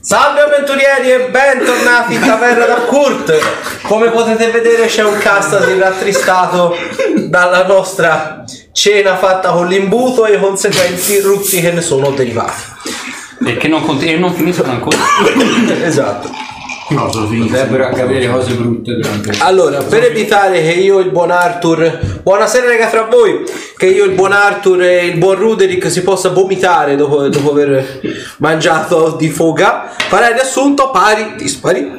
Salve avventurieri e bentornati in taverna da Kurt. Come potete vedere c'è un Castasir rattristato dalla nostra cena fatta con l'imbuto e i conseguenti ruzzi che ne sono derivati. E che non finiscono ancora. Esatto. No, sono finito. Potrebbero accadere cose brutte durante. Allora, per evitare che io e il buon Arthur, buonasera raga fra voi, che io, il buon Arthur e il buon Ruderick si possa vomitare dopo aver mangiato di foga, farei riassunto pari, dispari,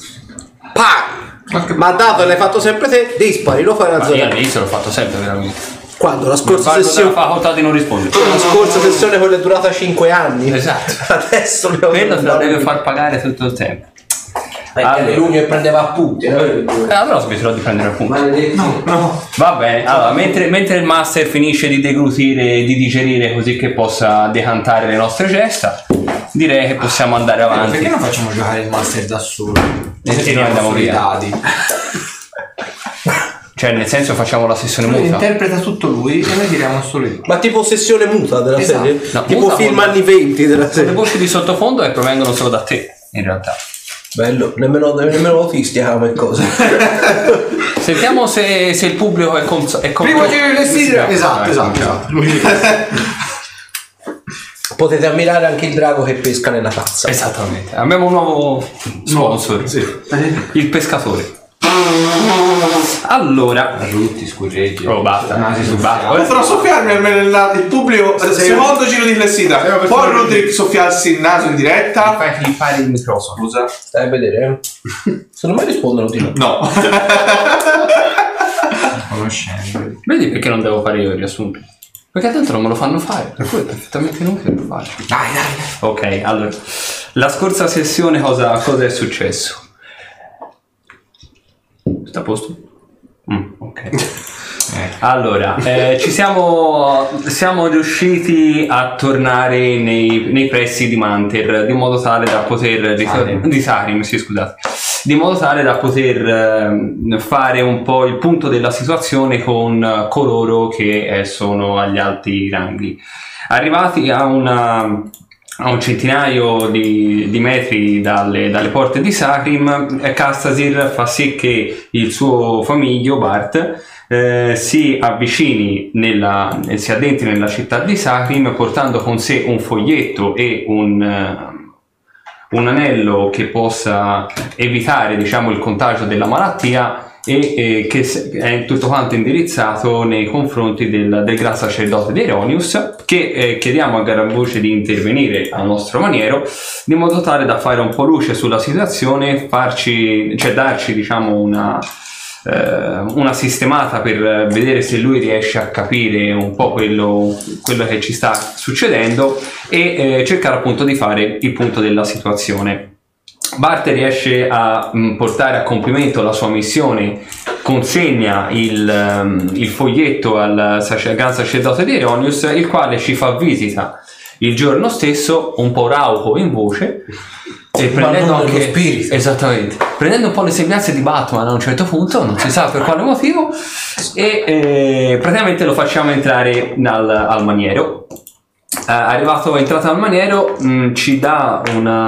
pari. Ma dato l'hai fatto sempre te, dispari, lo fai una zona. Io all'inizio l'ho fatto sempre veramente. Quando? La scorsa sessione? La facoltà di non rispondere. La scorsa sessione quella è durata 5 anni. Esatto. Adesso quello te la deve far pagare tutto il tempo. Allora, l'unico che prendeva appunti. Allora smetterò di prendere appunti. No. Va bene, allora mentre il master finisce di deglutire e di digerire così che possa decantare le nostre gesta, direi che possiamo andare avanti. Perché non facciamo giocare il master da solo? E noi andiamo via. Dadi. Cioè nel senso facciamo la sessione muta. Interpreta tutto lui e noi tiriamo solo io. Ma tipo sessione muta della serie? No, tipo muta film con- anni 20 della Le serie. voci di sottofondo provengono solo da te, in realtà. Bello, nemmeno autisti come cosa. Sentiamo se il pubblico è Primo giro di Lessidra. Esatto. Potete ammirare anche il drago che pesca nella tazza. Esattamente. Abbiamo un nuovo sponsor. Sì. Il pescatore. Allora, Rutti, scorreggi. oh basta. Nasi su Potrò soffiarmi almeno il pubblico. Secondo giro di Lessida. Può Rudrick soffiarsi il naso in diretta? Fai clippare il microfono. Scusa. Stai a vedere. Se non mai rispondono di no. No. Conoscendo. Vedi perché non devo fare io il riassunto? Perché tanto non me lo fanno fare, per cui è perfettamente inutile lo fare. Dai. Ok, allora, la scorsa sessione cosa è successo? Sta a posto? Ok. Allora, siamo riusciti a tornare nei pressi di Manter, di modo tale da poter di Sarim, sì, scusate, di modo tale da poter fare un po' il punto della situazione con coloro che sono agli alti ranghi. Arrivati a un centinaio di metri dalle porte di Sarim, Castasir fa sì che il suo famiglio Bart si avvicini si addentri nella città di Sarim portando con sé un foglietto e un anello che possa evitare, diciamo, il contagio della malattia e che è tutto quanto indirizzato nei confronti del gran sacerdote di Eronius, che chiediamo a gran voce di intervenire a nostro maniero, di modo tale da fare un po' luce sulla situazione, darci, diciamo, una sistemata per vedere se lui riesce a capire un po' quello che ci sta succedendo e cercare appunto di fare il punto della situazione. Bart riesce a portare a compimento la sua missione, consegna il foglietto al gran sacerdote di Eronius, il quale ci fa visita il giorno stesso, un po' rauco in voce e prendendo anche lo spirito. Esattamente, prendendo un po' le sembianze di Batman a un certo punto, non si sa per quale motivo, e praticamente lo facciamo entrare al maniero. Entrato al maniero, ci dà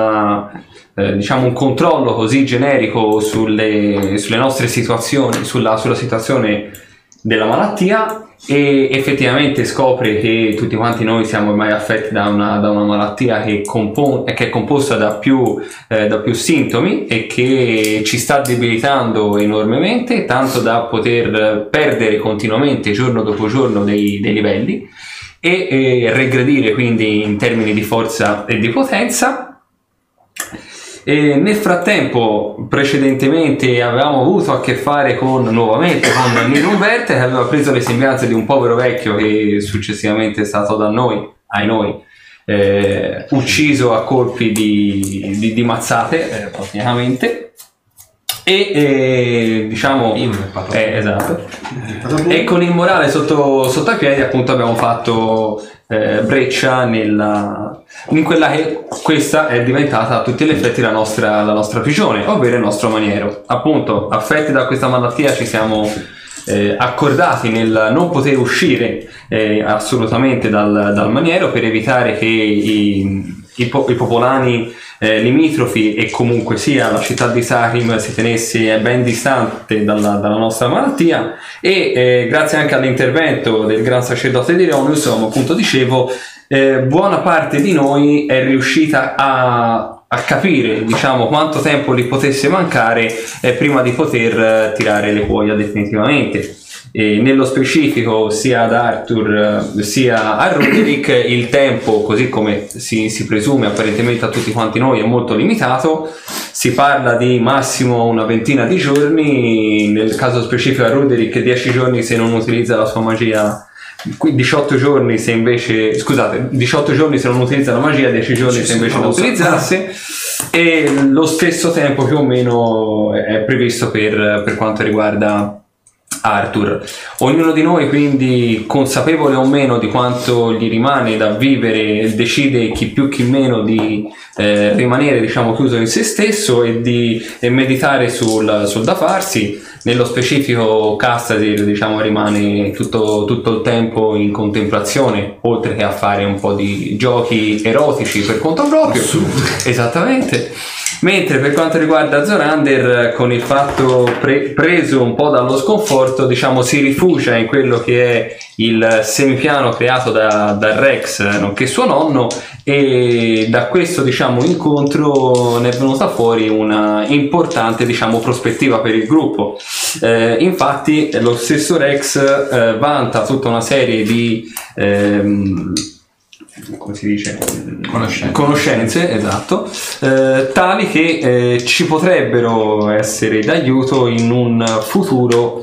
un controllo così generico sulle nostre situazioni, sulla situazione della malattia, e effettivamente scopre che tutti quanti noi siamo ormai affetti da una malattia che è composta da più sintomi e che ci sta debilitando enormemente, tanto da poter perdere continuamente giorno dopo giorno dei livelli e regredire quindi in termini di forza e di potenza. E nel frattempo, precedentemente, avevamo avuto a che fare nuovamente con Nilumverte, che aveva preso le sembianze di un povero vecchio che successivamente è stato da noi, ucciso a colpi di mazzate, praticamente. Esatto. E con il morale sotto i piedi, appunto, abbiamo fatto breccia in quella che questa è diventata a tutti gli effetti la nostra prigione, ovvero il nostro maniero. Appunto, affetti da questa malattia, ci siamo accordati nel non poter uscire assolutamente dal maniero, per evitare che i popolani limitrofi e comunque sia la città di Sarim si tenesse ben distante dalla nostra malattia, e grazie anche all'intervento del gran sacerdote di Ronius, come appunto dicevo, buona parte di noi è riuscita a capire, diciamo, quanto tempo gli potesse mancare prima di poter tirare le cuoia definitivamente. E nello specifico sia ad Arthur sia a Roderick il tempo, così come si presume apparentemente a tutti quanti noi, è molto limitato. Si parla di massimo una ventina di giorni, nel caso specifico a Roderick 10 giorni se non utilizza la sua magia, 18 giorni se invece, scusate, 18 giorni se non utilizza la magia, 10 giorni se invece la utilizzasse, e lo stesso tempo più o meno è previsto per quanto riguarda Arthur. Ognuno di noi, quindi, consapevole o meno di quanto gli rimane da vivere, decide chi più chi meno di rimanere, diciamo, chiuso in se stesso e di meditare sul da farsi. Nello specifico Castadir, diciamo, rimane tutto il tempo in contemplazione, oltre che a fare un po' di giochi erotici per conto proprio. Esattamente. Mentre per quanto riguarda Zorander, con il fatto preso un po' dallo sconforto, diciamo, si rifugia in quello che è il semipiano creato da Rex, nonché suo nonno, e da questo, diciamo, incontro ne è venuta fuori una importante, diciamo, prospettiva per il gruppo. Infatti lo stesso Rex vanta tutta una serie di come si dice? Conoscenze, esatto, tali che ci potrebbero essere d'aiuto in un futuro,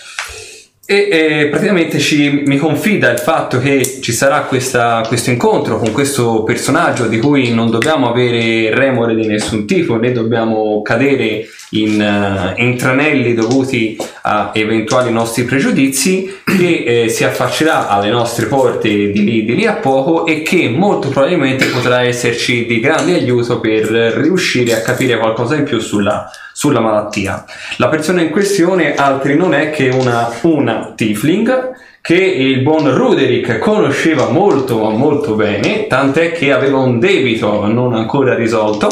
e praticamente mi confida il fatto che ci sarà questo incontro con questo personaggio di cui non dobbiamo avere remore di nessun tipo, né dobbiamo cadere in tranelli dovuti a eventuali nostri pregiudizi, che si affaccerà alle nostre porte di lì a poco, e che molto probabilmente potrà esserci di grande aiuto per riuscire a capire qualcosa in più sulla malattia. La persona in questione altri non è che una tiefling che il buon Roderick conosceva molto ma molto bene, tant'è che aveva un debito non ancora risolto,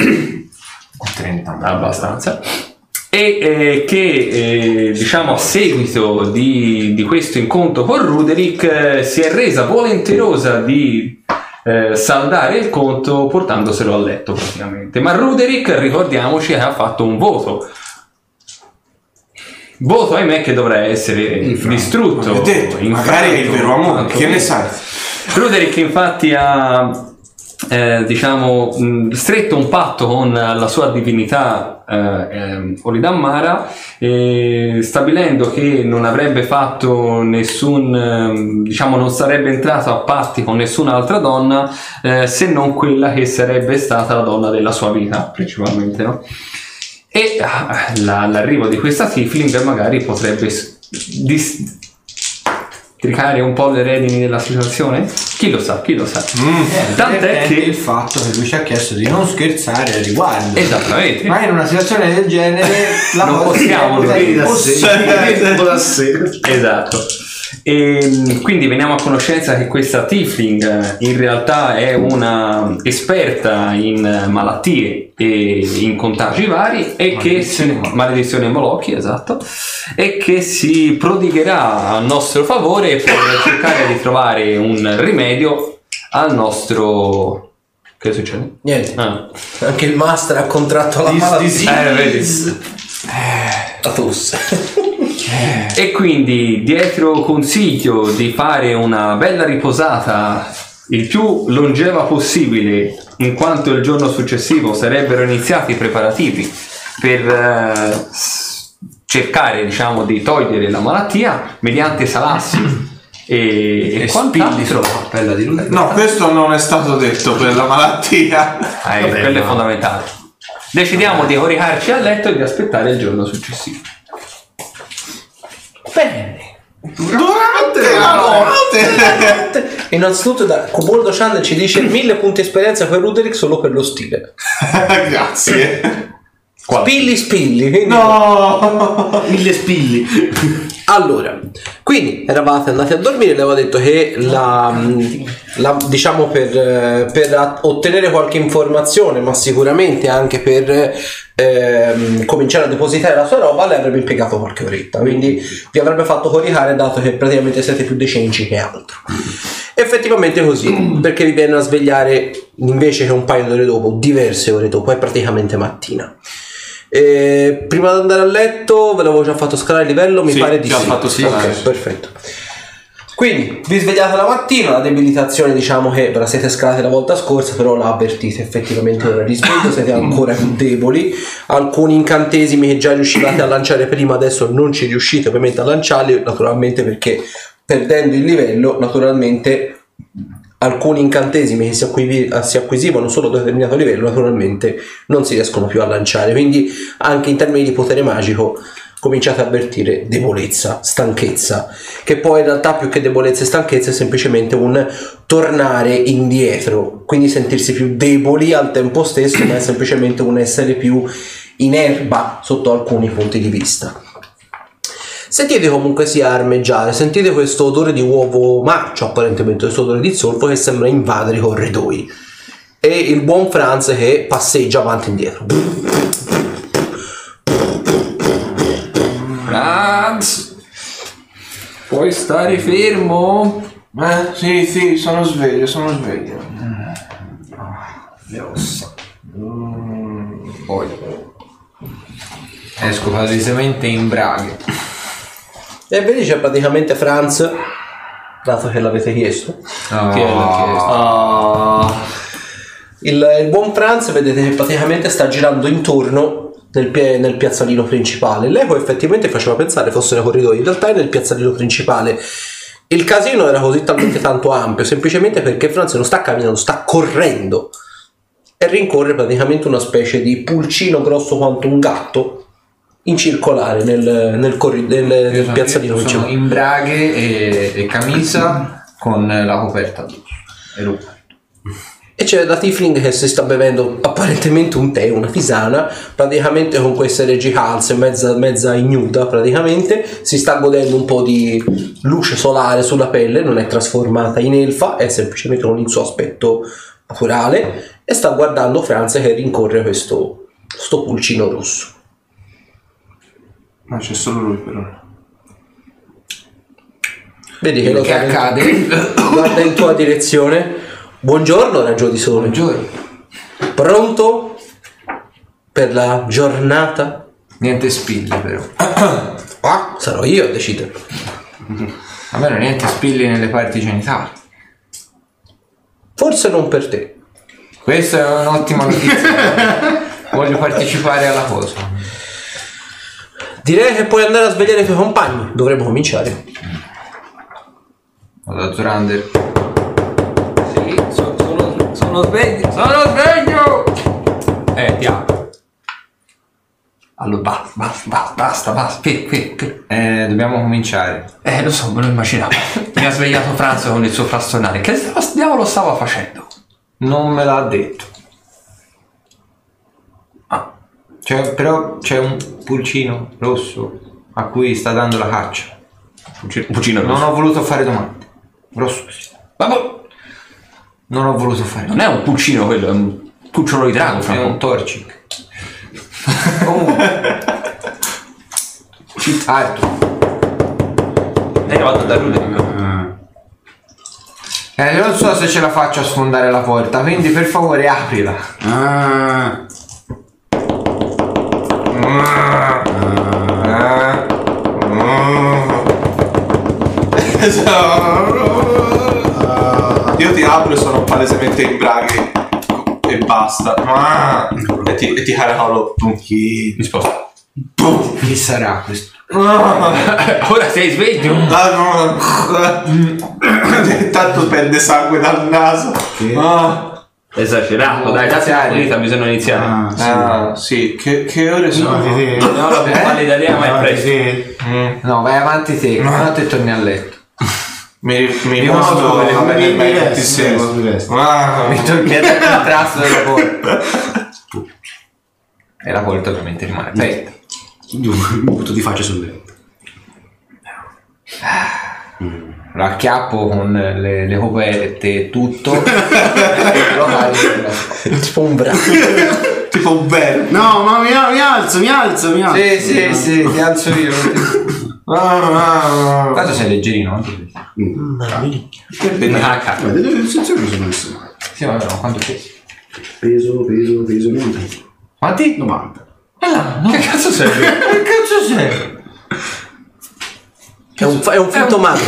30 abbastanza, e che diciamo a seguito di questo incontro con Roderick si è resa volenterosa di saldare il conto portandoselo a letto praticamente. Ma Roderick, ricordiamoci, ha fatto un voto ahimè che dovrà essere distrutto. Magari è il vero amore, che ne sai? Roderick infatti ha diciamo stretto un patto con la sua divinità Olidammara, stabilendo che non avrebbe fatto nessun diciamo non sarebbe entrato a patti con nessun'altra donna se non quella che sarebbe stata la donna della sua vita principalmente, no? E l'arrivo di questa tiefling magari potrebbe tricare un po' le redini della situazione? Chi lo sa? Tant'è che il fatto che lui ci ha chiesto di non scherzare al riguardo. Esattamente. Ma in una situazione del genere non possiamo da sé. Esatto. E quindi veniamo a conoscenza che questa tiefling in realtà è una esperta in malattie e in contagi vari, e che maledizioni e molocchi, esatto, e che si prodigherà a nostro favore per cercare di trovare un rimedio al nostro... Che succede? Niente. Anche il master ha contratto la malattia. Vedi. La tosse. E quindi dietro consiglio di fare una bella riposata il più longeva possibile, in quanto il giorno successivo sarebbero iniziati i preparativi per cercare, diciamo, di togliere la malattia mediante salassi e quant'altro. No, questo non è stato detto per la malattia. Quello è fondamentale. Decidiamo di coricarci a letto e di aspettare il giorno successivo. Bene. Durante la notte. Innanzitutto Coboldo Chan ci dice 1000 punti esperienza per Roderick solo per lo stile. Grazie. Spilli. No. 1000 spilli. Allora, quindi eravate andati a dormire, le avevo detto che diciamo per ottenere qualche informazione, ma sicuramente anche per cominciare a depositare la sua roba, le avrebbe impiegato qualche oretta, quindi vi avrebbe fatto coricare, dato che praticamente siete più dei cenci che altro. Effettivamente così, perché vi viene a svegliare invece che un paio d'ore dopo, diverse ore dopo, è praticamente mattina. Prima di andare a letto ve l'avevo già fatto scalare il livello, mi pare di sì. Fatto scalare. Ok, perfetto. Quindi vi svegliate la mattina, la debilitazione diciamo che ve la siete scalate la volta scorsa, però la avvertite effettivamente ora risveglio, siete ancora più deboli. Alcuni incantesimi che già riuscivate a lanciare prima adesso non ci riuscite ovviamente a lanciarli, naturalmente perché perdendo il livello naturalmente alcuni incantesimi che si acquisivano solo a un determinato livello naturalmente non si riescono più a lanciare, quindi anche in termini di potere magico cominciate a avvertire debolezza, stanchezza, che poi in realtà più che debolezza e stanchezza è semplicemente un tornare indietro, quindi sentirsi più deboli al tempo stesso, ma è semplicemente un essere più in erba sotto alcuni punti di vista. Sentite comunque sia armeggiare, sentite questo odore di uovo marcio, apparentemente questo odore di zolfo che sembra invadere i corridoi, e il buon Franz che passeggia avanti e indietro. Franz, puoi stare fermo? Sì, sono sveglio. Le ossa. Poi esco palesemente in braghe. E vedi c'è praticamente Franz, dato che l'avete chiesto. Chi l'ha chiesto? Il buon Franz vedete che praticamente sta girando intorno nel piazzalino principale. L'eco effettivamente faceva pensare fosse nei corridoi, in realtà è nel piazzalino principale. Il casino era così talmente tanto ampio semplicemente perché Franz non sta camminando, sta correndo e rincorre praticamente una specie di pulcino grosso quanto un gatto in circolare nel piazzalino principale. Sono in braghe e camicia con la coperta addosso. E c'è la Tiefling che si sta bevendo apparentemente un tè, una tisana, praticamente con queste reggicalze mezza ignuda, praticamente si sta godendo un po' di luce solare sulla pelle, non è trasformata in elfa, è semplicemente con il suo aspetto naturale, e sta guardando Franz che rincorre questo pulcino rosso. Ma c'è solo lui per ora. Vedi che Che accade? guarda in tua direzione. Buongiorno, raggio di sole. Buongiorno. Pronto per la giornata? Niente spilli però. Ah, sarò io a decidere. Almeno niente spilli nelle parti genitali. Forse non per te. Questa è un'ottima notizia. Voglio partecipare alla cosa. Direi che puoi andare a svegliare i tuoi compagni. Dovremmo cominciare. Vado da Zorander. Sì, sono sveglio. Sono sveglio! Ti apro. Allora, basta, qui. Dobbiamo cominciare. Lo so, me lo immaginavo. Mi ha svegliato Franz con il suo frastonare. Che diavolo stava facendo? Non me l'ha detto. Però c'è un pulcino rosso a cui sta dando la caccia. Pulcino rosso. Non ho voluto fare domande. Rosso sì. Non ho voluto fare domande. Non è un pulcino quello, è un cucciolo di drago. È un torcic. Comunque. Alto. È arrivato da lui. Non so se ce la faccio a sfondare la porta, quindi per favore aprila. Io ti apro e sono palesemente in braghe e basta. E ti caricolo. Chi? Mi sposto. Chi sarà questo? Ora sei sveglio? Intanto perde sangue dal naso. Esagerato, dai, date la pulita, bisogna iniziare. Sì, che ore sono? No, la pompa d'Italia ma è presto. No, vai avanti te, no, te torni a letto. Mi mostro le camere e ti seguo. Mi tocchi al contrasto della porta. E la porta ovviamente rimane aperta. Io mi butto di faccia sul letto. Lo acchiappo con le coperte e tutto. Tipo un braccio. Tipo un vero. No, ma mi alzo. Sì, ti alzo io. Tanto sei leggerino anche. Vedete che sensazione sono messo? Sì, vabbè, ma quanto pesi? Peso 90. Quanti? 90. Che cazzo sei? È un finto magro.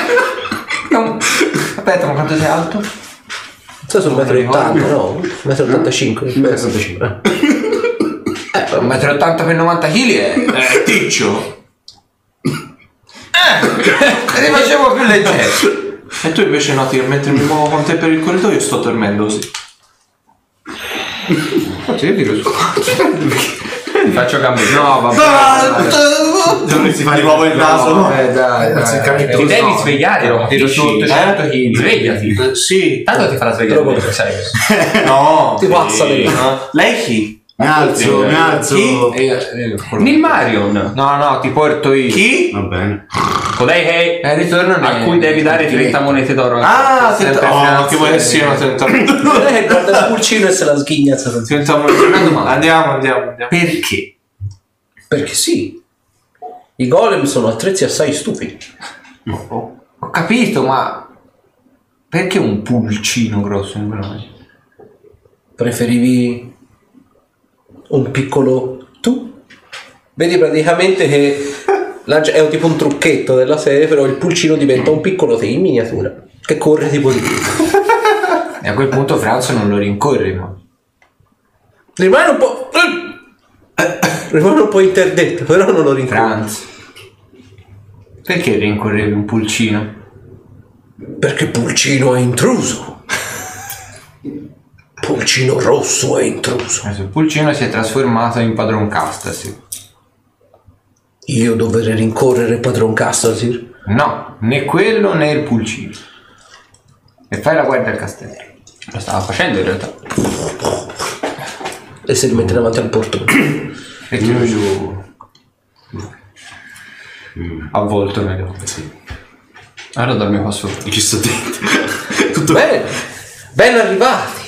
Aspetta, ma quanto sei alto? So sono 1,80 m, no? 1,85 m. 1,65 1,80 m per 90 kg è ticcio. Ti facevo più leggero. E tu invece noti che mentre mi muovo con te per il corridoio sto dormendo così. Ti faccio cambiare. No, vabbè. Non si fa di nuovo il naso. Dai. Ti devi svegliare, Tiro su 800 kg. Svegliati. Sì. Tanto ti farà svegliare. Sai. No. Ti pazza lei. Lei chi? Mi alzo. Nel Marion. No, ti porto io. Chi? Va bene. Colei che Ritorno a cui devi dare 30 monete d'oro. Ah, che vuoi che sia una 30 Lei guarda il pulcino e se la sghigna. Andiamo. Perché? Perché sì. I golem sono attrezzi assai stupidi. Ho capito, ma perché un pulcino grosso in quello? Preferivi un piccolo tu? Vedi praticamente che è un tipo un trucchetto della serie, però il pulcino diventa un piccolo te in miniatura che corre tipo di E a quel punto Franz non lo rincorre, ma rimane un po' interdetto, però non lo rincorre. Franz, perché rincorrevi un pulcino? Perché Pulcino è intruso. Pulcino rosso è intruso. Il pulcino si è trasformato in padron Castasir. Io dovrei rincorrere padron Castasir? No, né quello né il pulcino. E fai la guardia al castello. Lo stava facendo in realtà. E si rimette davanti al portone. E tiro giù avvolto nelle sì. Allora dormi qua sotto. Ci sto dentro. Tutto Bene, ben arrivati.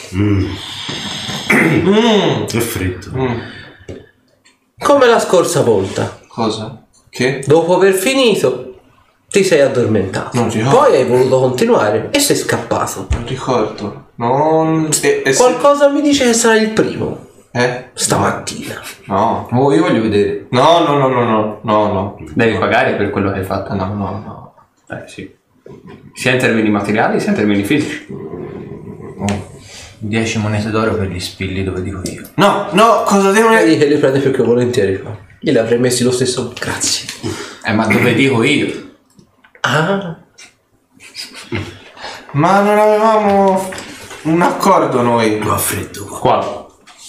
È freddo. Come la scorsa volta. Cosa? Che? Dopo aver finito, ti sei addormentato. Non ricordo. Poi hai voluto continuare e sei scappato. Non ricordo. Non... Qualcosa mi dice che sarà il primo. Eh? Stamattina. No. Oh, io voglio vedere. No. Devi pagare per quello che hai fatto. No. Sì. Sia in termini materiali sia in termini fisici. 10 monete d'oro per gli spilli dove dico io. No, cosa devono... Vedi che li prende più che volentieri qua. Glieli avrei messi lo stesso. Grazie. Ma dove dico io? Ah. Ma non avevamo un accordo noi. Fa freddo qua. Quale?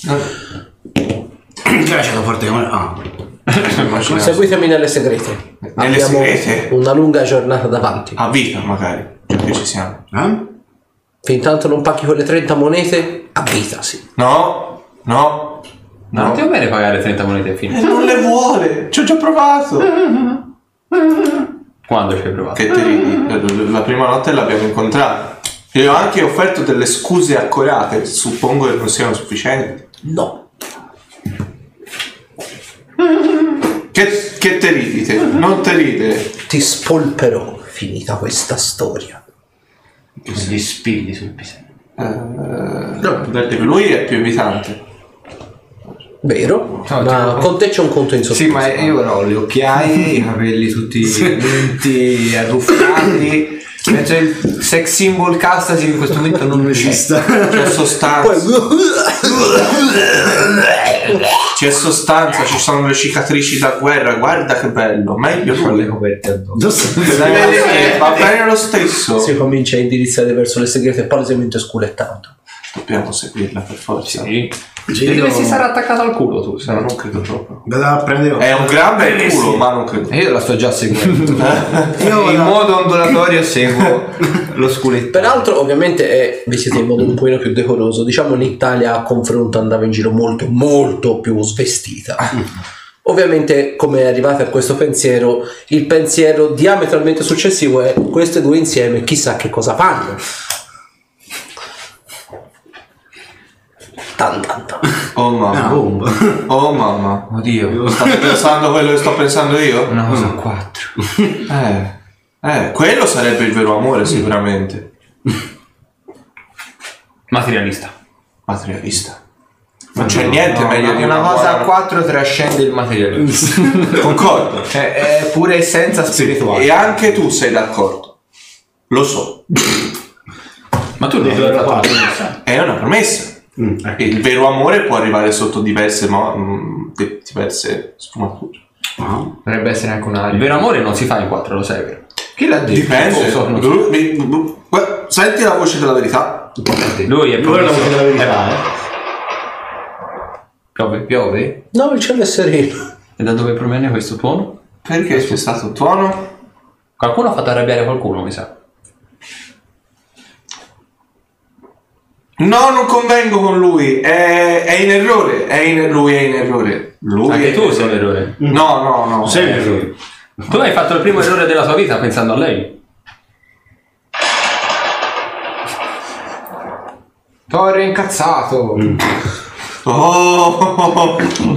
C'è la porta che... Ah. Seguitemi nelle segrete. Nelle Abbiamo segrete? una lunga giornata davanti. A vita magari. Perché ci siamo. Fintanto non paghi quelle 30 monete, a vita sì. No. Non ti va bene pagare 30 monete a fine. Non le vuole. Ci ho già provato. Quando ci hai provato? Che te ridi? La prima notte l'abbiamo incontrata. Io ho anche offerto delle scuse accorate. Suppongo che non siano sufficienti. No. Che te ridi te? Non te ride. Ti spolperò finita questa storia. Gli spilli sul pisello. Lui è più invitante. Vero? Ma con te c'è un conto in sospeso. Sì, ma io ho le occhiaie, i capelli tutti lenti, arruffati. Mentre il sex symbol Castasir in questo momento non c'è. C'è sostanza. C'è sostanza, ci sono le cicatrici da guerra. Guarda che bello. Meglio lui. Va bene lo stesso. Si comincia a indirizzare verso le segrete palesemente sculettato. Dobbiamo seguirla per forza. Sì. Si sarà attaccato al culo tu, se no. Non credo proprio. Vado a prendere. È un gran bel culo, ma non credo. Io la sto già seguendo. In modo ondulatorio seguo lo sculetto. Peraltro ovviamente vi siete in modo un pochino più decoroso. Diciamo in Italia a confronto andava in giro molto più svestita. Ovviamente, come arrivate a questo pensiero, il pensiero diametralmente successivo è: queste due insieme chissà che cosa fanno. Tan tan tan. Oh mamma. Oh mamma. Oddio. State pensando quello che sto pensando io? Una cosa a 4. Quello sarebbe il vero amore sicuramente. Materialista. Materialista. Non c'è niente meglio di una cosa a buona- 4 trascende il materialismo. Concordo. È pure essenza spirituale. E anche tu sei d'accordo. Lo so. Ma tu non hai fatto la promessa. È una promessa. Il vero amore può arrivare sotto diverse sfumature. Potrebbe essere anche una. Il vero amore non si fa in 4, lo sai, vero? Chi l'ha detto? Dipende. Non so. Senti la voce della verità. Lui è Lui è la voce della verità, Piove? No, il cielo è sereno. E da dove proviene questo tuono? Perché c'è stato un tuono? Qualcuno ha fatto arrabbiare qualcuno, mi sa. No, non convengo con lui. È in errore. Lui è in errore. Lui Anche è tu sei un errore. No. Sei un errore. Tu hai fatto il primo errore della tua vita pensando a lei. Torre incazzato. Oh.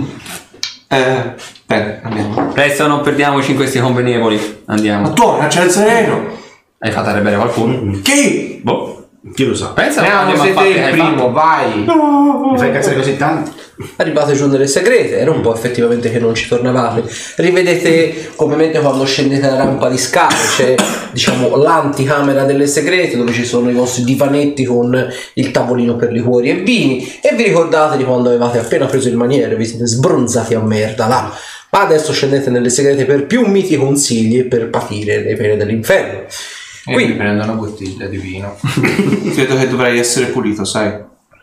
Bene, andiamo. Presto, non perdiamoci in questi convenevoli. Andiamo. Madonna, c'è il sereno. Hai fatto arrabbiare qualcuno? Chi? Boh. Chi lo sa? Pensa Andiamo, siete il primo, vai. Mi fai incazzare così tanto? Arrivate giù nelle segrete, era un po' effettivamente che non ci tornavate. Rivedete ovviamente quando scendete la rampa di scale, c'è diciamo l'anticamera delle segrete dove ci sono i vostri divanetti con il tavolino per liquori e vini, e vi ricordate di quando avevate appena preso il maniere, vi siete sbronzati a merda là. Ma adesso scendete nelle segrete per più miti consigli e per patire le pene dell'inferno. Qui prendo una bottiglia di vino. Credo che dovrei essere pulito, sai.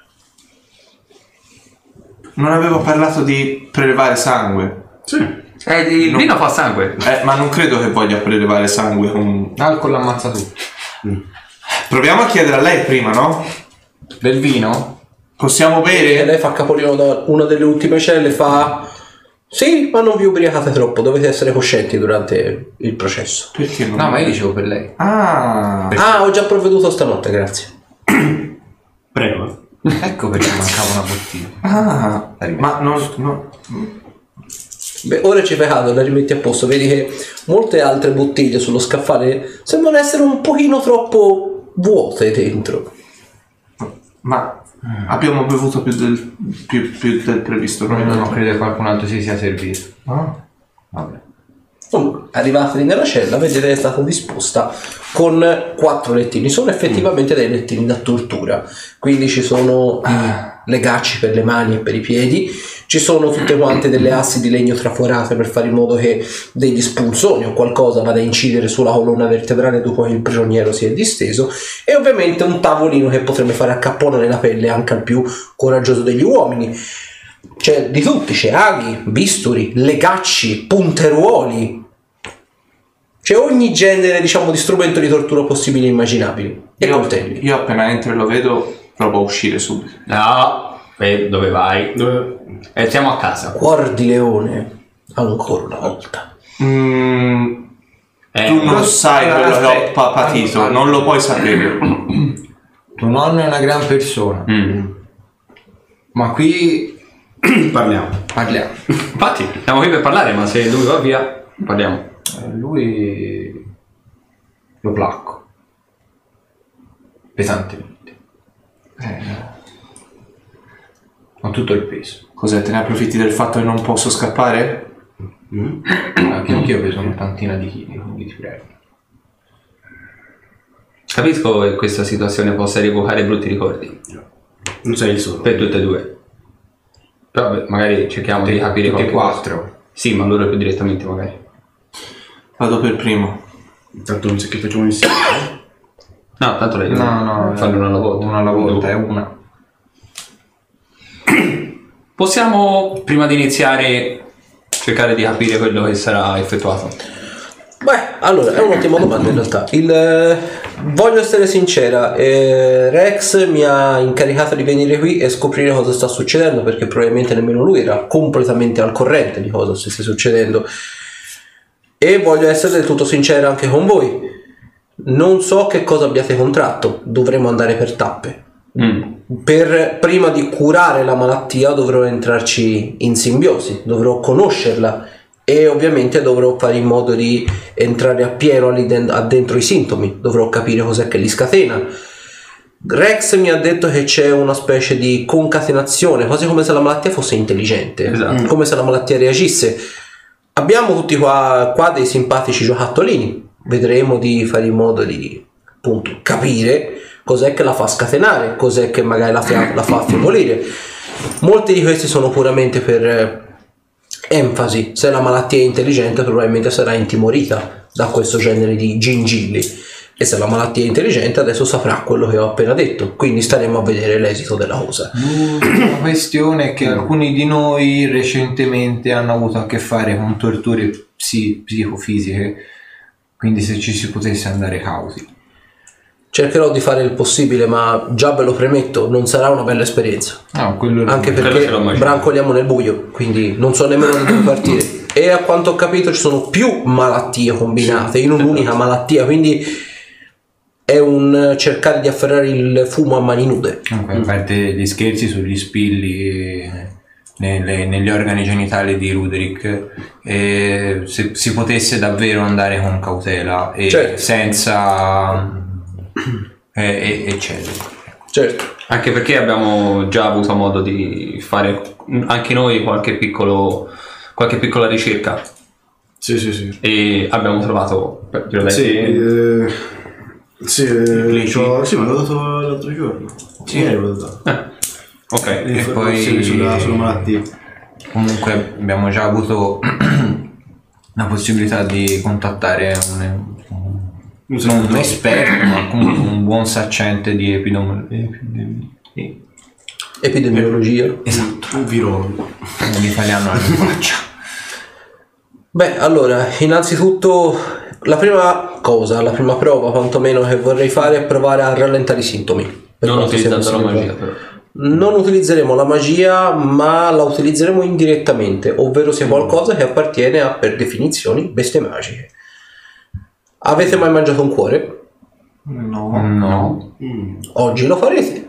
Non avevo parlato di prelevare sangue. Sì. Il vino fa sangue. Ma non credo che voglia prelevare sangue con... Alcol ammazza tutto. Proviamo a chiedere a lei prima, no? Del vino? Possiamo E bere? lei fa capolino da una delle ultime celle, fa: sì, ma non vi ubriacate troppo, dovete essere coscienti durante il processo. Perché non? No, ma io dicevo per lei. Ah, Ah, ho già provveduto stanotte, grazie. Prego. Ecco perché mancava una bottiglia. ma no. Beh, ora ci fai caso, la rimetti a posto. Vedi che molte altre bottiglie sullo scaffale sembrano essere un pochino troppo vuote dentro. Ma abbiamo bevuto più del previsto. Non credo che qualcun altro si sia servito. Vabbè. Comunque, arrivati lì nella cella, vedete che è stata disposta con 4 lettini. Sono effettivamente dei lettini da tortura, quindi ci sono i legacci per le mani e per i piedi, ci sono tutte quante delle assi di legno traforate per fare in modo che degli spunzoni o qualcosa vada a incidere sulla colonna vertebrale dopo che il prigioniero si è disteso, e ovviamente un tavolino che potrebbe fare accapponare la pelle anche al più coraggioso degli uomini. C'è di tutti, c'è aghi, bisturi, legacci, punteruoli. C'è ogni genere, diciamo, di strumento di tortura possibile e immaginabili. E coltelli. Io appena entro e lo vedo, provo a uscire subito. No. Dove vai? Siamo a casa. Cuor di leone, ancora una volta. Tu non sai quello che ho patito, non lo puoi sapere. Tuo nonno è una gran persona. Ma qui Parliamo. parliamo. Infatti, siamo qui per parlare, ma se lui va via, parliamo. Lui lo placco pesantemente. Con tutto il peso. Cos'è? Te ne approfitti del fatto che non posso scappare? Anche io ho preso una tantina di chili, quindi ti prego. Capisco che questa situazione possa rievocare brutti ricordi Non sei il solo. per tutte e due. Però vabbè, magari cerchiamo di capire Tutti e qualche 4. cosa. Sì, ma loro più direttamente magari. Vado per primo. Intanto non sai che facciamo insieme. No, tanto lei No, fanno una alla volta. Una alla volta, è una. Possiamo, prima di iniziare, cercare di capire quello che sarà effettuato. Beh, allora, è un'ottima domanda in realtà. Voglio essere sincera, Rex mi ha incaricato di venire qui e scoprire cosa sta succedendo, perché probabilmente nemmeno lui era completamente al corrente di cosa stesse succedendo. E voglio essere del tutto sincera anche con voi. Non so che cosa abbiate contratto, dovremo andare per tappe. Prima di curare la malattia dovrò entrarci in simbiosi, dovrò conoscerla e ovviamente dovrò fare in modo di entrare appieno dentro i sintomi, dovrò capire cos'è che li scatena. Rex mi ha detto che c'è una specie di concatenazione, quasi come se la malattia fosse intelligente, esatto, come se la malattia reagisse. Abbiamo tutti qua dei simpatici giocattolini, vedremo di fare in modo di appunto capire cos'è che la fa scatenare, cos'è che magari la fa affievolire. Molti di questi sono puramente per enfasi. Se la malattia è intelligente probabilmente sarà intimorita da questo genere di gingilli, e se la malattia è intelligente adesso saprà quello che ho appena detto, quindi staremo a vedere l'esito della cosa. La questione è che alcuni di noi recentemente hanno avuto a che fare con torture psicofisiche, quindi se ci si potesse andare cauti. Cercherò di fare il possibile, ma già ve lo premetto, non sarà una bella esperienza. Anche perché brancoliamo nel buio, quindi non so nemmeno da dove partire. E a quanto ho capito ci sono più malattie combinate in un'unica malattia, quindi è un cercare di afferrare il fumo a mani nude. A parte gli scherzi sugli spilli negli organi genitali di Ruderick, se si potesse davvero andare con cautela e certo, senza eccedere. Certo. Anche perché abbiamo già avuto modo di fare anche noi qualche piccola ricerca. Sì. E abbiamo trovato Sì, ma l'ho dato l'altro giorno. Sì, l'ho dato. ok. E poi sulla malattia. Comunque abbiamo già avuto la possibilità di contattare non un esperto, ma comunque un buon saccente di Epidemiologia. Esatto. Un virologo. L'italiano alla faccia. Beh, allora, innanzitutto la prima prova quantomeno che vorrei fare è provare a rallentare i sintomi. Non utilizzando la magia, però. Non utilizzeremo la magia, ma la utilizzeremo indirettamente, ovvero sia qualcosa che appartiene a, per definizioni, bestie magiche. Avete mai mangiato un cuore? No. Oggi lo farete.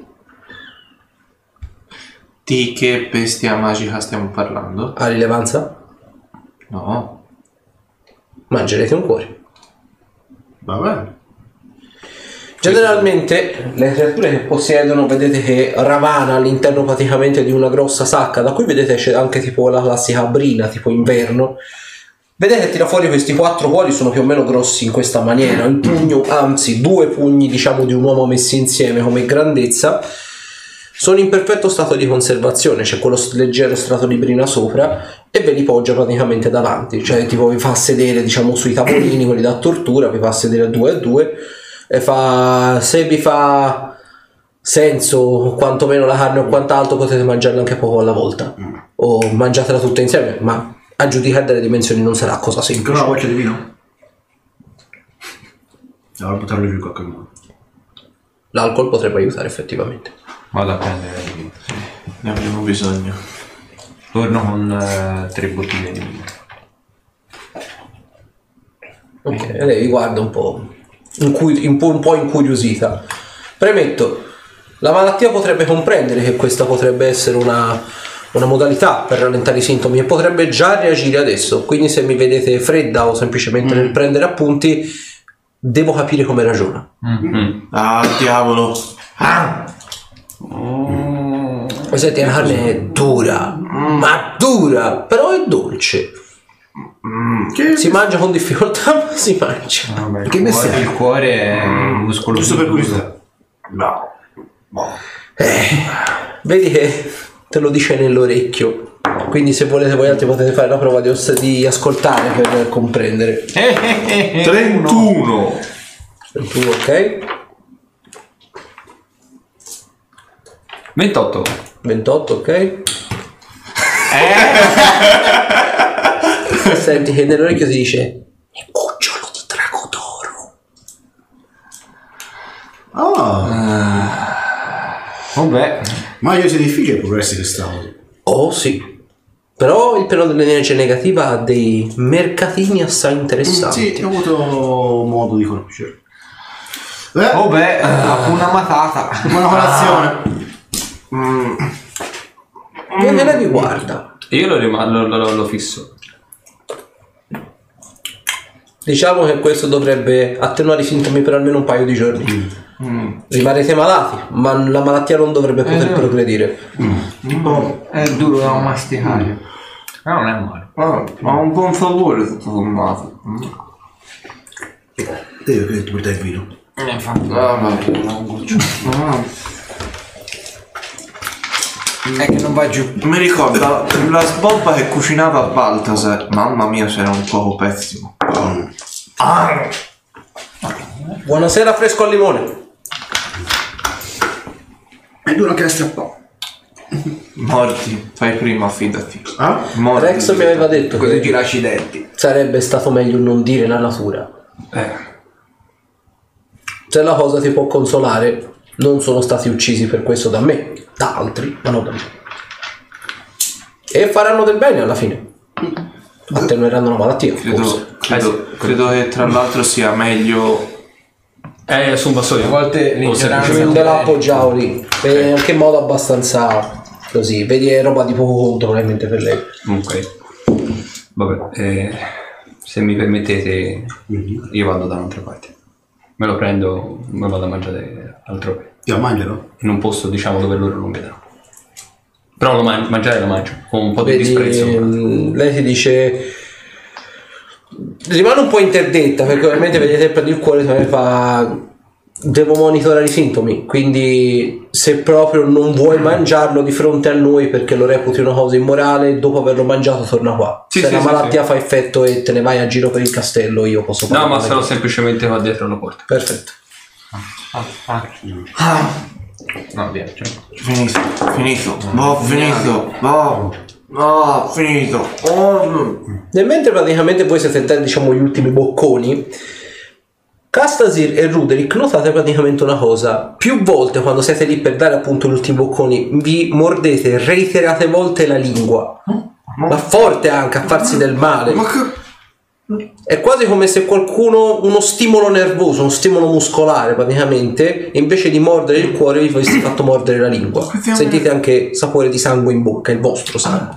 Di che bestia magica stiamo parlando? Ha rilevanza? No. Mangerete un cuore. Va bene. Generalmente le creature che possiedono, vedete che ravana all'interno praticamente di una grossa sacca, da cui vedete c'è anche tipo la classica brina, tipo inverno. Vedete, tira fuori questi 4 cuori, sono più o meno grossi in questa maniera, il pugno, anzi 2 pugni diciamo di un uomo messi insieme come grandezza, sono in perfetto stato di conservazione, c'è quello leggero strato di brina sopra e ve li poggia praticamente davanti, cioè tipo vi fa sedere diciamo sui tavolini, quelli da tortura, vi fa sedere a 2 a 2 e se vi fa senso quantomeno la carne o quant'altro potete mangiarla anche poco alla volta o mangiatela tutta insieme, ma a giudicare dalle dimensioni non sarà cosa semplice. Una goccia di vino? Allora buttarlo giù in qualche modo. L'alcol potrebbe aiutare effettivamente. Vado a prendere il vino. Sì. Ne abbiamo bisogno. Torno con 3 bottiglie di vino. Ok, e lei vi guarda un po' incuriosita. Premetto, la malattia potrebbe comprendere che questa potrebbe essere una modalità per rallentare i sintomi e potrebbe già reagire adesso, quindi se mi vedete fredda o semplicemente nel prendere appunti devo capire come ragiona. Ah, diavolo. Senti, la carne è dura, ma dura, però è dolce. Si mangia con difficoltà, ma si mangia. Vabbè, Che mestiere? il cuore è un muscolo Giusto per più curiosità. No. Vedi che te lo dice nell'orecchio, quindi se volete voi altri potete fare la prova di ascoltare per comprendere. 31. 21, ok. 28. 28, ok. Senti che nell'orecchio si dice: mi cucciolo Vabbè. Ma io sia difficile progressi quest'anno. Oh sì. Però il piano dell'energia negativa ha dei mercatini assai interessanti. Sì, ho avuto modo di conoscere. Vabbè, una matata. Buona colazione. Viene vi guarda. E io lo fisso. Diciamo che questo dovrebbe attenuare i sintomi per almeno un paio di giorni. Rimarrete malati, ma la malattia non dovrebbe poter progredire. È duro da masticare. Ma non è male. Ha un buon sapore tutto sommato. Io che ti portai il vino. È che non va giù. Mi ricorda la sbobba che cucinava a Balthasar. Mamma mia, c'era un cuoco pessimo. Buonasera, fresco al limone. È duro anche la strappa. Morti, fai prima, affidati. Ah? Morti. Rex mi aveva detto Così che ti lasci i denti. sarebbe stato meglio non dire la natura. Se la cosa ti può consolare, non sono stati uccisi per questo da me, da altri, ma non da me. E faranno del bene alla fine. Attenueranno la malattia, forse. Credo che tra l'altro sia meglio. Su un vassoio. A volte l'ignoranza Io te la appoggiavo lì, in anche modo abbastanza così. Vedi, è roba di poco conto probabilmente per lei. Ok. Vabbè, se mi permettete, io vado da un'altra parte. Me lo prendo, me lo vado a mangiare altrove. Io mangerò. In un posto, diciamo, dove loro non vedono. Però lo mangiare lo mangio, con un po' di disprezzo. Lei ti dice... Rimane un po' interdetta, perché ovviamente vedete per il cuore come fa... Devo monitorare i sintomi, quindi se proprio non vuoi mangiarlo di fronte a noi perché lo reputi una cosa immorale, dopo averlo mangiato torna qua. Se la malattia fa effetto e te ne vai a giro per il castello, io posso fare. No, ma sarò semplicemente qua dietro alla porta. Perfetto. No, via. Finito. Finito. Nel mentre praticamente voi siete dati, diciamo, gli ultimi bocconi, Castasir e Ruderick notate praticamente una cosa: più volte quando siete lì per dare appunto gli ultimi bocconi vi mordete reiterate volte la lingua, ma forte anche, a farsi del male. È quasi come se qualcuno, uno stimolo nervoso, uno stimolo muscolare praticamente, invece di mordere il cuore vi avesse fatto mordere la lingua. Sentite anche sapore di sangue in bocca, il vostro sangue.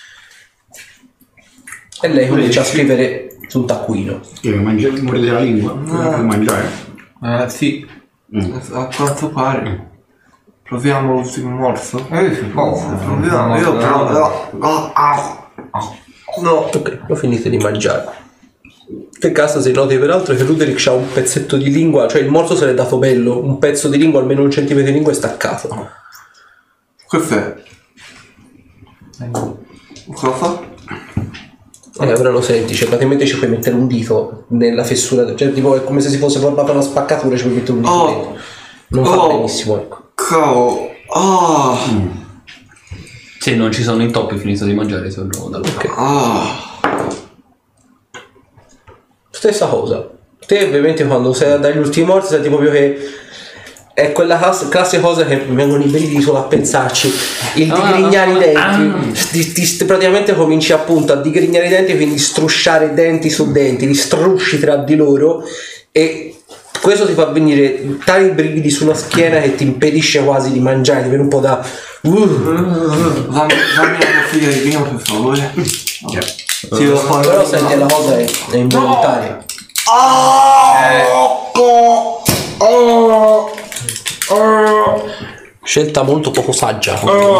E lei comincia a scrivere su un taccuino. Io mordete la lingua? Per mangiare? Sì. A quanto pare. Proviamo l'ultimo morso. Proviamo. Io provo. No, ok, lo finite di mangiare. Che caso si noti peraltro che Ruderick ha un pezzetto di lingua, cioè il morso se l'è dato bello, un pezzo di lingua, almeno un centimetro di lingua è staccato. Che fai? Cosa? Ora lo senti, cioè praticamente ci puoi mettere un dito nella fessura, cioè tipo è come se si fosse formata una spaccatura, ci puoi mettere un dito dentro. Non fa benissimo, ecco. Cavolo. Se non ci sono intoppi, finito di mangiare, sono dalla Stessa cosa. Te ovviamente quando sei dagli ultimi morti senti proprio che è quella classica cosa che mi vengono i brividi solo a pensarci, il digrignare i denti. Praticamente cominci appunto a digrignare i denti, quindi strusciare denti su denti, li strusci tra di loro e questo ti fa venire tali brividi sulla schiena che ti impedisce quasi di mangiare, ti viene un po' da... Fammi una figlia di vino per favore. Però senti, la cosa è involontaria. Scelta molto poco saggia.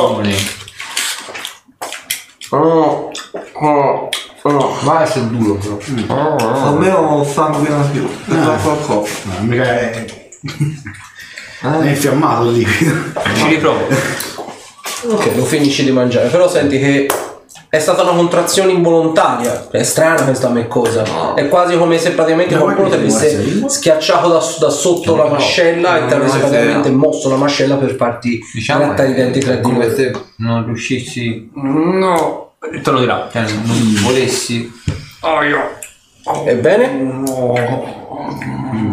Ma è duro però. A me non sanguina più. Qualcosa. Mica è infiammato il liquido. Ci riprovo. Ok, lo finisci di mangiare, però senti che è stata una contrazione involontaria. È strana questa me cosa. È quasi come se praticamente qualcuno ti avesse schiacciato da sotto la mascella e ti avesse praticamente mosso la mascella per farti grattare i denti tra di come loro. se non riuscissi, No, te lo dirà. cioè non volessi. Ebbene?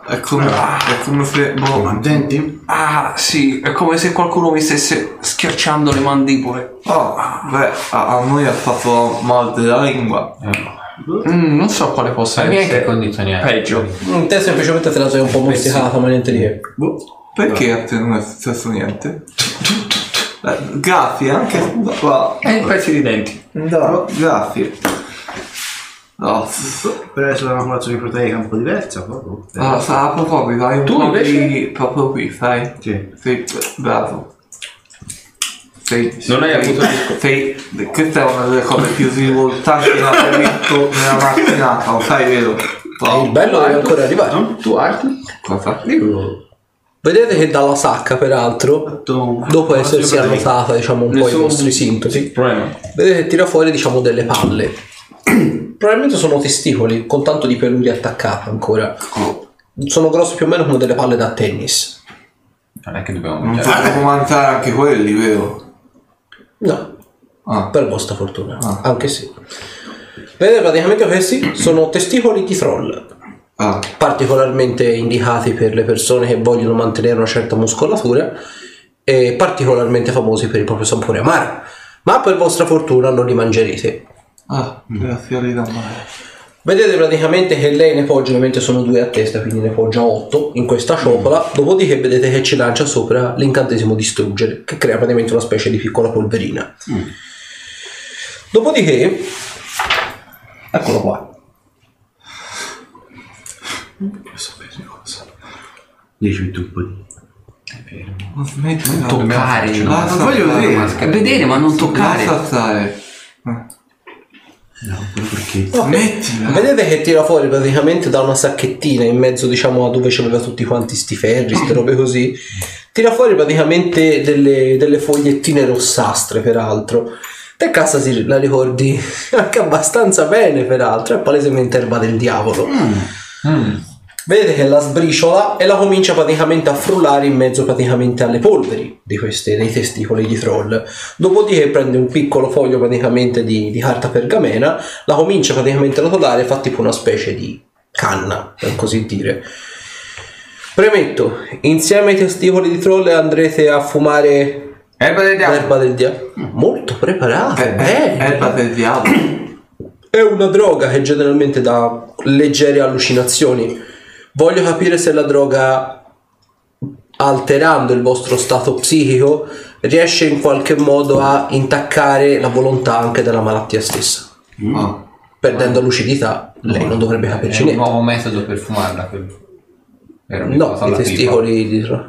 È come Ma denti? Ah, sì, è come se qualcuno mi stesse schiacciando le mandibole. a noi ha fatto male della lingua. Non so quale possa Neanche essere condizionato. peggio. Te semplicemente te la sei un po' morsicata, ma niente di che. Perché a te non è successo niente? Grazie, anche qua. E i pezzi di denti. Grazie. No. Per essere una colazione proteica un po' diversa, proprio. Sarà proprio, vai un Tu po' invece? di proprio qui, fai. Sì. Sei bravo. Non hai avuto questa è una delle cose più rivoltanti che abbia visto nella mattinata, lo sai, vero? Il bello deve ancora arrivare. Tu Art? Cosa? Vedete che dalla sacca, peraltro, dopo essersi annotata, diciamo, un po' i vostri sintomi, Problema. vedete che tira fuori, diciamo, delle palle. Probabilmente sono testicoli con tanto di peluria attaccata ancora. Sono grossi più o meno come delle palle da tennis. Non è che dobbiamo Non mangiare. potremmo mangiare anche quelli, vero? No, Ah. per vostra fortuna, anche sì. Vedete, praticamente questi sono testicoli di troll, Ah. particolarmente indicati per le persone che vogliono mantenere una certa muscolatura e particolarmente famosi per il proprio sapore amaro. Ma per vostra fortuna non li mangerete. Grazie da mare. Vedete praticamente che lei ne poggia, ovviamente sono 2 a testa, quindi ne poggia 8 in questa ciotola. Dopodiché vedete che ci lancia sopra l'incantesimo distruggere, che crea praticamente una specie di piccola polverina. Dopodiché, eccolo qua. Dici tu poi. Non smetti Non toccare. Non voglio vedere. Vedere, ma non toccare. Basta stare. No, quello perché. Smettila. Vedete che tira fuori praticamente da una sacchettina in mezzo, diciamo, a dove c'aveva tutti quanti sti ferri, ste robe così. Tira fuori praticamente delle fogliettine rossastre, peraltro. Te cazzo si la ricordi anche abbastanza bene, peraltro. È palesemente erba del diavolo. Vedete che la sbriciola e la comincia praticamente a frullare in mezzo praticamente alle polveri dei testicoli di troll. Dopodiché prende un piccolo foglio praticamente di carta pergamena, la comincia praticamente a rotolare e fa tipo una specie di canna, per così dire. Premetto, insieme ai testicoli di troll andrete a fumare l'erba del diavolo. Molto preparato, bene. Erba del diavolo. È una droga che generalmente dà leggere allucinazioni. Voglio capire se la droga, alterando il vostro stato psichico, riesce in qualche modo a intaccare la volontà anche della malattia stessa. Perdendo lucidità, lei non dovrebbe capirci È un niente. nuovo metodo per fumarla, quello. Era No, cosa i alla testicoli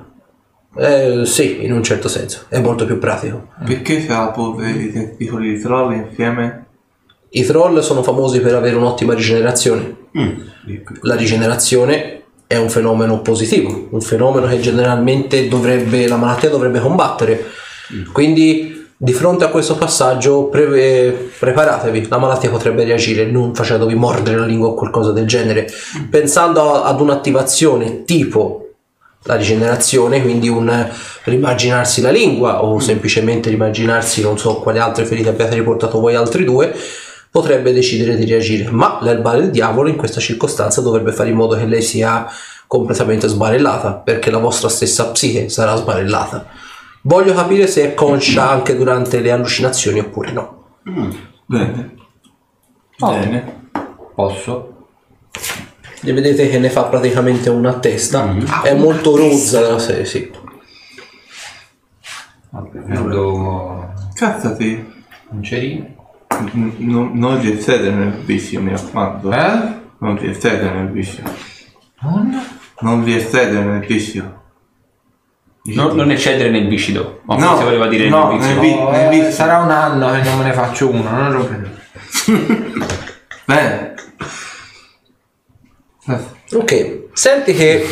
di sì, in un certo senso. È molto più pratico. Perché fa la polvere di testicoli di troll insieme? I troll sono famosi per avere un'ottima rigenerazione. La rigenerazione è un fenomeno positivo, un fenomeno che generalmente la malattia dovrebbe combattere. Quindi di fronte a questo passaggio preparatevi, la malattia potrebbe reagire non facendovi mordere la lingua o qualcosa del genere. Pensando ad un'attivazione tipo la rigenerazione, quindi un rimarginarsi la lingua o semplicemente rimarginarsi non so quali altre ferite abbiate riportato voi altri due, potrebbe decidere di reagire, ma l'erba del diavolo in questa circostanza dovrebbe fare in modo che lei sia completamente sbarellata, perché la vostra stessa psiche sarà sbarellata. Voglio capire se è conscia anche durante le allucinazioni oppure no. Bene. Bene. Posso? E vedete che ne fa praticamente una a testa, è molto rozza della serie, sì. Prendo Cazzati. un cerino. Non ti eccedere nel vizio, mi raccomando. Non ti eccedere nel vizio. Non ti eccedere nel vizio. Non eccedere nel viscido. Ma forse voleva dire no, nel vizio. nel vizio. Sarà un anno che non me ne faccio uno, non rompere. Bene. Ok, senti che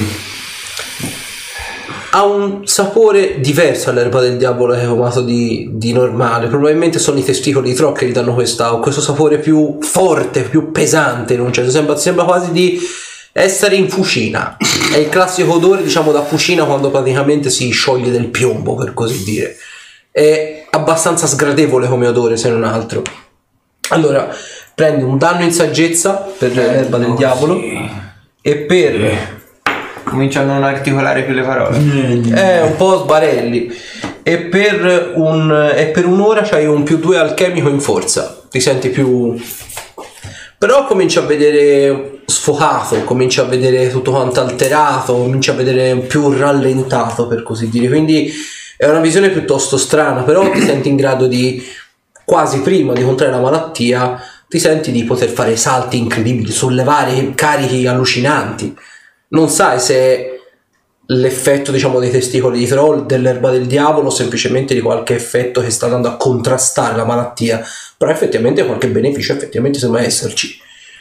ha un sapore diverso all'erba del diavolo che hai fumato di normale. Probabilmente sono i testicoli di troll che gli danno questo sapore più forte, più pesante in un certo senso. Sembra quasi di essere in fucina. È il classico odore, diciamo, da fucina quando praticamente si scioglie del piombo, per così dire. È abbastanza sgradevole come odore, se non altro. Allora, prendi un danno in saggezza per l'erba del diavolo e per Comincia a non articolare più le parole. Un po' sbarelli. E per un'ora c'hai un +2 alchemico in forza. Ti senti più... Però cominci a vedere sfocato, cominci a vedere tutto quanto alterato, cominci a vedere più rallentato, per così dire. Quindi è una visione piuttosto strana, però ti senti in grado di, quasi prima di contrarre la malattia, ti senti di poter fare salti incredibili, sollevare carichi allucinanti. Non sai se è l'effetto, diciamo, dei testicoli di troll, dell'erba del diavolo, o semplicemente di qualche effetto che sta andando a contrastare la malattia, però effettivamente qualche beneficio effettivamente sembra esserci.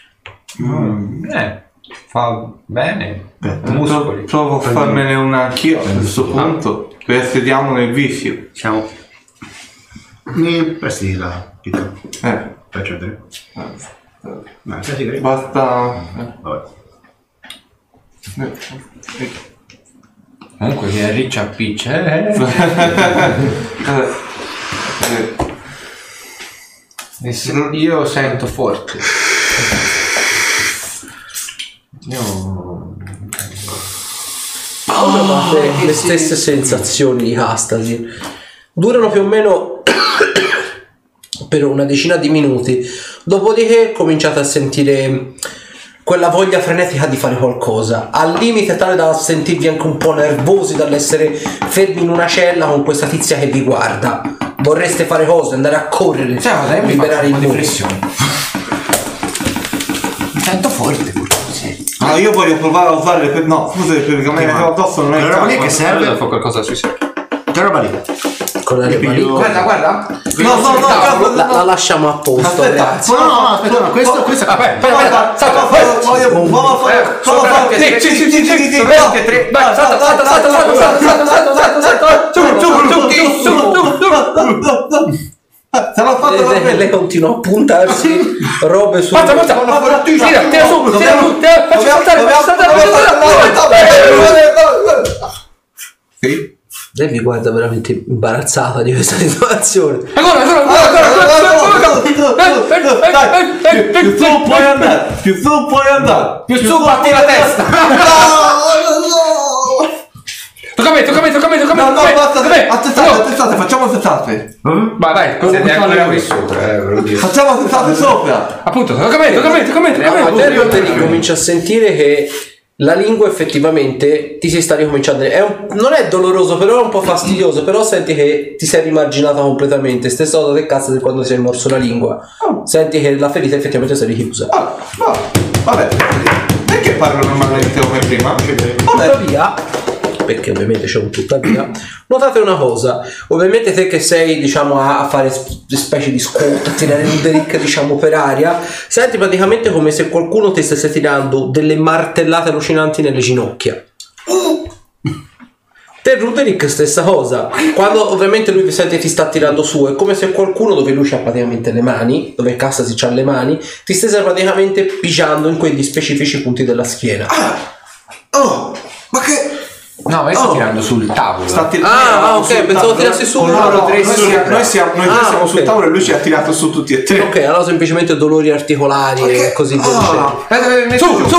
Fa bene. Muscoli. Provo a farmene una anch'io a questo punto. Persediamo nel vizio. Siamo. Mi presti la chicca? Faccio vedere. Basta. Vabbè. Comunque che è riccia appiccia. Io sento forte. Provate le stesse sensazioni di Castasi. Durano più o meno per una decina di minuti. Dopodiché cominciate a sentire quella voglia frenetica di fare qualcosa, al limite tale da sentirvi anche un po' nervosi dall'essere fermi in una cella con questa tizia che vi guarda. Vorreste fare cose, andare a correre, liberare il mondo. Mi sento forte purtroppo. Ma io voglio provare a usare le scusate, il pergamento addosso non è il roba lì che caso. serve? Fa qualcosa sui secchi. Che roba lì? Con la roba lì. Guarda. No, la lasciamo a posto. aspetta. Grazie. No, aspetta, no, questo Aspetta. Sarà fatto Lei continua a puntarsi robe su. Tira su. Sì. Lei vi guarda veramente imbarazzata di questa situazione. Più su puoi andare. Più su, batti la testa. Tocca a me. No, attestate, facciamo attestate. Vai, Facciamo attestate sopra. Appunto, tocca a me. Roderick comincia a sentire che la lingua effettivamente ti si sta ricominciando. Non è doloroso, però è un po' fastidioso. Però senti che ti sei rimarginata completamente. Stessa cosa del cazzo di quando si è morso la lingua. Senti che la ferita effettivamente si è richiusa. Vabbè, perché parlo normalmente come prima? Tuttavia, perché ovviamente c'è un tuttavia, notate una cosa. Ovviamente te che sei, diciamo, a fare specie di squat, a tirare Roderick, diciamo, per aria, senti praticamente come se qualcuno ti stesse tirando delle martellate allucinanti nelle ginocchia. Te Roderick stessa cosa. Quando ovviamente lui sente ti sta tirando su, è come se qualcuno, dove lui c'ha praticamente le mani, dove Castasi c'ha le mani, ti stesse praticamente pigiando in quegli specifici punti della schiena. Ma che... No, ma io sto tirando sul tavolo. Ok, pensavo tirassi su. Noi siamo sul ok. tavolo e lui ci ha tirato su tutti e tre. Ok, allora semplicemente dolori articolari e così via.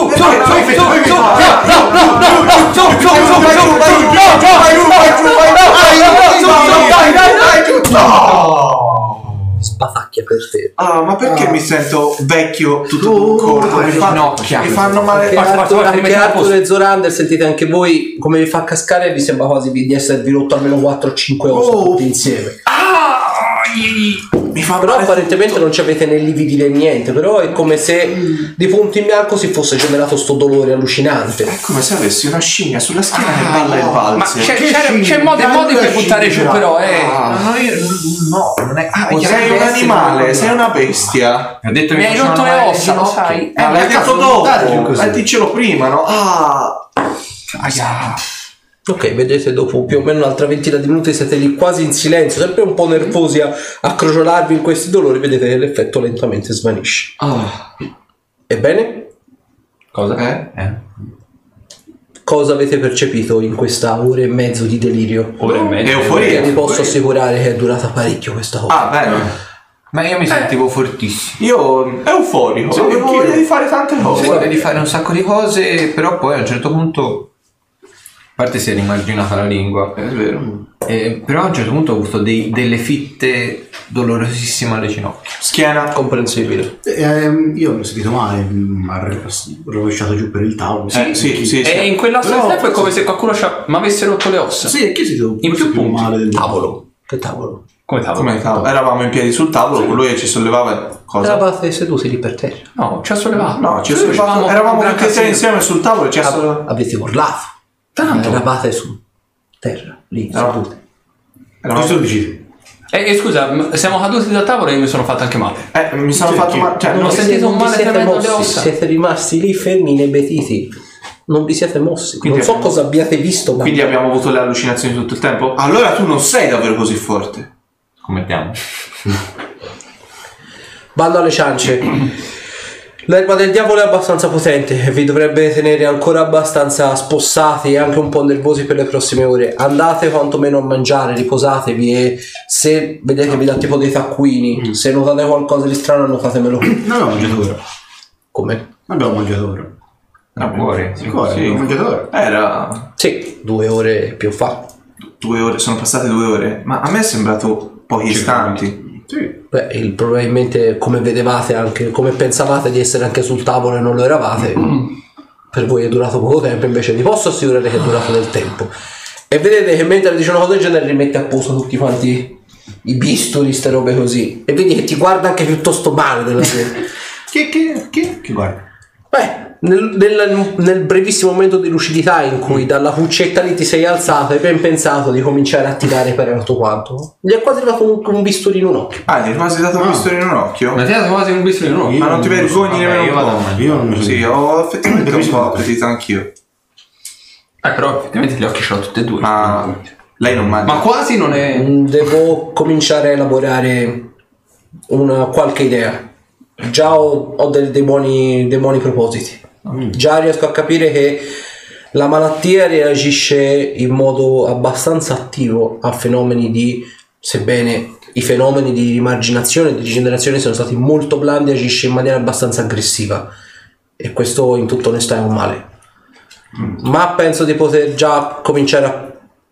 Spatacchia per te. Ma perché mi sento vecchio tutto corto? Mi fanno male. Anche Arthur e Zorander, sentite anche voi come vi fa cascare e vi sembra quasi di esservi rotto almeno 4-5 ossa tutti insieme. Però apparentemente non ci avete né lividi né niente, però è come se di punto in bianco si fosse generato sto dolore allucinante. È come se avessi una scimmia sulla schiena che balla e valse. Ma c'è modo e modi per buttare giù, però No, non è sei un animale, sei una bestia. Ho detto mi hai rotto le ossa, lo sai? L'hai detto dopo, dicelo prima, no? Ok, vedete, dopo più o meno un'altra ventina di minuti siete lì quasi in silenzio, sempre un po' nervosi a crogiolarvi in questi dolori. Vedete che l'effetto lentamente svanisce. Ebbene? Cosa? Cosa avete percepito in questa ora e mezzo di delirio? Ora e mezzo. Perché vi posso assicurare che è durata parecchio questa cosa. Bene. Ma io mi sentivo fortissimo. Io euforico. Avevo voglia di fare tante cose. Ho voglia di fare un sacco di cose, però poi a un certo punto parte si è rimarginata la lingua. È vero. Però a un certo punto ho avuto delle fitte dolorosissime alle ginocchia. Schiena. Comprensibile. Io mi ho sentito male, mi ha rovesciato giù per il tavolo. Sì. E in quell'asso di tempo è come se qualcuno mi avesse rotto le ossa. Sì, è che si in più punti. male del Tavolo. Che tavolo? Come tavolo? Come tavolo? Eravamo in piedi sul tavolo, lui ci sollevava. Cosa? Eravate seduti lì per terra. No, ci ha sollevato. No, ci sollevavamo. Eravamo tutti e tre insieme sul tavolo e ci ha sollevato. Avete urlato. Tanto. Eravate su terra, lì, seduti. Questo lo decidi. Scusa, siamo caduti dal tavolo e io mi sono fatto anche male. Mi sono fatto male. Cioè, non ho sentito un male tremendo alle ossa. Siete rimasti lì fermi, inebetiti. Non vi siete mossi. Quindi non so cosa abbiate visto, ma quindi abbiamo avuto le allucinazioni tutto il tempo? Allora tu non sei davvero così forte. Commettiamo. bando alle ciance. L'erba del diavolo è abbastanza potente e vi dovrebbe tenere ancora abbastanza spossati e anche un po' nervosi per le prossime ore. Andate quantomeno a mangiare, riposatevi e se vedete che vi dà tipo dei taccuini, se notate qualcosa di strano annotatemelo. Non abbiamo mangiato ora. Come? Abbiamo mangiato ora. A cuore. Abbiamo mangiato ora. Era Sì, 2 ore più fa. 2 ore, sono passate 2 ore, ma a me è sembrato pochi istanti. Sì. Beh, probabilmente come vedevate anche, come pensavate di essere anche sul tavolo e non lo eravate, per voi è durato poco tempo, invece vi posso assicurare che è durato del tempo. E vedete che mentre dice una cosa del genere rimette a posto tutti quanti i bisturi, ste robe così, e vedi che ti guarda anche piuttosto male della sera. Chi guarda? Beh, nel brevissimo momento di lucidità in cui dalla cuccetta lì ti sei alzato e ben pensato di cominciare a tirare per tutto quanto, gli è quasi arrivato un bisturi in un occhio. Ah, gli hai quasi dato un bisturi in un occhio? Ma ti ha dato quasi un bisturi in un occhio? Ma non ti vergogni nemmeno un po'? Io non mi sono. Sì, ho effettivamente un po' appetito anch'io. Però effettivamente gli occhi ce l'ho tutti e due. Ma lei non mangia. Ma quasi non è... Devo cominciare a elaborare una qualche idea. Già ho dei buoni propositi. Già riesco a capire che la malattia reagisce in modo abbastanza attivo a fenomeni di, sebbene i fenomeni di rimarginazione e di rigenerazione siano stati molto blandi, agisce in maniera abbastanza aggressiva, e questo in tutta onestà è un male. Ma penso di poter già cominciare a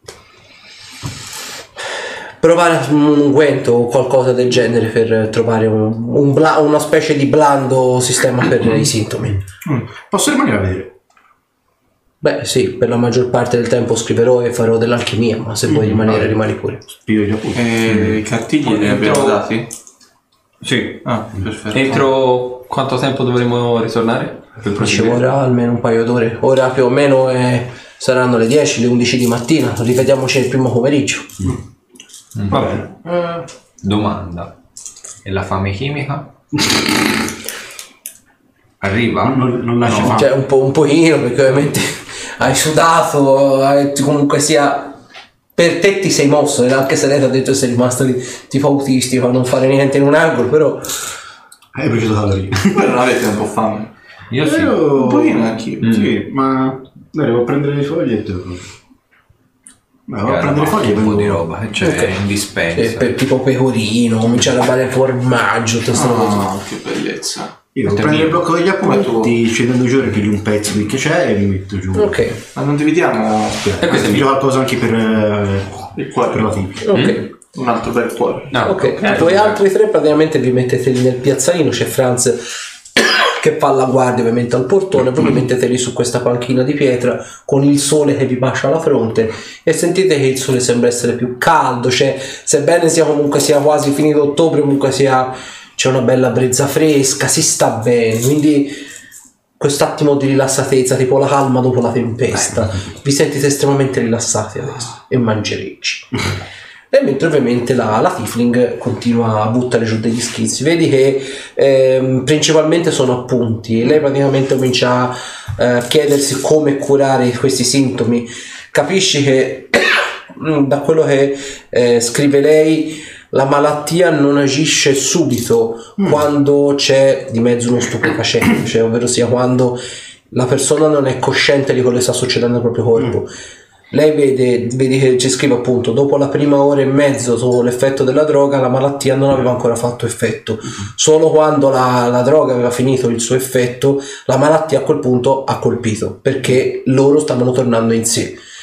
provare un unguento o qualcosa del genere per trovare una specie di blando sistema per i sintomi. Posso rimanere a vedere? Beh sì, per la maggior parte del tempo scriverò e farò dell'alchimia, ma se vuoi rimanere rimani pure. Spiro gli appunti. I cartigli li abbiamo dati? Sì. Ah, perfetto. Entro quanto tempo dovremo ritornare? Ci vorrà almeno un paio d'ore. Ora più o meno saranno le 10, le 11 di mattina. Rivediamoci il primo pomeriggio. Va bene. Domanda. E la fame chimica? Arriva? Non lascia fare. Cioè un pochino, perché ovviamente hai sudato, comunque sia per te ti sei mosso, e anche se lei ti ha detto che sei rimasto lì tipo autistico a non fare niente in un angolo, però Hai bruciato calorie. Voi non avete un po' fame? Io sì. Un pochino anch'io. Sì, ma devo prendere le foglie e te lo vado a prendere le foglie un po' di vengo- roba che c'è in dispensa. per tipo pecorino, cominciare a fare formaggio, tutte queste robe così. Ah, che bellezza. Io devo prendere il blocco degli appunti, scendendo giù e piglio un pezzo di che c'è e mi metto giù. Ok, Ma non dividiamo Piglio qualcosa anche per il cuore? la timpia. ok. Un altro bel cuore. No, Ok, voi altri tre praticamente vi mettete lì nel piazzalino, c'è Franz che fa la guardia ovviamente al portone, voi vi mettete lì su questa panchina di pietra con il sole che vi bacia la fronte e sentite che il sole sembra essere più caldo, cioè sebbene sia quasi finito ottobre, comunque c'è una bella brezza fresca, si sta bene, quindi quest'attimo di rilassatezza, tipo la calma dopo la tempesta, vi sentite estremamente rilassati adesso e mangerecci. E mentre ovviamente la Tiefling continua a buttare giù degli schizzi, vedi che principalmente sono appunti, lei praticamente comincia a chiedersi come curare questi sintomi, capisci che da quello che scrive lei la malattia non agisce subito quando c'è di mezzo uno stupefacente, cioè ovvero sia quando la persona non è cosciente di quello che sta succedendo al proprio corpo. Lei vedi che ci scrive appunto dopo la prima ora e mezzo dopo l'effetto della droga la malattia non aveva ancora fatto effetto, solo quando la droga aveva finito il suo effetto la malattia a quel punto ha colpito perché loro stavano tornando in sé.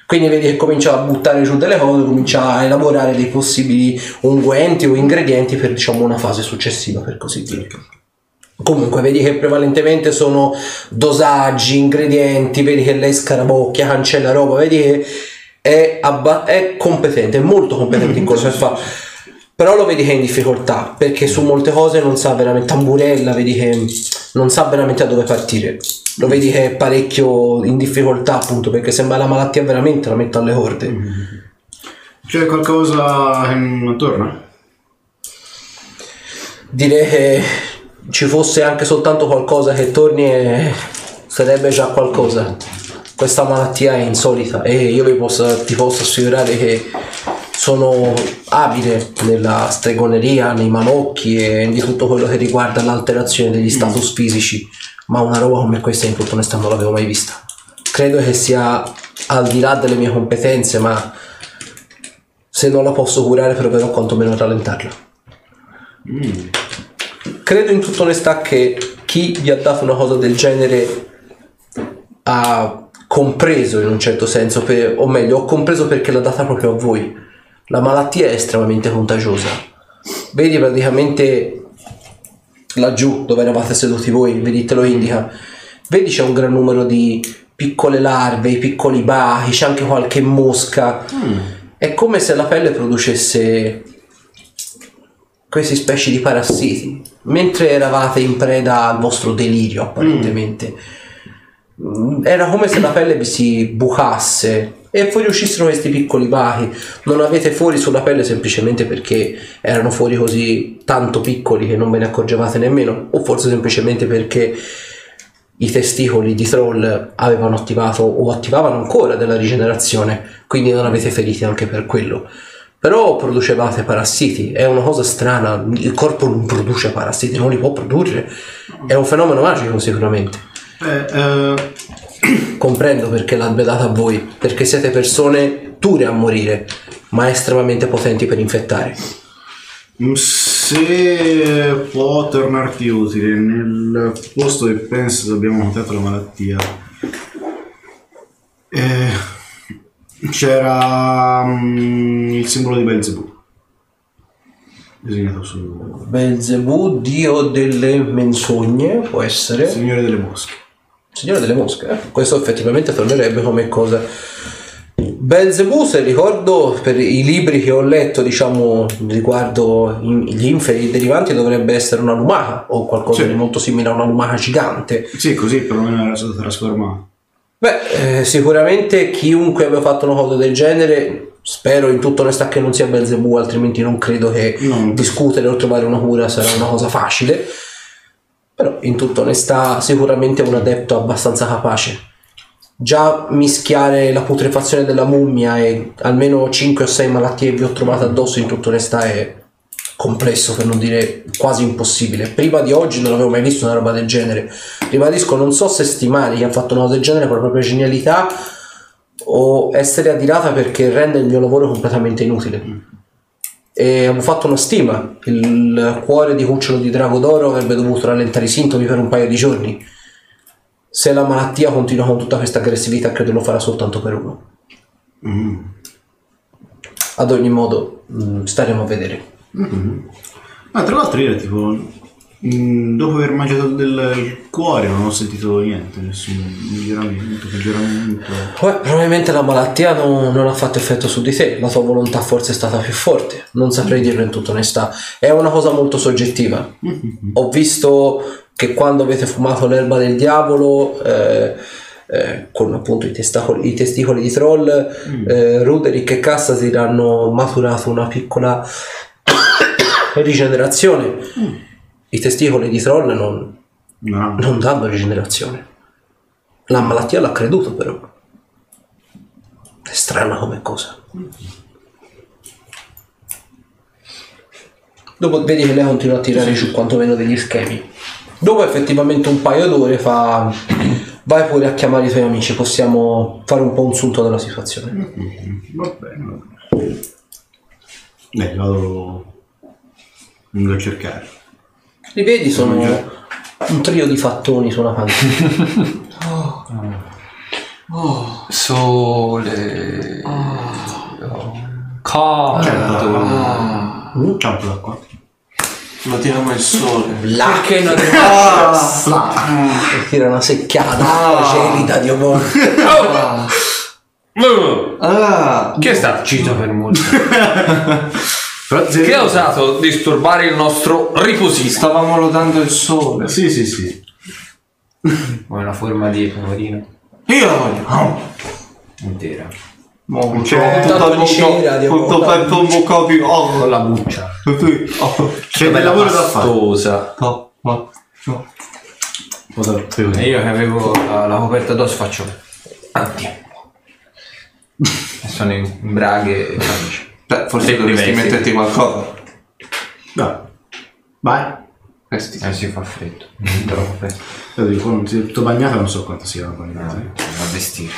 Quindi vedi che comincia a buttare giù delle cose, comincia a elaborare dei possibili unguenti o ingredienti per, diciamo, una fase successiva, per così dire. Comunque vedi che prevalentemente sono dosaggi, ingredienti, vedi che lei scarabocchia, cancella roba, vedi che è competente, è molto competente in quello che fa. Però lo vedi che è in difficoltà, perché su molte cose non sa veramente, tamburella, vedi che non sa veramente da dove partire. Lo vedi che è parecchio in difficoltà, appunto, perché sembra la malattia veramente la metta alle corde. C'è qualcosa che non torna? Direi che ci fosse anche soltanto qualcosa che torni sarebbe già qualcosa. Questa malattia è insolita e io ti posso assicurare che sono abile nella stregoneria, nei malocchi e di tutto quello che riguarda l'alterazione degli status fisici, ma una roba come questa in tutta onestà non l'avevo mai vista. Credo che sia al di là delle mie competenze, ma se non la posso curare proverò quantomeno a rallentarla. Credo in tutta onestà che chi vi ha dato una cosa del genere ha compreso in un certo senso, o meglio, ho compreso perché l'ha data proprio a voi. La malattia è estremamente contagiosa. Vedi praticamente laggiù dove eravate seduti voi, vedi, te lo indica. Vedi c'è un gran numero di piccole larve, i piccoli bachi, c'è anche qualche mosca. È come se la pelle producesse queste specie di parassiti, mentre eravate in preda al vostro delirio apparentemente. Era come se la pelle vi si bucasse e fuoriuscissero questi piccoli bachi. Non avete fori sulla pelle semplicemente perché erano fori così tanto piccoli che non ve ne accorgevate nemmeno, o forse semplicemente perché i testicoli di Troll avevano attivato o attivavano ancora della rigenerazione, quindi non avete feriti anche per quello. Però producevate parassiti, è una cosa strana, il corpo non produce parassiti, non li può produrre, è un fenomeno magico sicuramente. Comprendo perché l'abbia data a voi, perché siete persone dure a morire, ma estremamente potenti per infettare. Se può tornarti utile nel posto che penso abbiamo notato la malattia, c'era il simbolo di Belzebù disegnato su Belzebù, dio delle menzogne, può essere. Signore delle mosche. Signore delle mosche, questo effettivamente tornerebbe come cosa. Belzebù, se ricordo per i libri che ho letto, diciamo, riguardo gli inferi derivanti, dovrebbe essere una lumaca o qualcosa di molto simile a una lumaca gigante. Sì, così perlomeno era stato trasformato. Beh, sicuramente chiunque abbia fatto una cosa del genere, spero in tutta onestà che non sia Belzebù, altrimenti non credo che discutere o trovare una cura sarà una cosa facile. Però in tutta onestà sicuramente è un adepto abbastanza capace. Già mischiare la putrefazione della mummia e almeno 5 o 6 malattie che vi ho trovato addosso in tutta onestà è complesso, per non dire quasi impossibile. Prima di oggi non avevo mai visto una roba del genere. Ribadisco, non so se stimare chi ha fatto una cosa del genere per la propria genialità o essere adirata perché rende il mio lavoro completamente inutile. E avevo fatto una stima: il cuore di cucciolo di drago d'oro avrebbe dovuto rallentare i sintomi per un paio di giorni. Se la malattia continua con tutta questa aggressività, credo lo farà soltanto per uno. Ad ogni modo, staremo a vedere. Ma tra l'altro io tipo dopo aver mangiato del cuore non ho sentito niente, nessun peggioramento. Probabilmente la malattia non ha fatto effetto su di te, la tua volontà forse è stata più forte, non saprei dirlo in tutta onestà, è una cosa molto soggettiva. Ho visto che quando avete fumato l'erba del diavolo con appunto i testicoli di Troll, Ruderick e Cassasir hanno maturato una piccola rigenerazione. I testicoli di Troll non danno rigenerazione. La malattia l'ha creduto, però è strana come cosa. Dopo vedi che lei continua a tirare giù quantomeno degli schemi. Dopo effettivamente un paio d'ore fa: vai pure a chiamare i tuoi amici, possiamo fare un po' un sunto della situazione. Va bene. Vado a cercare. Li vedi, sono un trio di fattoni su una panchina. Sole. Caldo. C'è un po' d'acqua. Lo tiriamo il sole. Perché non E tira una secchiata gelida di omone. Chi è stato? Cito per molto. Che ha osato disturbare il nostro riposino? Stavamo lodando il sole. Sì. Ho una forma di pecorino Io la voglio. intera. tanto di cera, Dio tutto buono. per un boccato di Con la buccia. C'è del lavoro da fare. Pastosa. E io che avevo la coperta addosso faccio andiamo. E sono in braghe e camicia. Beh, forse dovresti metterti qualcosa. Vai. Questi. Si fa freddo. Troppo. Io dico, non ti tutto bagnato, non so quanto sia bagnato. A vestire.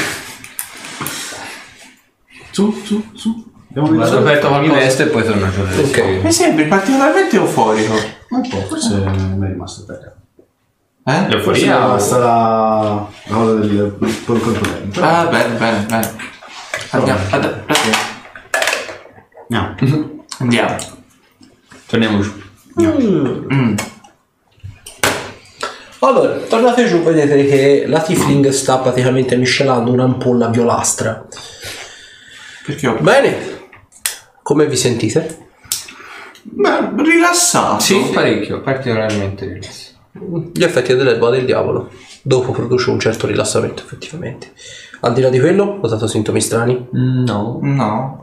Su. Abbiamo Vado aperto con mi veste e poi torno a giocare. Ok. Mi sembri particolarmente euforico. un po', forse mi è rimasto per Eh? forse mi è rimasta la cosa del controllente. Ah, bene. Andiamo. Torniamo giù. Allora, tornate giù, vedete che la Tiefling sta praticamente miscelando un'ampolla violastra. Perché ho... Bene, come vi sentite? Beh, rilassato. Sì, parecchio. Particolarmente rilassato. Gli effetti dell'erba del diavolo. Dopo produce un certo rilassamento, effettivamente. Al di là di quello, ho notato sintomi strani? No. No.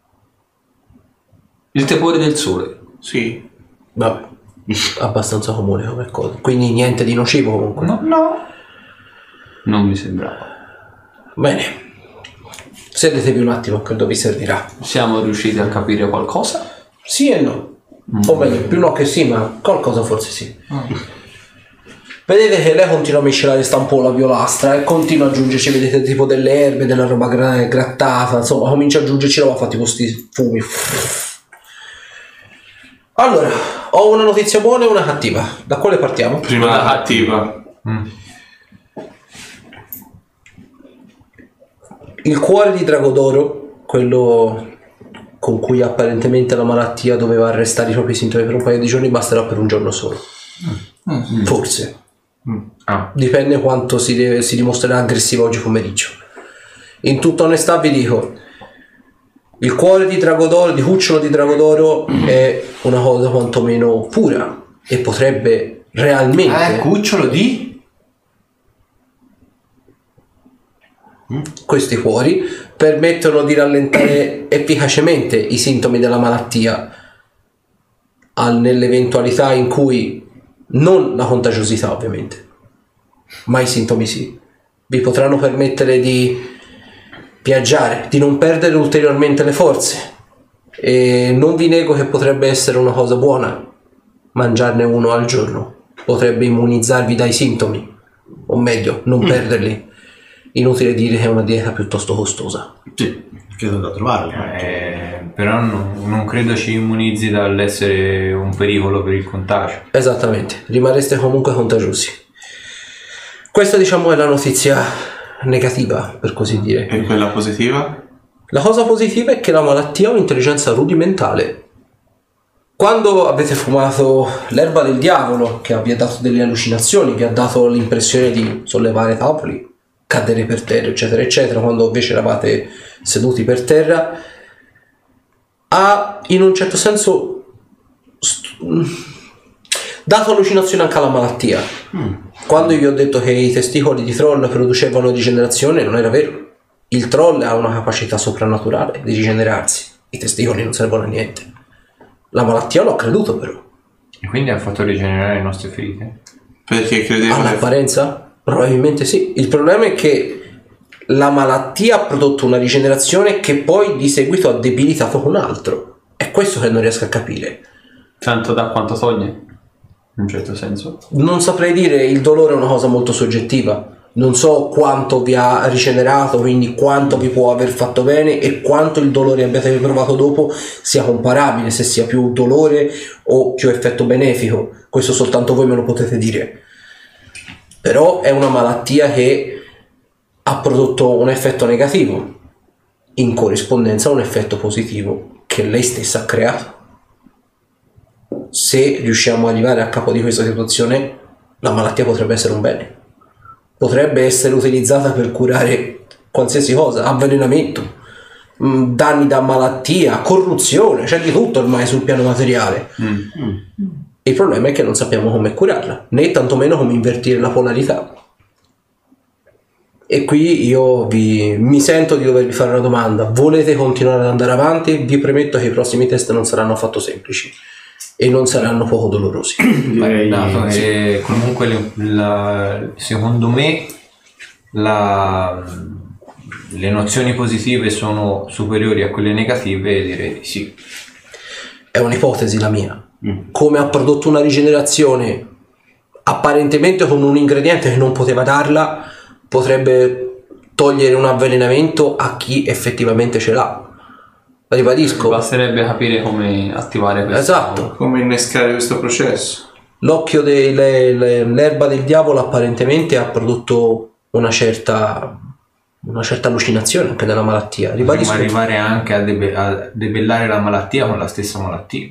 Il tepore del sole. Sì. Vabbè, abbastanza comune come cosa. Quindi niente di nocivo comunque. No. Non mi sembrava. Bene. Sedetevi un attimo, credo vi servirà. Siamo riusciti a capire qualcosa? Sì e no. O meglio, più no che sì, ma qualcosa forse sì. Vedete che lei continua a miscelare stampola violastra e continua ad aggiungerci, vedete, tipo delle erbe, della roba grattata, insomma, comincia ad aggiungerci roba, fa tipo questi fumi. Allora, ho una notizia buona e una cattiva. Da quale partiamo? Prima la cattiva. Il cuore di Dragodoro, quello con cui apparentemente la malattia doveva arrestare i propri sintomi per un paio di giorni, basterà per un giorno solo. Forse. Dipende quanto si dimostrerà aggressivo oggi pomeriggio. In tutta onestà vi dico, il cuore di Dragodoro, di cucciolo di Dragodoro, è una cosa quantomeno pura e potrebbe realmente... Cucciolo di? Questi cuori permettono di rallentare efficacemente i sintomi della malattia nell'eventualità in cui non la contagiosità ovviamente, ma i sintomi sì, vi potranno permettere di viaggiare, di non perdere ulteriormente le forze, e non vi nego che potrebbe essere una cosa buona mangiarne uno al giorno, potrebbe immunizzarvi dai sintomi, o meglio non perderli. Inutile dire che è una dieta piuttosto costosa. Sì, credo da trovarlo. Però non credo ci immunizzi dall'essere un pericolo per il contagio. Esattamente, rimarreste comunque contagiosi. Questa, diciamo, è la notizia negativa, per così dire. E quella positiva? La cosa positiva è che la malattia ha un'intelligenza rudimentale. Quando avete fumato l'erba del diavolo, che vi ha dato delle allucinazioni, vi ha dato l'impressione di sollevare tavoli, cadere per terra, eccetera, eccetera, quando invece eravate seduti per terra, ha in un certo senso dato allucinazione anche alla malattia. Quando io vi ho detto che i testicoli di troll producevano rigenerazione, non era vero. Il troll ha una capacità soprannaturale di rigenerarsi, i testicoli non servono a niente. La malattia l'ho creduto, però. E quindi ha fatto rigenerare le nostre ferite? Perché credevo che... All'apparenza? Probabilmente sì. Il problema è che la malattia ha prodotto una rigenerazione che poi di seguito ha debilitato con altro. È questo che non riesco a capire. Tanto da quanto toglie? In un certo senso. Non saprei dire, il dolore è una cosa molto soggettiva. Non so quanto vi ha rigenerato, quindi quanto vi può aver fatto bene e quanto il dolore abbiate provato dopo sia comparabile, se sia più dolore o più effetto benefico. Questo soltanto voi me lo potete dire. Però è una malattia che ha prodotto un effetto negativo in corrispondenza a un effetto positivo che lei stessa ha creato. Se riusciamo ad arrivare a capo di questa situazione, la malattia potrebbe essere un bene, potrebbe essere utilizzata per curare qualsiasi cosa, avvelenamento, danni da malattia, corruzione, c'è di tutto ormai sul piano materiale. Il problema è che non sappiamo come curarla, né tantomeno come invertire la polarità. E qui io mi sento di dovervi fare una domanda: volete continuare ad andare avanti? Vi premetto che i prossimi test non saranno affatto semplici e non saranno poco dolorosi. Direi Dato sì. che comunque secondo me le nozioni positive sono superiori a quelle negative, direi di sì. È un'ipotesi la mia. Come ha prodotto una rigenerazione apparentemente con un ingrediente che non poteva darla, potrebbe togliere un avvelenamento a chi effettivamente ce l'ha. Ribadisco, Basterebbe capire come attivare questo. esatto, Come innescare questo processo? l'occhio l'erba del diavolo apparentemente ha prodotto una certa allucinazione anche nella malattia. Potremmo Ribadisco, arrivare anche a debellare la malattia con la stessa malattia.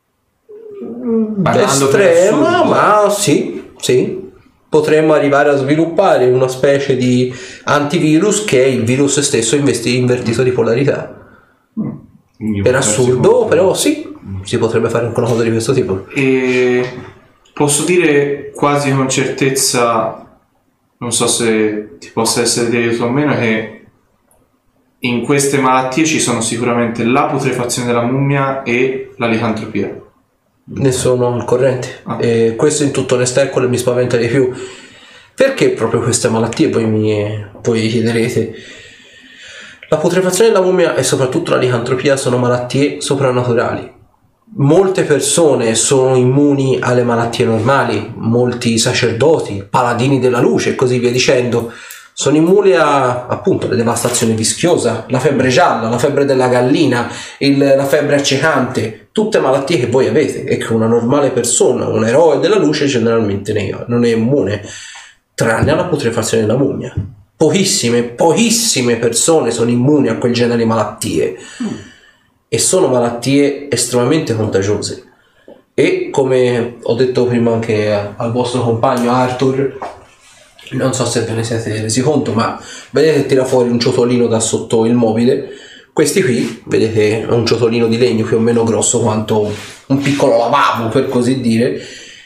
Parlando per estrema, assurdo. ma sì, potremmo arrivare a sviluppare una specie di antivirus che è il virus stesso invertito di polarità. Quindi Per potresti assurdo, comunque- però sì, si potrebbe fare anche una cosa di questo tipo. E posso dire quasi con certezza, non so se ti possa essere di aiuto o meno, che in queste malattie ci sono sicuramente la putrefazione della mummia e la licantropia. Ne sono al corrente. E questo in tutta onestà è quello che mi spaventa di più. Perché proprio queste malattie? Voi chiederete. La putrefazione della mummia e soprattutto la licantropia sono malattie soprannaturali. Molte persone sono immuni alle malattie normali, molti sacerdoti, paladini della luce e così via dicendo, sono immuni a appunto la devastazione vischiosa, la febbre gialla, la febbre della gallina, la febbre accecante, tutte malattie che voi avete e che una normale persona, un eroe della luce generalmente non è immune, tranne alla putrefazione della mummia. Pochissime persone sono immuni a quel genere di malattie e sono malattie estremamente contagiose. E come ho detto prima anche al vostro compagno Arthur, non so se ve ne siete resi conto, ma vedete tira fuori un ciotolino da sotto il mobile. Questi qui, vedete, è un ciotolino di legno più o meno grosso quanto un piccolo lavabo, per così dire.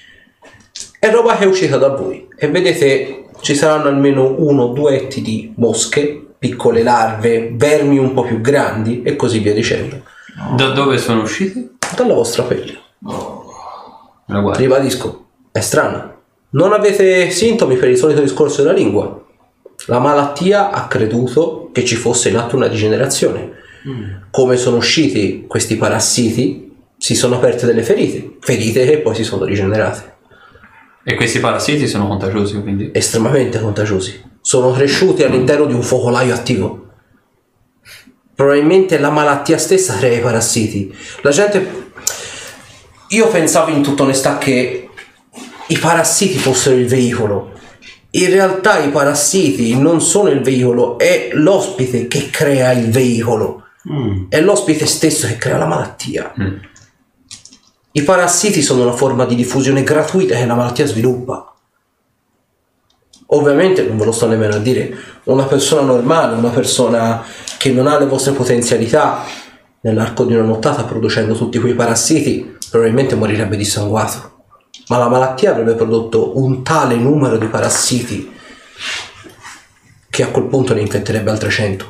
È roba che è uscita da voi e vedete ci saranno almeno 1 o 2 etti di mosche, piccole larve, vermi un po' più grandi e così via dicendo, Da dove sono usciti? dalla vostra pelle. La guarda. Ribadisco, è strano. Non avete sintomi per il solito discorso della lingua. La malattia ha creduto che ci fosse in atto una rigenerazione. Come sono usciti questi parassiti, si sono aperte delle ferite che poi si sono rigenerate. E questi parassiti sono contagiosi, quindi? Estremamente contagiosi. Sono cresciuti all'interno di un focolaio attivo. Probabilmente la malattia stessa crea i parassiti. La gente... Io pensavo in tutta onestà che i parassiti fossero il veicolo. In realtà i parassiti non sono il veicolo, è l'ospite che crea il veicolo. È l'ospite stesso che crea la malattia. I parassiti sono una forma di diffusione gratuita che la malattia sviluppa. Ovviamente non ve lo sto nemmeno a dire, una persona normale, una persona che non ha le vostre potenzialità, nell'arco di una nottata producendo tutti quei parassiti, probabilmente morirebbe dissanguato. Ma la malattia avrebbe prodotto un tale numero di parassiti che a quel punto ne infetterebbe altre 100.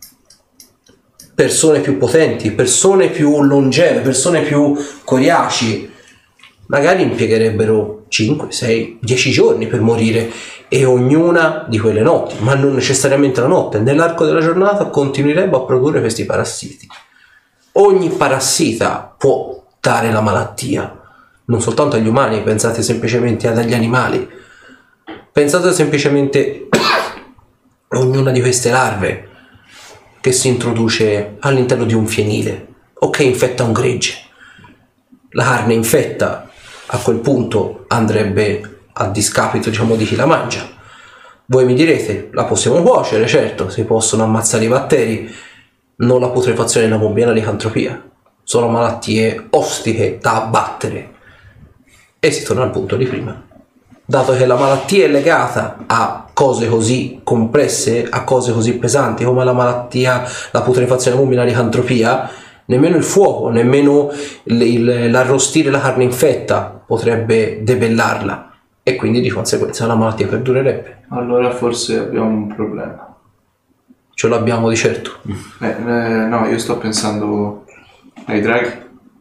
Persone più potenti, persone più longeve, persone più coriaci, magari impiegherebbero 5, 6, 10 giorni per morire e ognuna di quelle notti, ma non necessariamente la notte, nell'arco della giornata continuerebbe a produrre questi parassiti. Ogni parassita può dare la malattia, non soltanto agli umani, pensate semplicemente agli animali, pensate semplicemente a ognuna di queste larve che si introduce all'interno di un fienile o che infetta un gregge. La carne infetta, a quel punto andrebbe a discapito, diciamo, di chi la mangia, Voi mi direte, la possiamo cuocere, certo, si possono ammazzare i batteri, non la putrefazione e la mobbia e la licantropia. Sono malattie ostiche da abbattere. E si torna al punto di prima. Dato che la malattia è legata a cose così complesse, a cose così pesanti come la malattia, la putrefazione, la mobbia e la licantropia, nemmeno il fuoco, nemmeno l'arrostire la carne infetta potrebbe debellarla. E quindi di conseguenza la malattia perdurerebbe. Allora forse abbiamo un problema. Ce l'abbiamo di certo. No, io sto pensando ai draghi.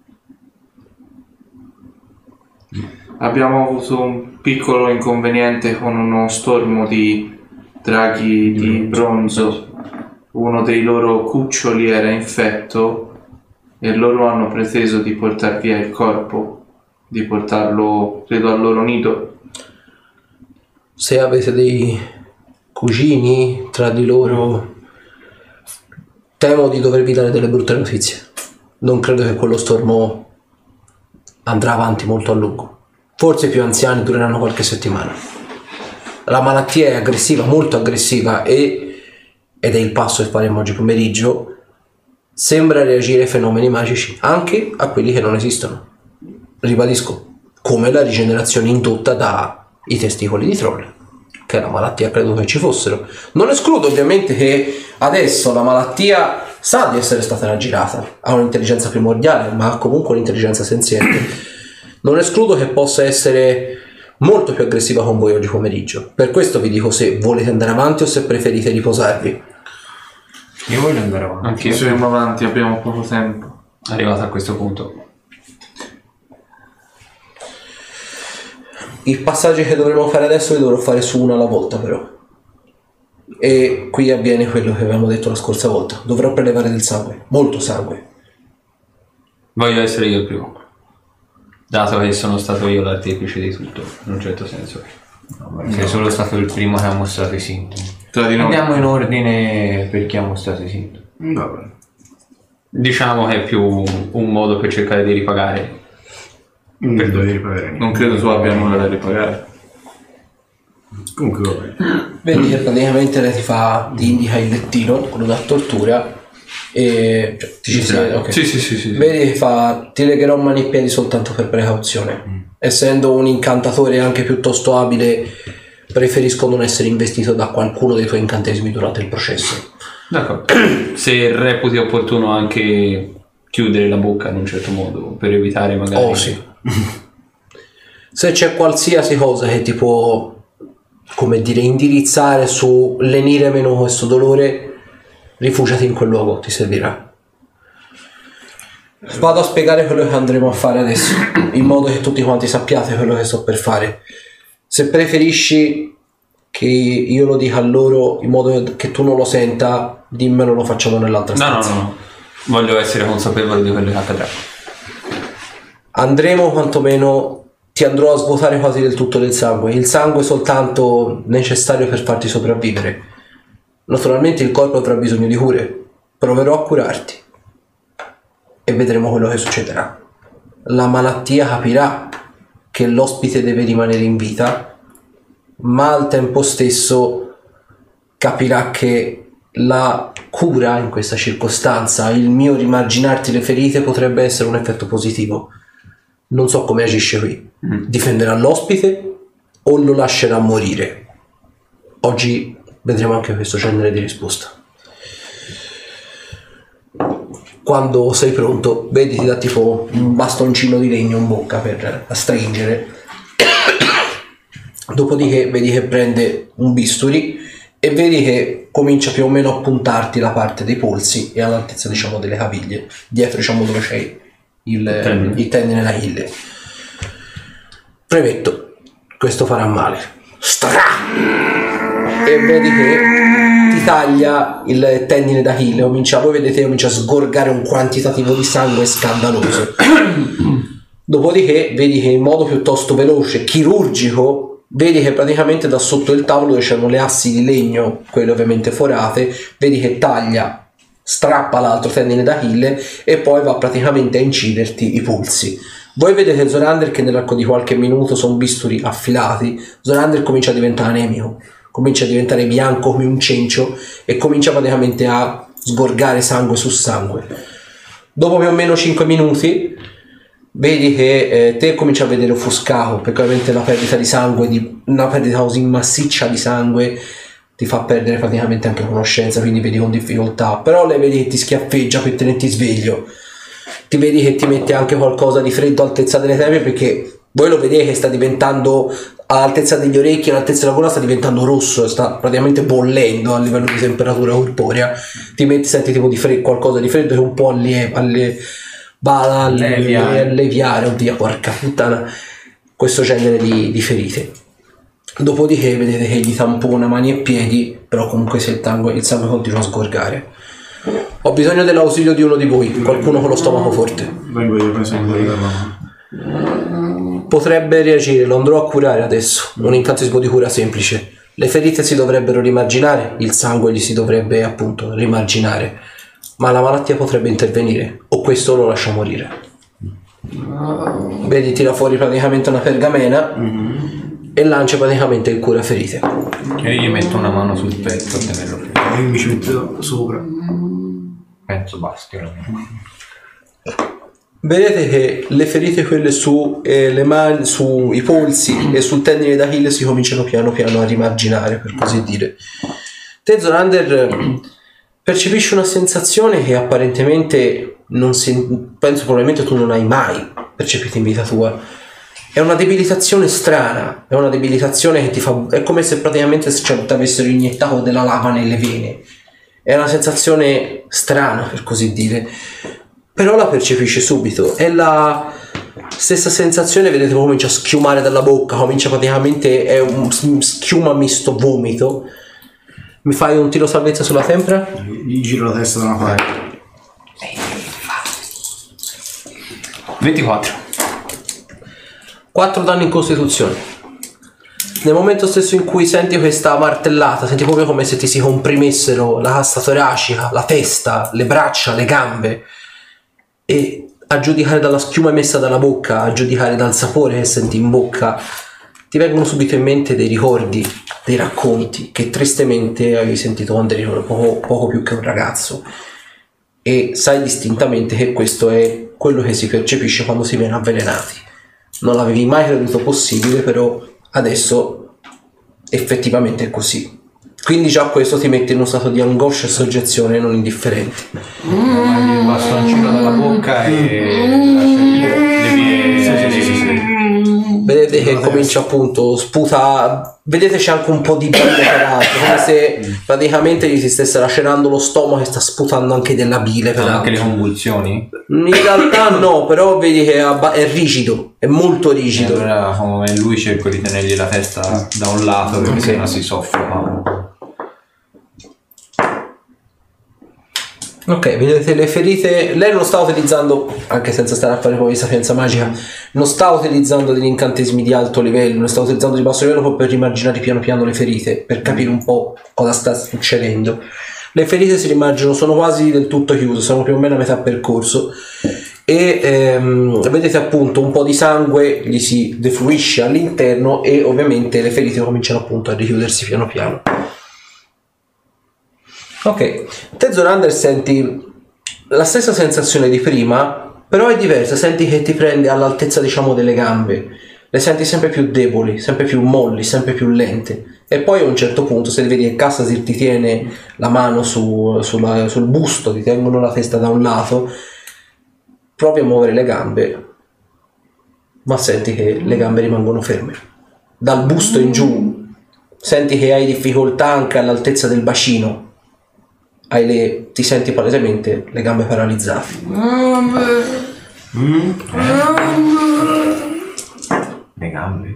Abbiamo avuto un piccolo inconveniente con uno stormo di draghi di bronzo. Uno dei loro cuccioli era infetto e loro hanno preteso di portar via il corpo, di portarlo, credo, al loro nido. Se avete dei cugini tra di loro, temo di dovervi dare delle brutte notizie. Non credo che quello stormo andrà avanti molto a lungo. Forse i più anziani dureranno qualche settimana. La malattia è aggressiva, molto aggressiva, ed è il passo che faremo oggi pomeriggio. Sembra reagire ai fenomeni magici, anche a quelli che non esistono. Ribadisco, come la rigenerazione indotta dai testicoli di troll, che è la malattia credo che ci fossero. Non escludo ovviamente che adesso la malattia sa di essere stata raggirata, ha un'intelligenza primordiale, ma ha comunque un'intelligenza senziente. Non escludo che possa essere molto più aggressiva con voi oggi pomeriggio. Per questo vi dico se volete andare avanti o se preferite riposarvi. Io voglio andare avanti. Anche se andiamo avanti, abbiamo poco tempo. Arrivato a questo punto. I passaggi che dovremo fare adesso li dovrò fare su una alla volta però. E qui avviene quello che avevamo detto la scorsa volta. Dovrò prelevare del sangue, molto sangue. Voglio essere io il primo. Dato che sono stato io l'artefice di tutto, in un certo senso. Sei solo stato il primo che ha mostrato i sintomi. Tra di noi. Andiamo in ordine per chi ha mostrato i sintomi. Vabbè. Diciamo che è più un modo per cercare di ripagare. Non devi ripagare niente. Non credo tu abbia nulla da ripagare. Comunque va bene. Vedi che praticamente lei ti indica il lettino, quello da tortura, e cioè, ti ci siede, ok. Sì. Vedi che ti legherò mani e piedi soltanto per precauzione. Essendo un incantatore anche piuttosto abile, preferisco non essere investito da qualcuno dei tuoi incantesimi durante il processo. D'accordo. Se reputi opportuno anche chiudere la bocca in un certo modo per evitare magari... Oh sì. Se c'è qualsiasi cosa che ti può, come dire, indirizzare su lenire meno questo dolore, rifugiati in quel luogo, ti servirà. Vado a spiegare quello che andremo a fare adesso, in modo che tutti quanti sappiate quello che sto per fare. Se preferisci che io lo dica a loro in modo che tu non lo senta, dimmelo, lo facciamo nell'altra stanza. No. Voglio essere consapevole di quello che accadrà. Andremo quantomeno, ti andrò a svuotare quasi del tutto del sangue. Il sangue è soltanto necessario per farti sopravvivere. Naturalmente il corpo avrà bisogno di cure. Proverò a curarti e vedremo quello che succederà. La malattia capirà che l'ospite deve rimanere in vita, ma al tempo stesso capirà che la cura in questa circostanza, il mio rimarginarti le ferite, potrebbe essere un effetto positivo. Non so come agisce qui. Difenderà l'ospite o lo lascerà morire? Oggi vedremo anche questo genere di risposta. Quando sei pronto, vedi, ti dà tipo un bastoncino di legno in bocca per stringere. Dopodiché vedi che prende un bisturi e vedi che comincia più o meno a puntarti la parte dei polsi e all'altezza, diciamo, delle caviglie, dietro, diciamo, dove c'è il tendine d'Achille. Premetto, questo farà male. E vedi che ti taglia il tendine d'Achille, voi vedete, comincia a sgorgare un quantitativo di sangue scandaloso. Dopodiché vedi che in modo piuttosto veloce, chirurgico, vedi che praticamente da sotto il tavolo dove c'erano le assi di legno, quelle ovviamente forate, vedi che taglia, strappa l'altro tendine d'Achille e poi va praticamente a inciderti i polsi. Voi vedete Zorander che nell'arco di qualche minuto sono bisturi affilati. Zorander comincia a diventare anemico, comincia a diventare bianco come un cencio e comincia praticamente a sgorgare sangue su sangue. Dopo più o meno 5 minuti vedi che te cominci a vedere offuscato, perché ovviamente la perdita di sangue, una perdita così massiccia di sangue ti fa perdere praticamente anche conoscenza, quindi vedi con difficoltà, però lei vedi che ti schiaffeggia per tenerti sveglio, ti vedi che ti mette anche qualcosa di freddo all'altezza delle tempie, perché voi lo vedete che sta diventando all'altezza degli orecchi, all'altezza della gola sta diventando rosso, sta praticamente bollendo a livello di temperatura corporea, ti metti, senti tipo di qualcosa di freddo che un po' va a alleviare, oddio porca puttana, questo genere di ferite. Dopodiché vedete che gli tampona mani e piedi, però comunque se il sangue continua a sgorgare. Ho bisogno dell'ausilio di uno di voi, qualcuno con lo stomaco forte. Vengo io, penso che devo darla. Potrebbe reagire, lo andrò a curare adesso, un incantesimo di cura semplice. Le ferite si dovrebbero rimarginare, il sangue gli si dovrebbe appunto rimarginare, ma la malattia potrebbe intervenire, o questo lo lascia morire. Vedi, tira fuori praticamente una pergamena e lancia praticamente il cura ferite. E gli metto una mano sul petto a tenerlo fermo. E mi ci metto sopra. Penso basti. Vedete che le ferite quelle su le mani, sui polsi e sul tendine d'Achille si cominciano piano piano a rimarginare, per così dire. Te, Zorander, percepisci una sensazione che apparentemente penso probabilmente tu non hai mai percepito in vita tua. È una debilitazione strana, è una debilitazione che ti fa, è come se praticamente ti avessero iniettato della lava nelle vene. È una sensazione strana, per così dire, però la percepisci subito. È la stessa sensazione, vedete, comincia a schiumare dalla bocca, comincia praticamente, è un schiuma misto vomito. Mi fai un tiro salvezza sulla tempra? Gli giro la testa da una parte. 24. 4 danni in costituzione. Nel momento stesso in cui senti questa martellata, senti proprio come se ti si comprimessero la cassa toracica, la testa, le braccia, le gambe, e a giudicare dalla schiuma emessa dalla bocca, a giudicare dal sapore che senti in bocca, ti vengono subito in mente dei ricordi, dei racconti che tristemente avevi sentito quando eri poco più che un ragazzo, e sai distintamente che questo è quello che si percepisce quando si viene avvelenati. Non l'avevi mai creduto possibile, però adesso effettivamente è così. Quindi già questo ti mette in uno stato di angoscia e soggezione non indifferente. Mandi il bastoncino dalla bocca Vedete che comincia appunto, sputa, vedete c'è anche un po' di bile peraltro, come se praticamente gli si stesse lacerando lo stomaco e sta sputando anche della bile peraltro. Anche le convulsioni? In realtà no, però vedi che è rigido, è molto rigido. E allora come lui cerco di tenergli la testa da un lato perché sennò si soffre. Ok, vedete le ferite. Lei non sta utilizzando, anche senza stare a fare poi sapienza magica, non sta utilizzando degli incantesimi di alto livello, non sta utilizzando di basso livello proprio per rimarginare piano piano le ferite, per capire un po' cosa sta succedendo. Le ferite si rimarginano, sono quasi del tutto chiuse, sono più o meno a metà percorso, e vedete appunto un po' di sangue gli si defluisce all'interno e ovviamente le ferite cominciano appunto a richiudersi piano piano. Ok, te Zorander senti la stessa sensazione di prima, però è diversa, senti che ti prende all'altezza diciamo delle gambe, le senti sempre più deboli, sempre più molli, sempre più lente, e poi a un certo punto se vedi che Cassasir ti tiene la mano sul busto, ti tengono la testa da un lato, provi a muovere le gambe, ma senti che le gambe rimangono ferme. Dal busto in giù senti che hai difficoltà anche all'altezza del bacino, ti senti palesemente le gambe paralizzate. Le gambe?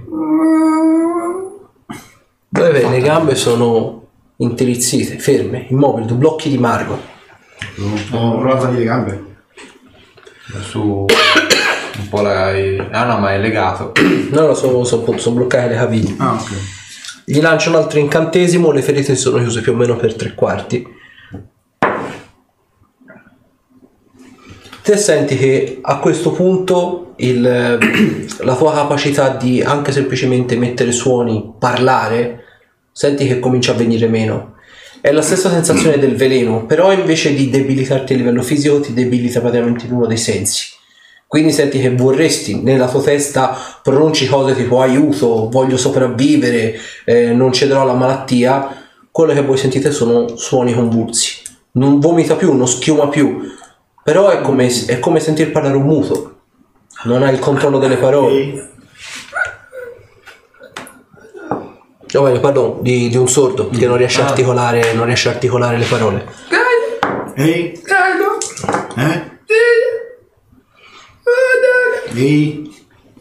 Dove le gambe sono intirizzite, ferme, immobili, due blocchi di marmo. Ho provato a dire le gambe. Su un po' no, ma è legato. No, sono bloccate le caviglie. Ah, ok. Gli lancio un altro incantesimo, le ferite sono chiuse più o meno per 3/4. Te senti che a questo punto la tua capacità di anche semplicemente mettere suoni, parlare, senti che comincia a venire meno. È la stessa sensazione del veleno, però invece di debilitarti a livello fisico ti debilita praticamente in uno dei sensi. Quindi senti che vorresti, nella tua testa pronunci cose tipo aiuto, voglio sopravvivere, non cederò alla malattia. Quello che voi sentite sono suoni convulsi. Non vomita più, non schiuma più, però è come sentir parlare un muto. Non hai il controllo delle parole. Parlo di un sordo che non riesce a articolare le parole. Ehi? Ehi?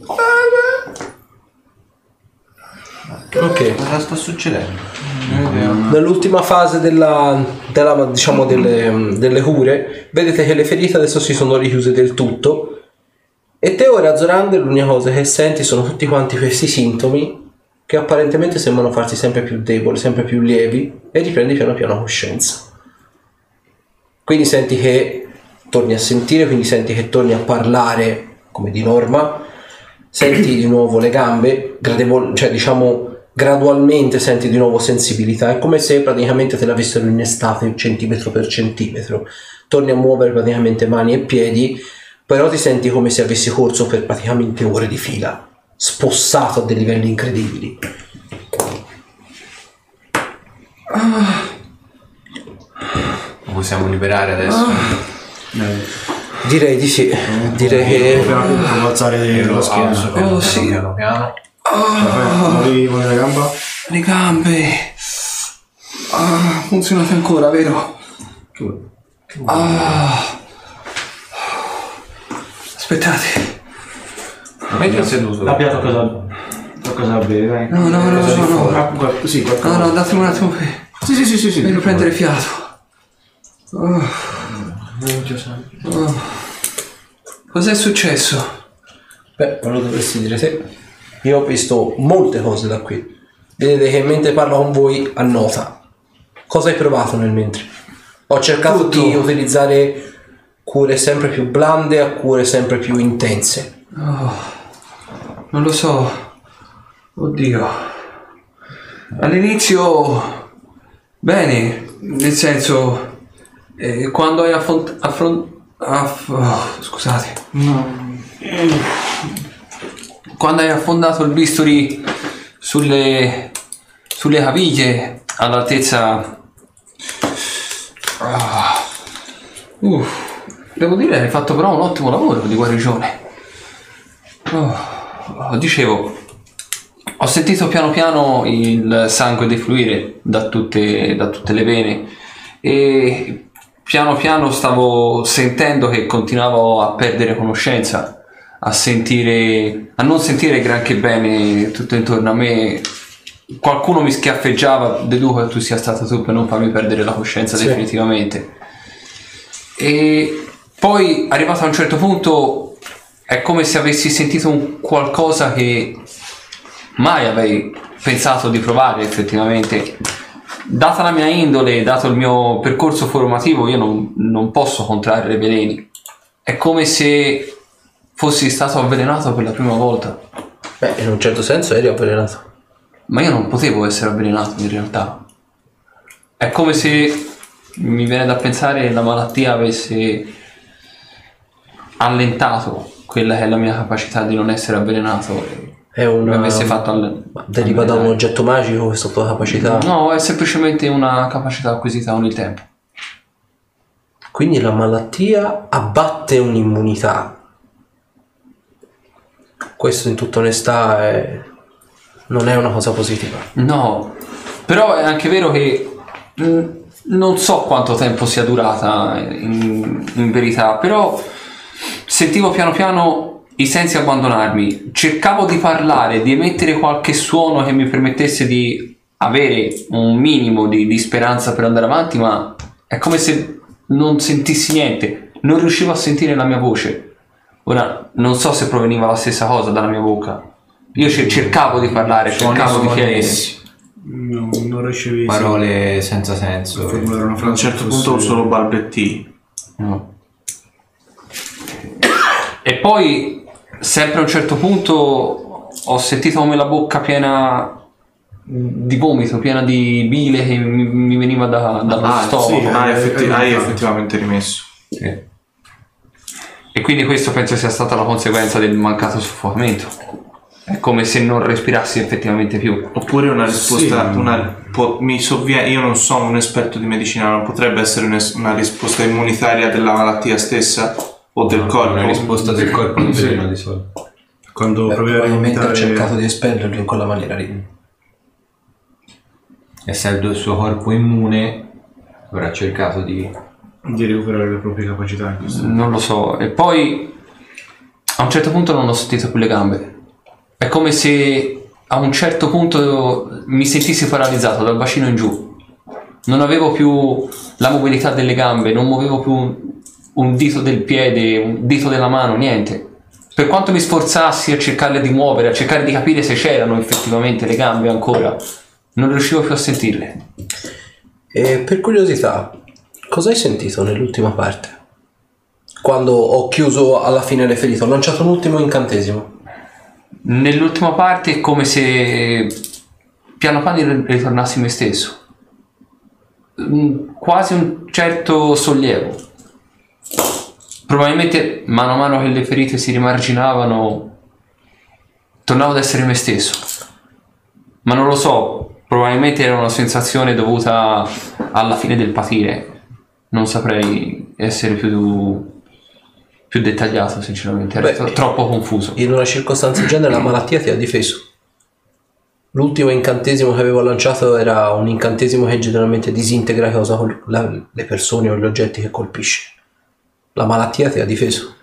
Ok. Cosa sta succedendo? Nell'ultima fase diciamo delle cure, vedete che le ferite adesso si sono richiuse del tutto. E te ora, Zorander, l'unica cosa che senti sono tutti quanti questi sintomi che apparentemente sembrano farsi sempre più deboli, sempre più lievi, e riprendi piano piano coscienza. Quindi senti che torni a sentire, quindi senti che torni a parlare come di norma, senti di nuovo le gambe, gradualmente senti di nuovo sensibilità, è come se praticamente te l'avessero innestate centimetro per centimetro. Torni a muovere praticamente mani e piedi, però ti senti come se avessi corso per praticamente ore di fila, spossato a dei livelli incredibili. Lo possiamo liberare adesso? Direi di sì. Direi che Devo alzare la schiena. Sì. Piano piano. Muovi la gamba? Le gambe. Funzionate ancora, vero? Aspettate. Meglio seduto. Abbia qualcosa da bere, dai. No. Sì, No, datemi un attimo qui. Sì. Devo prendere fiato. Cos'è successo? Beh, me lo dovresti dire te. Io ho visto molte cose da qui. Vedete che mentre parlo con voi annota. Cosa hai provato nel mentre? Ho cercato di utilizzare cure sempre più blande a cure sempre più intense. Non lo so. Oddio. All'inizio bene, nel senso quando hai scusate. Quando hai affondato il bisturi sulle caviglie all'altezza devo dire hai fatto però un ottimo lavoro di guarigione. Dicevo, ho sentito piano piano il sangue defluire da tutte le vene e piano piano stavo sentendo che continuavo a perdere conoscenza, a non sentire granché bene tutto intorno a me. Qualcuno mi schiaffeggiava, deduco che tu sia stato tu per non farmi perdere la coscienza definitivamente. E poi arrivato a un certo punto è come se avessi sentito un qualcosa che mai avrei pensato di provare effettivamente. Data la mia indole, dato il mio percorso formativo, io non posso contrarre veleni. È come se fossi stato avvelenato per la prima volta. Beh, in un certo senso eri avvelenato. Ma io non potevo essere avvelenato in realtà. È come se mi viene da pensare la malattia avesse allentato quella che è la mia capacità di non essere avvelenato. Mi avesse fatto deriva da un oggetto magico questa tua capacità? No, è semplicemente una capacità acquisita con il tempo. Quindi la malattia abbatte un'immunità. Questo in tutta onestà non è una cosa positiva. No, però è anche vero che non so quanto tempo sia durata in verità, però sentivo piano piano i sensi abbandonarmi, cercavo di parlare, di emettere qualche suono che mi permettesse di avere un minimo di speranza per andare avanti, ma è come se non sentissi niente, non riuscivo a sentire la mia voce. Ora non so se proveniva la stessa cosa dalla mia bocca. Io cercavo di parlare, cercavo di chiarire. No, non riuscivi parole senza senso. A un certo punto solo balbetti. No. E poi sempre a un certo punto ho sentito come la bocca piena di vomito, piena di bile che mi veniva dallo stomaco. Sì, hai effettivamente rimesso. Sì. E quindi questo penso sia stata la conseguenza del mancato soffocamento. È come se non respirassi effettivamente più. Oppure una risposta, io non sono un esperto di medicina, non potrebbe essere una risposta immunitaria della malattia stessa o del corpo? Una risposta del corpo di veleno di solito. Quando probabilmente ha cercato di espellerlo in quella maniera lì. Essendo il suo corpo immune, avrà cercato di recuperare le proprie capacità in questo. Non lo so. E poi a un certo punto non ho sentito più le gambe. È come se a un certo punto mi sentissi paralizzato dal bacino in giù. Non avevo più la mobilità delle gambe, non muovevo più un dito del piede, un dito della mano, niente. Per quanto mi sforzassi a cercare di muovere, a cercare di capire se c'erano effettivamente le gambe ancora, non riuscivo più a sentirle. E per curiosità, cosa hai sentito nell'ultima parte? Quando ho chiuso alla fine le ferite, ho lanciato un ultimo incantesimo. Nell'ultima parte è come se piano piano ritornassi me stesso. Quasi un certo sollievo. Probabilmente mano a mano che le ferite si rimarginavano, tornavo ad essere me stesso. Ma non lo so, probabilmente era una sensazione dovuta alla fine del patire. Non saprei essere più dettagliato, sinceramente. Era troppo confuso. In una circostanza del genere la malattia ti ha difeso. L'ultimo incantesimo che avevo lanciato era un incantesimo che generalmente disintegra cosa le persone o gli oggetti che colpisce. La malattia ti ha difeso.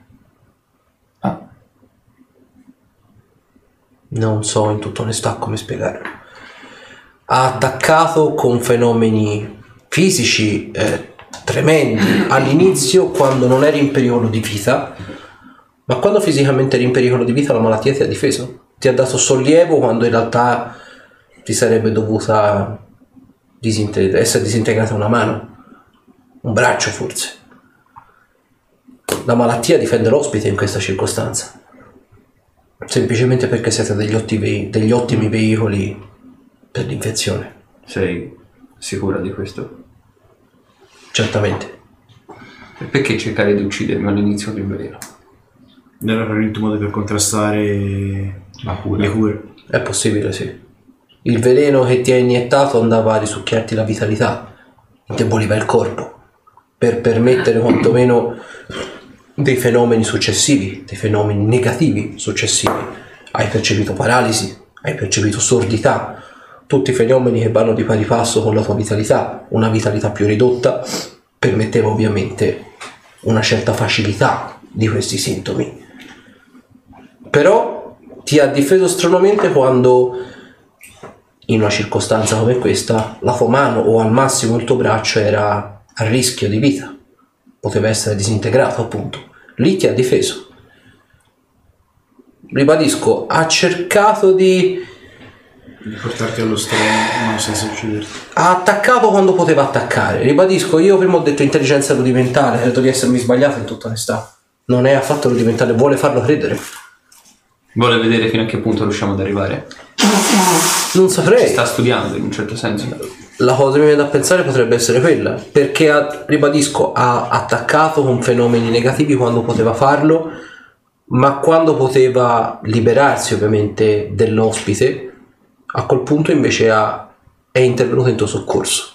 Non so in tutta onestà come spiegarlo. Ha attaccato con fenomeni fisici tremendi all'inizio, quando non eri in pericolo di vita, ma quando fisicamente eri in pericolo di vita la malattia ti ha difeso. Ti ha dato sollievo quando in realtà ti sarebbe dovuta essere disintegrata una mano, un braccio forse. La malattia difende l'ospite in questa circostanza, semplicemente perché siete degli ottimi veicoli per l'infezione. Sei sicura di questo? Certamente. E perché cercare di uccidermi all'inizio del veleno? Era per modo per contrastare le cure. È possibile, sì. Il veleno che ti ha iniettato andava a risucchiarti la vitalità, indeboliva il corpo, per permettere quantomeno dei fenomeni successivi, dei fenomeni negativi successivi. Hai percepito paralisi, hai percepito sordità, tutti i fenomeni che vanno di pari passo con la tua vitalità. Una vitalità più ridotta permetteva ovviamente una certa facilità di questi sintomi. Però ti ha difeso stranamente quando, in una circostanza come questa, la tua mano o al massimo il tuo braccio era a rischio di vita, poteva essere disintegrato, appunto. Lì ti ha difeso. Ribadisco, ha cercato di portarti allo stremo, ma senza ucciderti. Ha attaccato quando poteva attaccare. Ribadisco, io prima ho detto intelligenza rudimentale, credo di essermi sbagliato in tutta onestà. Non è affatto rudimentale, vuole farlo credere. Vuole vedere fino a che punto riusciamo ad arrivare. Non saprei. Sta studiando in un certo senso. La cosa che mi viene da pensare potrebbe essere quella, perché ribadisco, ha attaccato con fenomeni negativi quando poteva farlo, ma quando poteva liberarsi ovviamente dell'ospite, a quel punto invece è intervenuto in tuo soccorso.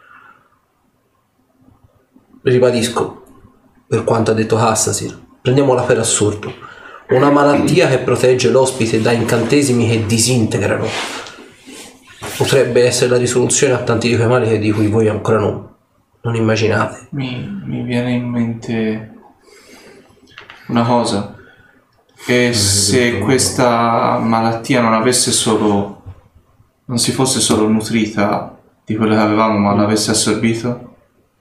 Ribadisco, per quanto ha detto Hassasir, prendiamola per assurdo. Una malattia che protegge l'ospite da incantesimi che disintegrano potrebbe essere la risoluzione a tanti di quei mali di cui voi ancora non immaginate. Mi viene in mente una cosa, che se questa malattia non si fosse solo nutrita di quello che avevamo, ma l'avesse assorbito.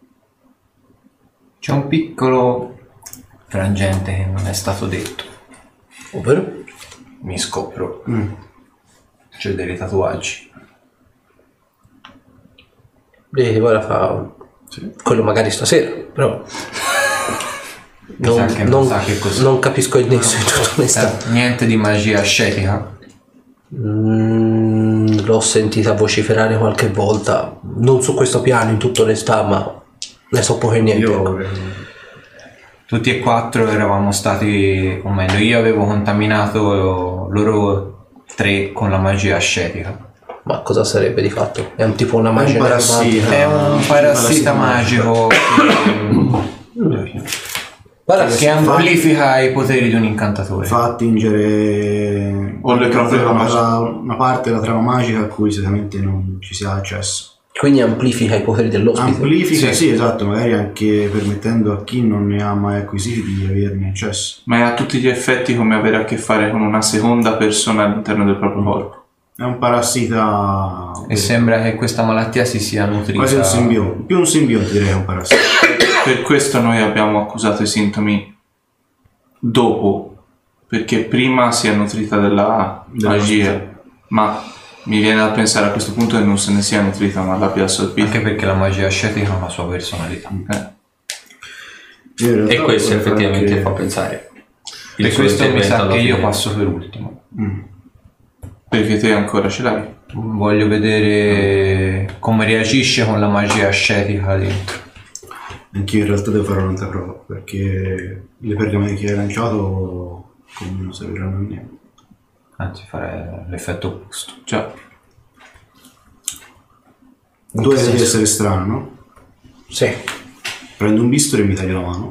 C'è un piccolo frangente che non è stato detto. Ovvero? Mi scopro. C'è dei tatuaggi. Vedi, ora fa quello magari stasera, però non capisco il nesso in tutta onestà. Niente di magia ascetica. l'ho sentita vociferare qualche volta, non su questo piano in tutta onestà, ma ne so poco e niente. ecco. Tutti e 4 eravamo stati, o meglio, io avevo contaminato loro 3 con la magia ascetica. Ma cosa sarebbe di fatto? È un tipo una un magia parassita. È un parassita magico che amplifica i poteri di un incantatore. Fa attingere O le cose della magia. una parte della trama magica a cui solitamente non ci si ha accesso. Quindi amplifica i poteri dell'ospite. Amplifica, Sì. sì, esatto, magari anche permettendo a chi non ne ha mai acquisiti di averne accesso. Ma è a tutti gli effetti come avere a che fare con una seconda persona all'interno del proprio corpo. È un parassita E sembra che questa malattia si sia nutrita. quasi un simbionte, più un simbionte direi che un parassita. Per questo noi abbiamo accusato i sintomi dopo, perché prima si è nutrita della magia, ma mi viene da pensare a questo punto che non se ne sia nutrita ma l'abbia assorbita. Anche perché la magia ascetica ha una sua personalità. Io in realtà E questo vorrei fare effettivamente anche- fa pensare. Per suo questo mi intervento sa alla che io fine. passo per ultimo. Perché te ancora ce l'hai. Voglio vedere come reagisce con la magia ascetica dentro. Anch'io in realtà devo fare un'altra prova perché le pergamene che hai lanciato come non serviranno a niente. Anzi, fare l'effetto opposto. Già. Tu hai di essere strano, no? Sì. Prendo un bisturi e mi taglio la mano.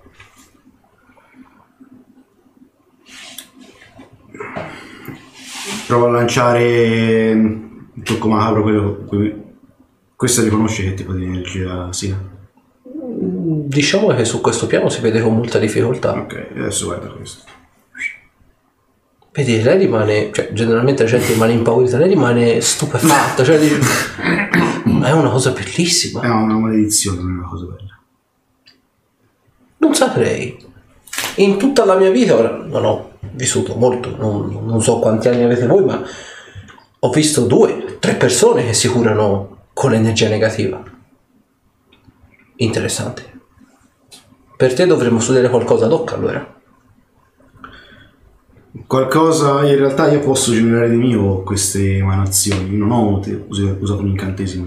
Provo a lanciare un tocco macabro, questo riconosce che tipo di energia sia. Diciamo che su questo piano si vede con molta difficoltà. Ok, adesso guarda questo. Vedi, lei rimane, cioè generalmente la gente rimane impaurita, lei rimane stupefatta, cioè dice, ma è una cosa bellissima. È una maledizione, non è una cosa bella. Non saprei. In tutta la mia vita, ora non ho vissuto molto, non so quanti anni avete voi, ma ho visto 2-3 persone che si curano con l'energia negativa. Interessante. Per te dovremmo studiare qualcosa ad hoc allora. Qualcosa, in realtà io posso generare di mio queste emanazioni, non ho usato un incantesimo.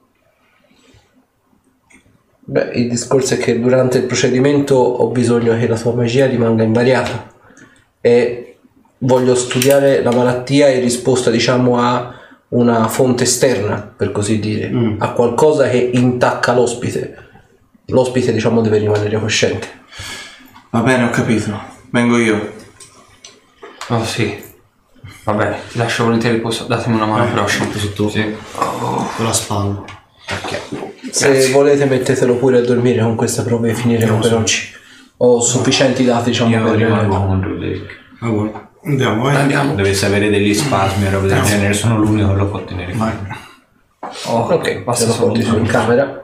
Beh, il discorso è che durante il procedimento ho bisogno che la tua magia rimanga invariata e voglio studiare la malattia in risposta, diciamo, a una fonte esterna, per così dire, a qualcosa che intacca l'ospite. L'ospite, diciamo, deve rimanere cosciente. Va bene, ho capito. Vengo io. Oh sì. Va bene, ti lascio volentieri il posto. Datemi una mano, però sciolto Sotto Sì. con la spalla. Se volete mettetelo pure a dormire con queste prove e finiremo per oggi. Ho sufficienti dati, diciamo, Io per... rimango con Roderick. Ah, buono. Andiamo, vai. Andiamo. Dovesse avere degli spasmi o roba del genere, sono l'unico che lo può tenere. Vai. Ok, basta se lo porti solo su in camera.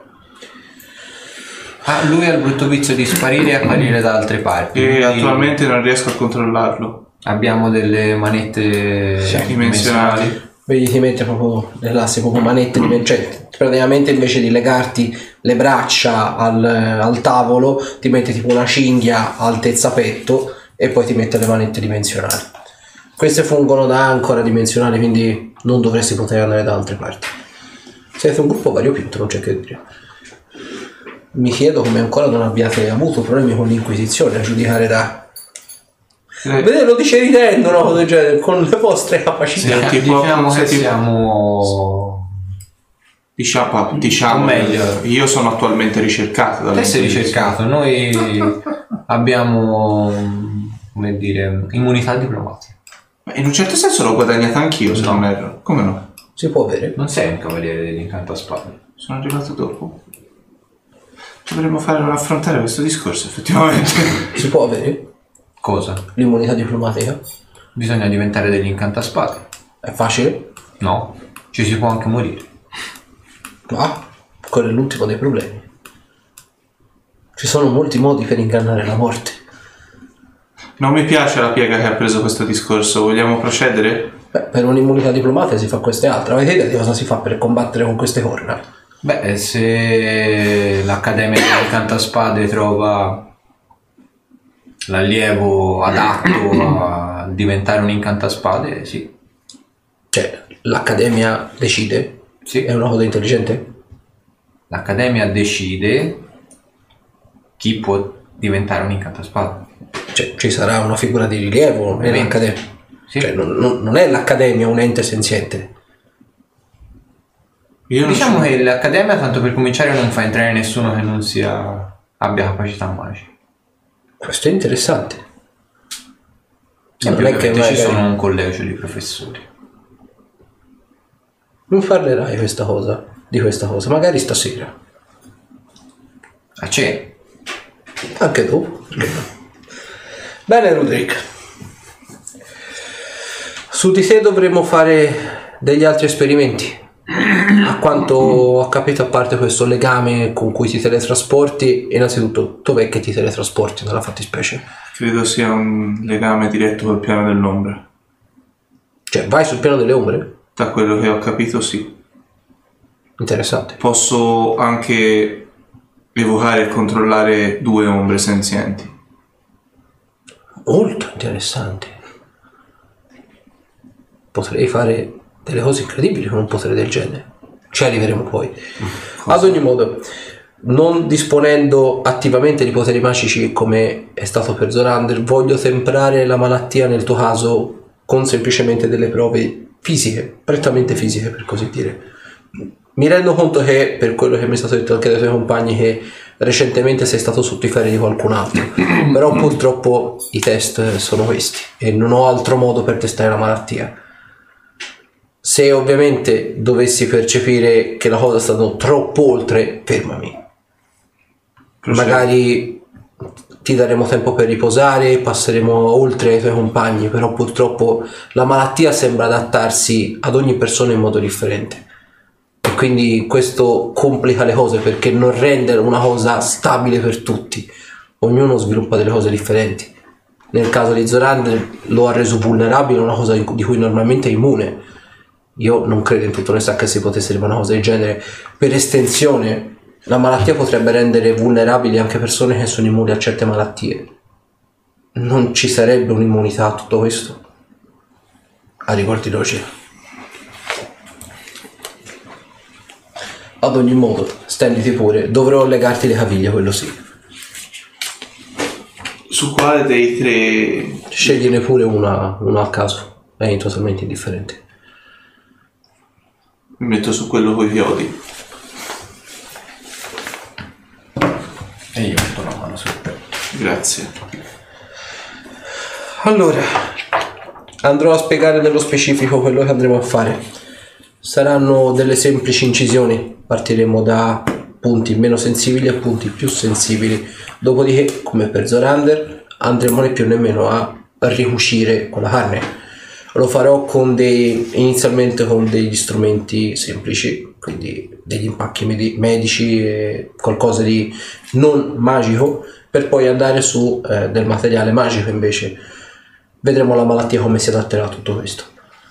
Ah, lui ha il brutto vizio di sparire e apparire da altre parti. E quindi attualmente non riesco a controllarlo. abbiamo delle manette Dimensionali. Vedi, ti mette proprio le classe, proprio manette cioè praticamente invece di legarti le braccia al tavolo ti mette tipo una cinghia a altezza petto e poi ti mette le manette dimensionali. Queste fungono da ancora dimensionali, quindi non dovresti poter andare da altre parti. Siete un gruppo variopinto, non c'è che dire. Mi chiedo come ancora non abbiate avuto problemi con l'Inquisizione a giudicare da... Vedete, lo dice ridendo, una cosa del genere, con le vostre capacità. Sì. diciamo che Senti- siamo Diciamo O meglio. io sono attualmente ricercato te sei dall'Inquisizione. ricercato, noi abbiamo, come dire, immunità diplomatica. Ma in un certo senso l'ho guadagnata anch'io, se non erro. Come no? Si può avere? Non sei un cavaliere dell'incanto a spade. Sono arrivato dopo. Dovremmo affrontare questo discorso, effettivamente. Si può avere Cosa? l'immunità diplomatica? Bisogna diventare degli incantaspade. È facile? No, ci si può anche morire. Ma quello è l'ultimo dei problemi. Ci sono molti modi per ingannare la morte. Non mi piace la piega che ha preso questo discorso. Vogliamo procedere? Beh, per un'immunità diplomatica si fa queste altre. Avete idea di cosa si fa per combattere con queste corna? Beh, se l'Accademia dell'Incantaspade trova l'allievo adatto a diventare un incantaspade, sì. Cioè, l'accademia decide? Sì. È una cosa intelligente? L'accademia decide chi può diventare un incantaspada. Cioè, ci sarà una figura di rilievo nell'accademia. Sì. Cioè, non è l'accademia un ente senziente. Diciamo che l'accademia, tanto per cominciare, non fa entrare nessuno che non abbia capacità magiche. Questo è interessante. Non è che ci sono un collegio di professori. Mi parlerai di questa cosa, magari stasera. A cena. Anche dopo. Bene, Rudrick. Su di te dovremo fare degli altri esperimenti. A quanto ho capito, a parte questo legame con cui ti teletrasporti, innanzitutto dov'è che ti teletrasporti nella fattispecie? Credo sia un legame diretto col piano dell'ombra. Cioè, vai sul piano delle ombre? Da quello che ho capito, sì. Interessante. Posso anche evocare e controllare 2 ombre senzienti. Molto interessante. Potrei fare delle cose incredibili con un potere del genere. Ci arriveremo poi. Ad ogni modo, non disponendo attivamente di poteri magici come è stato per Zorander, voglio temprare la malattia nel tuo caso con semplicemente delle prove fisiche, prettamente fisiche per così dire. Mi rendo conto che, per quello che mi è stato detto anche dai tuoi compagni, che recentemente sei stato sotto i ferri di qualcun altro, però purtroppo i test sono questi e non ho altro modo per testare la malattia. Se ovviamente dovessi percepire che la cosa sta andando troppo oltre, fermami. Magari ti daremo tempo per riposare, passeremo oltre ai tuoi compagni, però purtroppo la malattia sembra adattarsi ad ogni persona in modo differente. E quindi questo complica le cose perché non rende una cosa stabile per tutti. Ognuno sviluppa delle cose differenti. Nel caso di Zorander lo ha reso vulnerabile a una cosa di cui normalmente è immune. Io non credo in tutta onestà che si potesse dire una cosa del genere. Per estensione, la malattia potrebbe rendere vulnerabili anche persone che sono immuni a certe malattie. Non ci sarebbe un'immunità a tutto questo? A ricordiamoci. Ad ogni modo, stenditi pure. Dovrò legarti le caviglie, quello sì. Su quale dei 3? Scegliene pure una al caso. È totalmente indifferente. Mi metto su quello con i chiodi. E io metto la mano sul petto. Grazie. Allora, andrò a spiegare nello specifico quello che andremo a fare. Saranno delle semplici incisioni. Partiremo da punti meno sensibili a punti più sensibili. Dopodiché, come per Zorander, andremo né più né meno a ricucire con la carne. Lo farò inizialmente con degli strumenti semplici, quindi degli impacchi medici e qualcosa di non magico, per poi andare su del materiale magico invece. Vedremo la malattia come si adatterà a tutto questo.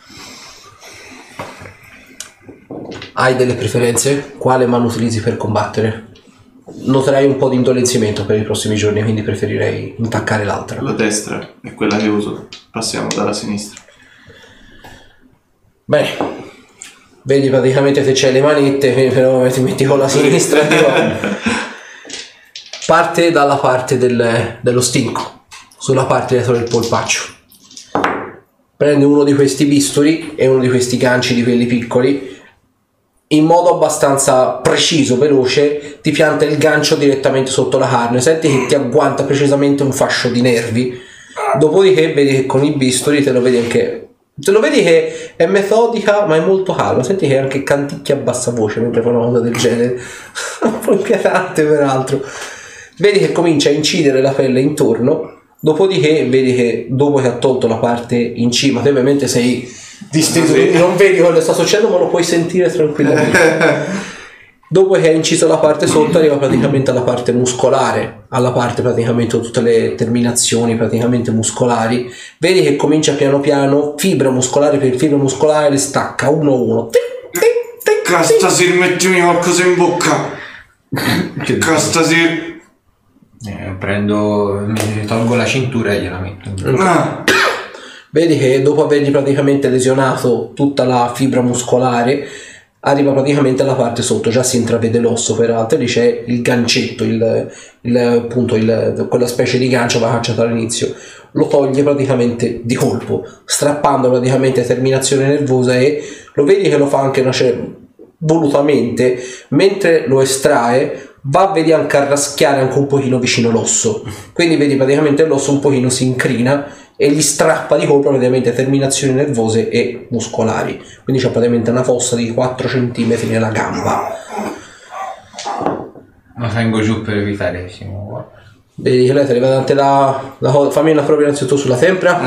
Hai delle preferenze? Quale mano utilizzi per combattere? Noterai un po' di indolenzimento per i prossimi giorni, quindi preferirei intaccare l'altra. La destra è quella che uso. Passiamo dalla sinistra. Bene, vedi praticamente se c'hai le manette, però ti metti con la sinistra. Parte dalla parte dello stinco, sulla parte dietro del polpaccio. Prende uno di questi bisturi e uno di questi ganci di quelli piccoli. In modo abbastanza preciso, veloce, ti pianta il gancio direttamente sotto la carne. Senti che ti agguanta precisamente un fascio di nervi. Dopodiché vedi che con i bisturi te lo vedi che è metodica ma è molto calma. Senti che anche canticchia a bassa voce mentre fa una cosa del genere. Un po' inquietante peraltro. Vedi che comincia a incidere la pelle intorno. Dopodiché vedi che dopo che ha tolto la parte in cima, te ovviamente sei disteso, quindi non vedi quello che sta succedendo, ma lo puoi sentire tranquillamente. Dopo che ha inciso la parte sotto, arriva praticamente alla parte muscolare, alla parte praticamente tutte le terminazioni praticamente muscolari. Vedi che comincia piano piano, fibra muscolare per fibra muscolare, le stacca uno a uno. Castasir, mettimi qualcosa in bocca. Castasir. Mi tolgo la cintura e gliela metto. Vedi che dopo avergli praticamente lesionato tutta la fibra muscolare, arriva praticamente alla parte sotto, già si intravede l'osso peraltro, lì c'è il gancetto, quella specie di gancio che aveva cacciato all'inizio, lo toglie praticamente di colpo, strappando praticamente terminazione nervosa, e lo vedi che lo fa anche volutamente, mentre lo estrae vedi anche a raschiare anche un pochino vicino l'osso, quindi vedi praticamente l'osso un pochino si incrina e gli strappa di colpo praticamente terminazioni nervose e muscolari, quindi c'è praticamente una fossa di 4 cm nella gamba. Ma vengo giù per evitare che si muova. Vedi che lei ti arriva davanti fammi una prova innanzitutto sulla tempra.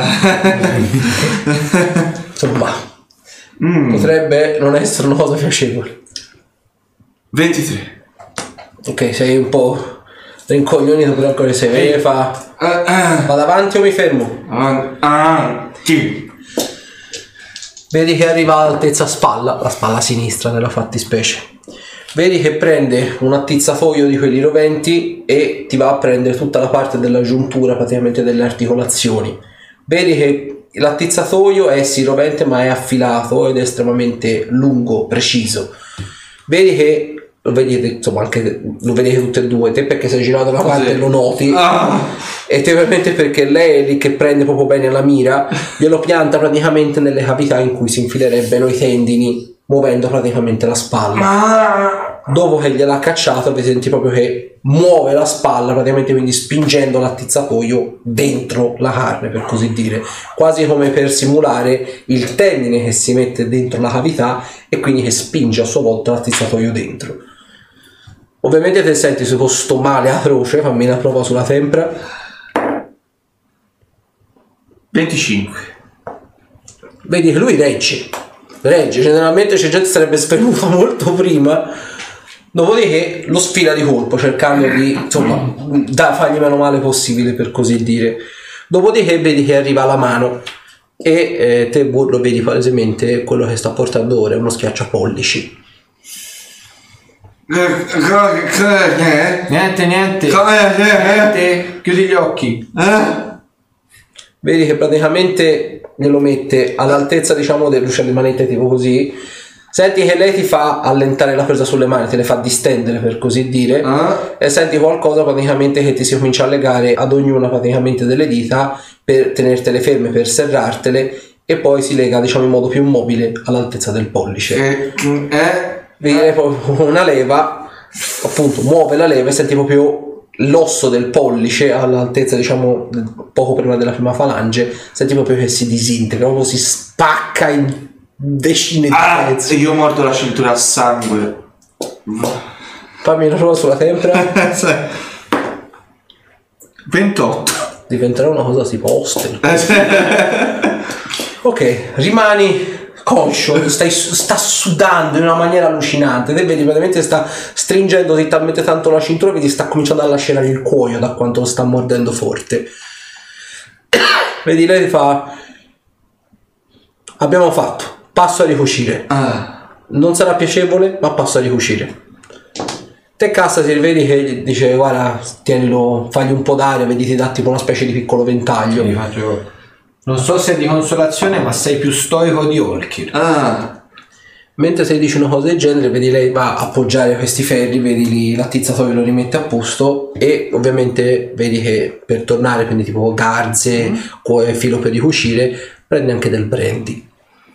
Insomma, potrebbe non essere una cosa piacevole. 23. Ok, sei un po' rincoglionito, però ancora sei. Vado avanti o mi fermo? Sì. Vedi che arriva all'altezza spalla, la spalla sinistra nella fattispecie. Vedi che prende un attizzatoio di quelli roventi e ti va a prendere tutta la parte della giuntura, praticamente delle articolazioni. Vedi che l'attizzatoio è sì rovente, ma è affilato ed è estremamente lungo, preciso. Vedi che lo vedete, insomma, anche lo vedete tutte e due, te perché sei girato da una parte e lo noti, e te ovviamente perché lei è lì che prende proprio bene la mira, glielo pianta praticamente nelle cavità in cui si infilerebbero i tendini, muovendo praticamente la spalla. Dopo che gliel'ha cacciato, vi senti proprio che muove la spalla praticamente, quindi spingendo l'attizzatoio dentro la carne, per così dire, quasi come per simulare il tendine che si mette dentro la cavità e quindi che spinge a sua volta l'attizzatoio dentro. Ovviamente te senti su questo male atroce, fammi una prova sulla tempra. 25. Vedi che lui regge, generalmente c'è gente che sarebbe svenuta molto prima, dopodiché lo sfila di colpo cercando di, insomma, fargli meno male possibile, per così dire. Dopodiché vedi che arriva la mano e te lo vedi palesemente, quello che sta portando ora è uno schiacciapollici. Niente. Chiudi gli occhi. Vedi che praticamente glielo mette all'altezza, diciamo, delle manette, tipo così. Senti che lei ti fa allentare la presa sulle mani, te le fa distendere, per così dire, e senti qualcosa praticamente che ti si comincia a legare ad ognuna praticamente delle dita per tenertele ferme, per serrartele, e poi si lega, diciamo, in modo più mobile all'altezza del pollice. Vedi proprio una leva, appunto, muove la leva e senti proprio l'osso del pollice all'altezza, diciamo, poco prima della prima falange, senti proprio che si disintegra, proprio si spacca in decine di pezzi. Io mordo la cintura a sangue. Fammi una prova sulla tempra. 28. Diventerà una cosa tipo hostel. Ok, rimani conscio, sta sudando in una maniera allucinante, te vedi praticamente sta stringendoti talmente tanto la cintura che ti sta cominciando a lasciare il cuoio da quanto lo sta mordendo forte. Vedi, lei ti fa: abbiamo fatto, passo a ricucire. Non sarà piacevole, ma passo a ricucire. Te cassa, si vedi che dice: guarda, tienilo, fagli un po' d'aria, vedi, ti dà tipo una specie di piccolo ventaglio. Gli faccio... Non so se è di consolazione, ma sei più stoico di Olkir. Mentre se dici una cosa del genere, vedi lei va a appoggiare questi ferri, vedi lì l'attizzatoio lo rimette a posto, e ovviamente vedi che per tornare, quindi tipo garze, filo per ricucire, prende anche del brandy.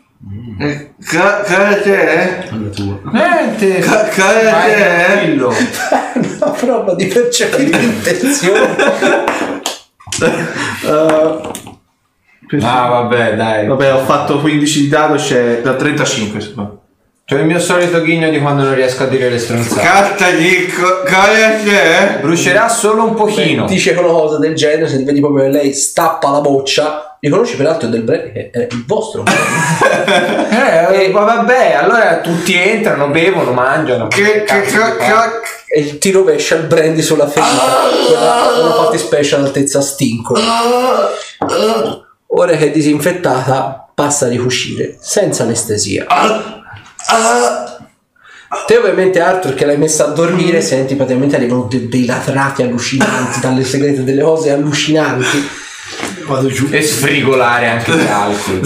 Cara Alla tua. Niente. tranquillo. Una prova di percepire l'intenzione. Vabbè, dai. Vabbè, ho fatto 15 di dado, c'è da 35. Insomma. C'è il mio solito ghigno di quando non riesco a dire le stronzate. Carta di Brucerà solo un pochino. Dice una cosa del genere, se vedi proprio che lei stappa la boccia, riconosci peraltro del brandy che è il vostro. Vabbè, allora tutti entrano, bevono, mangiano. E ti rovescia il brandy sulla ferita, quella fattispecie all'altezza stinco. Ora che è disinfettata, passa a ricucire senza anestesia. Te ovviamente, Arthur, che l'hai messa a dormire, senti praticamente arrivano dei latrati allucinanti dalle segrete, delle cose allucinanti. Vado giù. E sfrigolare anche gli altri.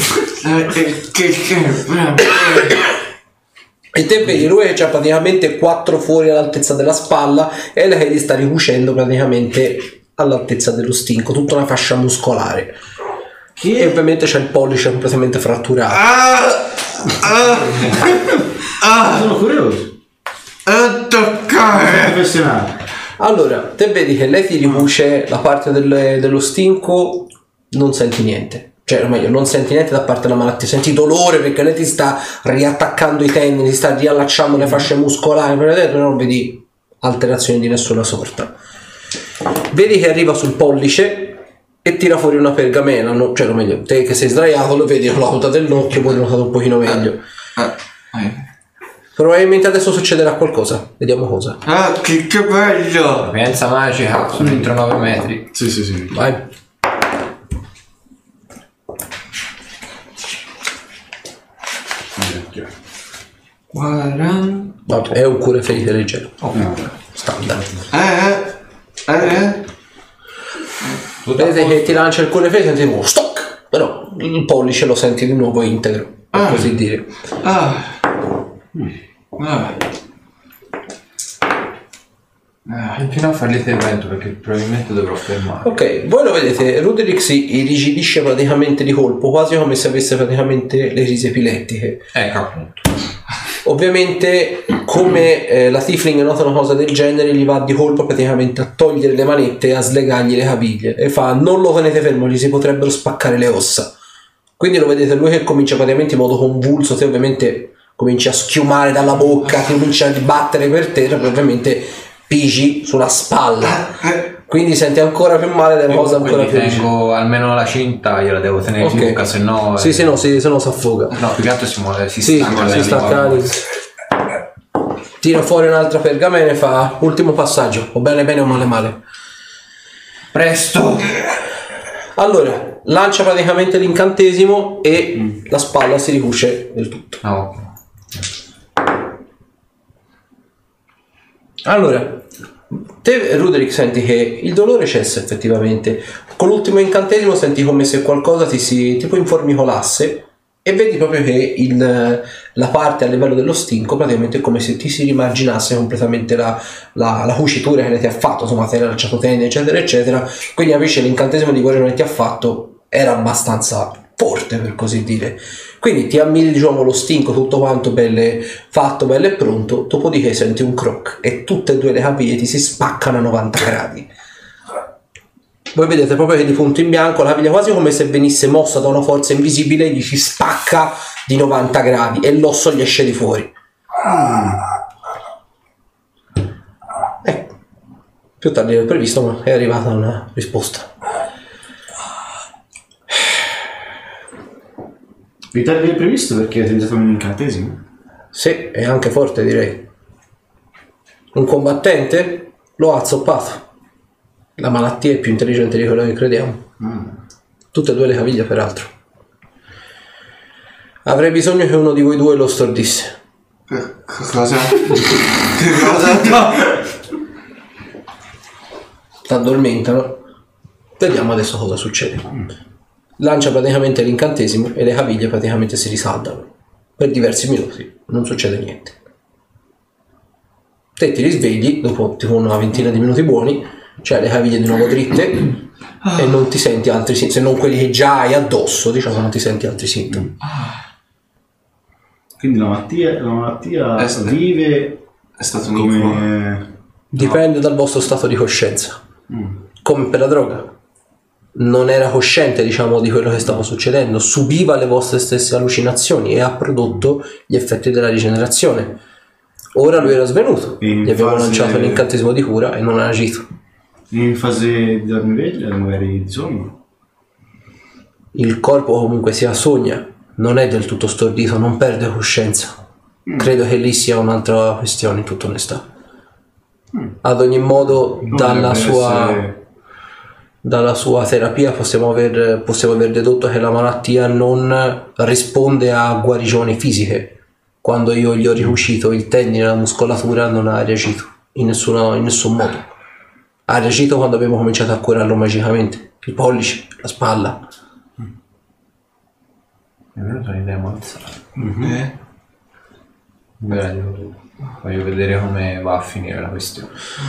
E te vedi lui c'ha praticamente 4 fuori all'altezza della spalla e lei li sta ricucendo praticamente all'altezza dello stinco, tutta una fascia muscolare. E ovviamente c'è il pollice completamente fratturato. Sono curioso. Toccare. Professionale. Allora, te vedi che lei ti ricuce la parte dello stinco, non senti niente. Cioè, o meglio, non senti niente da parte della malattia, senti dolore perché lei ti sta riattaccando i tendini, ti sta riallacciando le fasce muscolari, però non vedi alterazioni di nessuna sorta. Vedi che arriva sul pollice e tira fuori una pergamena, cioè, o meglio, te che sei sdraiato lo vedi con la punta dell'occhio, poi l'ho notato un pochino meglio. Probabilmente adesso succederà qualcosa, vediamo cosa. Ah, che bello! Sapienza magica, sono entro 9 metri. Sì. Vai. Vabbè, è un cura ferite leggero. Standard. Vedete che ti lancia il cura ferite e senti stock, però il pollice lo senti di nuovo integro, per così dire. Continua a fare l'intervento perché probabilmente dovrò fermare. Ok, voi lo vedete, Ruderick si irrigidisce praticamente di colpo, quasi come se avesse praticamente le risi epilettiche. Ecco appunto. Ovviamente, come la Tiefling nota una cosa del genere, gli va di colpo praticamente a togliere le manette e a slegargli le caviglie. E fa: non lo tenete fermo, gli si potrebbero spaccare le ossa. Quindi lo vedete lui che comincia praticamente in modo convulso, te ovviamente cominci a schiumare dalla bocca, ti comincia a dibattere per terra, poi ovviamente pigi sulla spalla. Quindi senti ancora più male delle cose ancora più vicine. Tengo almeno la cinta, gliela devo tenere in bocca, se no. Sì, no, se no si affoga. No, più che altro si muove, si Sì, stacca si stacca. Tira fuori un'altra pergamena e fa: ultimo passaggio, o bene o male. Presto! Allora, lancia praticamente l'incantesimo e la spalla si ricuce del tutto. No. Allora, te Ruderick senti che il dolore cessa effettivamente. Con l'ultimo incantesimo senti come se qualcosa ti si tipo informicolasse e vedi proprio che la parte a livello dello stinco praticamente è come se ti si rimarginasse completamente la cucitura che ti ha fatto, insomma ti hai lasciato tendine eccetera eccetera, quindi invece l'incantesimo di guarigione che ti ha fatto era abbastanza forte, per così dire. Quindi ti ammiri, diciamo, lo stinco tutto quanto fatto, bello e pronto, dopodiché senti un croc e tutte e due le caviglie ti si spaccano a 90 gradi. Voi vedete proprio che di punto in bianco la caviglia, quasi come se venisse mossa da una forza invisibile, gli si spacca di 90 gradi e l'osso gli esce di fuori. Più tardi del previsto, ma è arrivata una risposta. Più tardi del previsto perché hai utilizzato un incantesimo? Sì, è anche forte, direi. Un combattente lo ha azzoppato. La malattia è più intelligente di quello che crediamo. Tutte e due le caviglie, peraltro. Avrei bisogno che uno di voi due lo stordisse. Cosa? Che cosa? No! T'addormentano. Vediamo adesso cosa succede. Lancia praticamente l'incantesimo e le caviglie praticamente si risaldano. Per diversi minuti non succede niente. Te ti risvegli dopo tipo una ventina di minuti buoni, cioè le caviglie di nuovo dritte e non ti senti altri sintomi, se non quelli che già hai addosso, diciamo, non ti senti altri sintomi. Quindi la malattia vive È stato un come... Dipende dal vostro stato di coscienza. Come per la droga. Non era cosciente, diciamo, di quello che stava succedendo, subiva le vostre stesse allucinazioni e ha prodotto gli effetti della rigenerazione. Ora lui era svenuto, gli avevo lanciato l'incantesimo di cura e non ha agito. In fase di dormiveglia, magari di sonno? Il corpo comunque sia sogna, non è del tutto stordito, non perde coscienza. Credo che lì sia un'altra questione, in tutta onestà. Ad ogni modo, dalla sua terapia possiamo aver dedotto che la malattia non risponde a guarigioni fisiche. Quando io gli ho ricucito il tendine e la muscolatura non ha reagito in nessun modo. Ha reagito quando abbiamo cominciato a curarlo magicamente, i pollici, la spalla. Mi è venuta un'idea mozzata. Voglio vedere come va a finire la questione.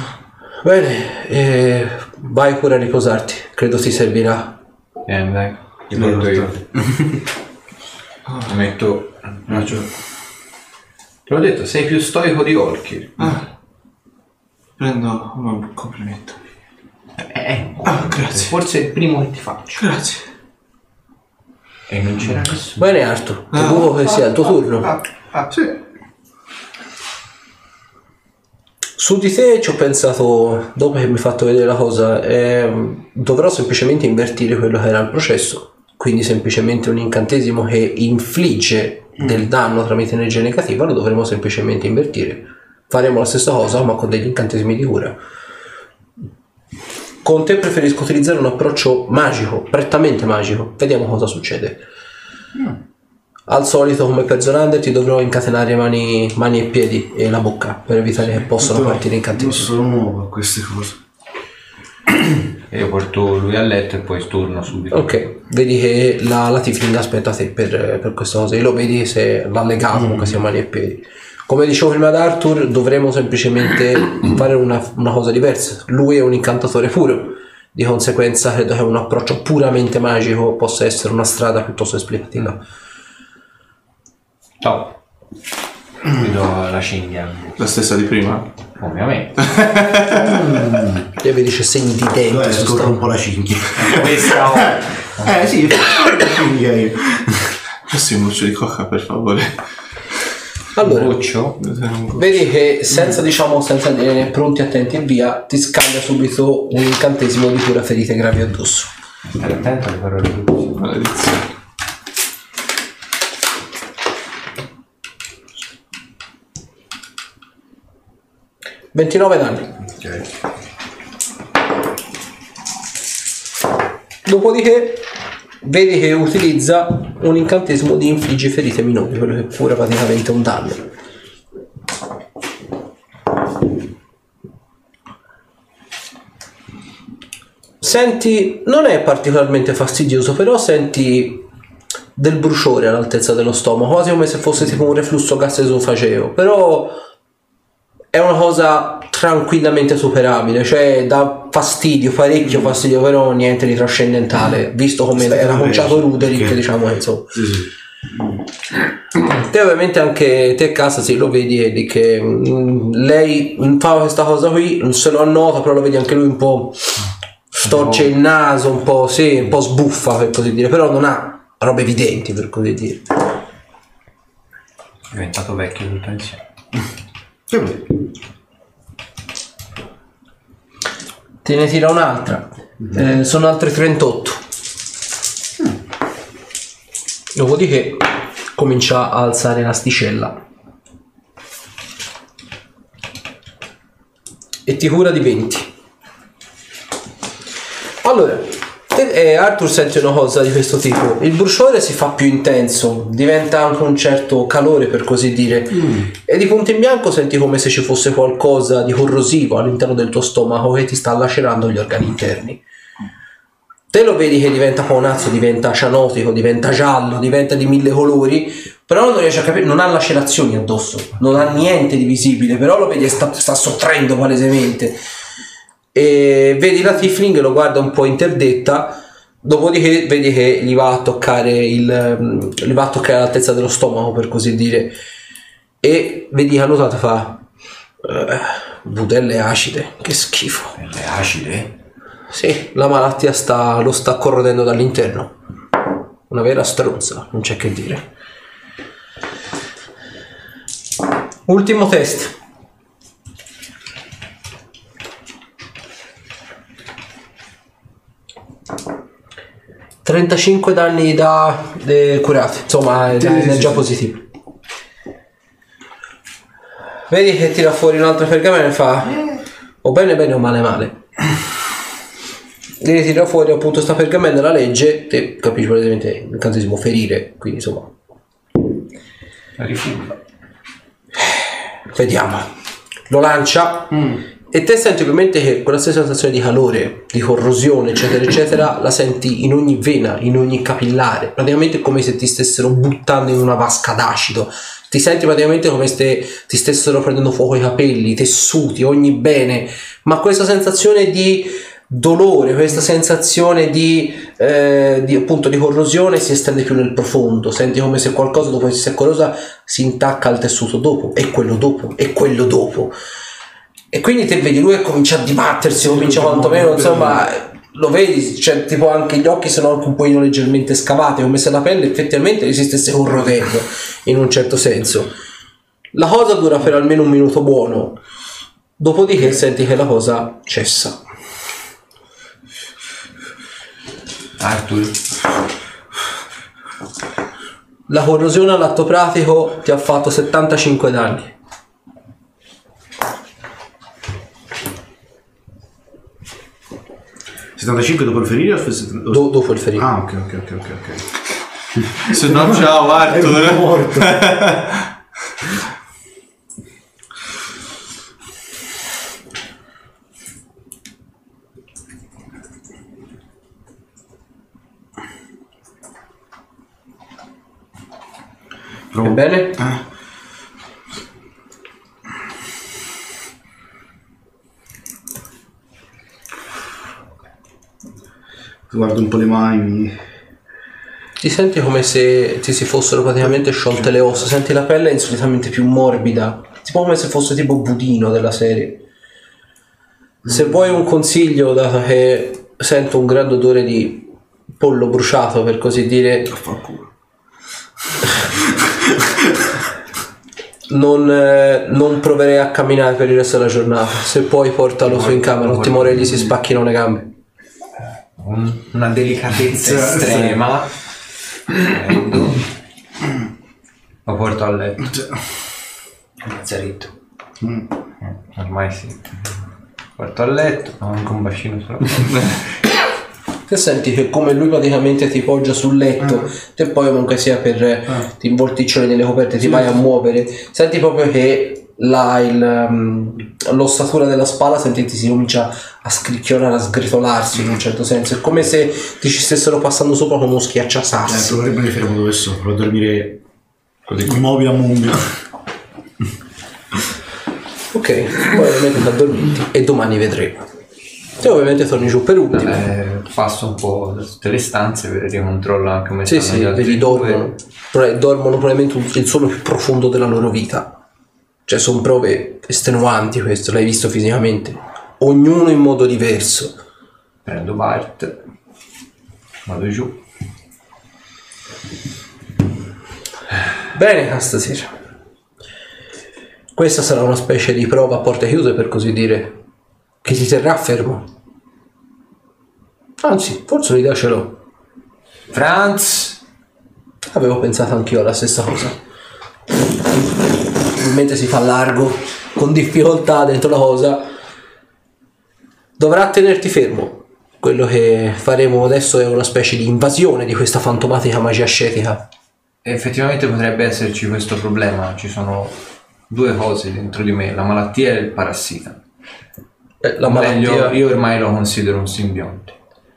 Bene, vai pure a riposarti, credo ti servirà. Dai, ti porto io. Ti metto. Te l'ho detto, sei più stoico di Olkir. Prendo un complimento. Grazie. Forse è il primo che ti faccio. Grazie. E non c'era nessuno. Bene Arthur, tu che sia il tuo turno. Sì. Su di te ci ho pensato dopo che mi hai fatto vedere la cosa. Dovrò semplicemente invertire quello che era il processo. Quindi semplicemente un incantesimo che infligge del danno tramite energia negativa lo dovremo semplicemente invertire. Faremo la stessa cosa ma con degli incantesimi di cura. Con te preferisco utilizzare un approccio magico, prettamente magico. Vediamo cosa succede. Al solito, come per Zorander, ti dovrò incatenare mani e piedi e la bocca per evitare che possano partire incantesimi. Io sono nuovo a queste cose. E io porto lui a letto e poi torno subito. Ok, vedi che la Tifling aspetta te per questa cosa. E lo vedi se l'ha legato comunque sia mani e piedi. Come dicevo prima ad Arthur, dovremo semplicemente fare una cosa diversa. Lui è un incantatore puro, di conseguenza credo che un approccio puramente magico possa essere una strada piuttosto esplicativa. Ciao. Vi do la cinghia. La stessa di prima? Ovviamente. E vedi c'è segni di denti. Scorro un po' la cinghia. Questa Sì, la cinghia io. Passi un muccio di coca, per favore. Allora, Buccio. vedi che senza dire pronti, attenti e via, ti scambia subito un incantesimo di cura ferite gravi addosso. Stai attento alle parole di Buccio. Maledizione. - 29 danni. Dopodiché vedi che utilizza un incantesimo di infliggi ferite minori, quello che cura praticamente un danno. Senti, non è particolarmente fastidioso, però senti del bruciore all'altezza dello stomaco, quasi come se fosse tipo un reflusso gastroesofageo, però è una cosa tranquillamente superabile, cioè dà fastidio, parecchio fastidio, però niente di trascendentale, visto come era conciato Ruderick, diciamo che insomma. Te ovviamente anche te casa sì, lo vedi che lei fa questa cosa qui, non se lo annota, però lo vedi anche lui un po' storce il naso, un po' sì, un po' sbuffa per così dire, però non ha robe evidenti per così dire. È diventato vecchio tutto insieme. Te ne tira un'altra. Sono altre 38. Dopodiché comincia a alzare l'asticella e ti cura di 20. Allora, Arthur sente una cosa di questo tipo: il bruciore si fa più intenso, diventa anche un certo calore per così dire, e di punto in bianco senti come se ci fosse qualcosa di corrosivo all'interno del tuo stomaco che ti sta lacerando gli organi interni. Te lo vedi che diventa paonazzo, diventa cianotico, diventa giallo, diventa di 1000 colori, però non riesce a capire, non ha lacerazioni addosso, non ha niente di visibile, però lo vedi che sta sottraendo palesemente. E vedi la Tifling, lo guarda un po' interdetta, dopodiché vedi che gli va a toccare l'altezza dello stomaco per così dire, e vedi che ha notato, fa budelle acide, che schifo. Le acide? Sì, la malattia lo sta corrodendo dall'interno, una vera stronza, non c'è che dire. Ultimo test. $35 danni curati, insomma è già positivo. Vedi che tira fuori un'altra pergamena e fa o bene bene o male male. Devi tirare fuori appunto sta pergamena, la legge, te capisci praticamente il incantesimo ferire, quindi insomma La rifugia. vediamo. Lo lancia E te senti ovviamente che quella stessa sensazione di calore, di corrosione, eccetera, eccetera, la senti in ogni vena, in ogni capillare. Praticamente è come se ti stessero buttando in una vasca d'acido. Ti senti praticamente come se ti stessero prendendo fuoco i capelli, i tessuti, ogni bene. Ma questa sensazione di dolore, questa sensazione di appunto di corrosione si estende più nel profondo. Senti come se qualcosa dopo che si è corrosa si intacca al tessuto dopo, e quello dopo, e quello dopo. E quindi te vedi lui che comincia a dibattersi, comincia quantomeno, insomma, lo vedi, cioè tipo anche gli occhi sono anche un po' leggermente scavati, come se la pelle effettivamente gli si stesse corrodendo in un certo senso. La cosa dura per almeno un minuto buono, dopodiché senti che la cosa cessa. Arthur, La corrosione all'atto pratico ti ha fatto 75 danni. $75 dopo il ferire o Dopo il ferire. Ah, ok. Se no, ciao Arthur. Morto. Ebbene? Guardo un po' le mani. Ti senti come se ti si fossero praticamente sciolte le ossa, senti la pelle insolitamente più morbida, tipo come se fosse tipo budino della serie. Se vuoi un consiglio, dato che sento un grande odore di pollo bruciato, per così dire, non proverei a camminare per il resto della giornata. Se puoi portalo su in camera, non timore che gli si spacchino le gambe. una delicatezza estrema. Lo porto a letto. Mazzaretto. Ormai sì. Porto a letto, ho anche un bacino solo. Te senti che come lui praticamente ti poggia sul letto, te poi comunque sia per ti involticcioli nelle coperte, ti vai a muovere, senti proprio che l'ossatura della spalla senti si comincia a scricchiolare, a sgretolarsi in un certo senso. È come se ti ci stessero passando sopra con uno schiacciasassi. Proverei a fermo dove sono, provo a dormire così immobile a mummia. Ok, poi ovviamente ti addormenti e domani vedremo. Te ovviamente torni giù per ultimo. Passo un po' da tutte le stanze per ricontrollo anche come Sì, stanno sì, gli altri vedi, due. dormono probabilmente il sonno più profondo della loro vita. Cioè sono prove estenuanti questo, l'hai visto fisicamente. Ognuno in modo diverso. Prendo Bart, vado giù. Bene, stasera. Questa sarà una specie di prova a porte chiuse, per così dire, che ti terrà fermo. Anzi, forse un'idea ce l'ho. Franz! Avevo pensato anch'io alla stessa cosa. Mentre si fa largo, con difficoltà dentro la cosa, dovrà tenerti fermo. Quello che faremo adesso è una specie di invasione di questa fantomatica magia ascetica. Effettivamente potrebbe esserci questo problema, ci sono due cose dentro di me, la malattia e il parassita. La malattia... Meglio, io ormai lo considero un simbionte.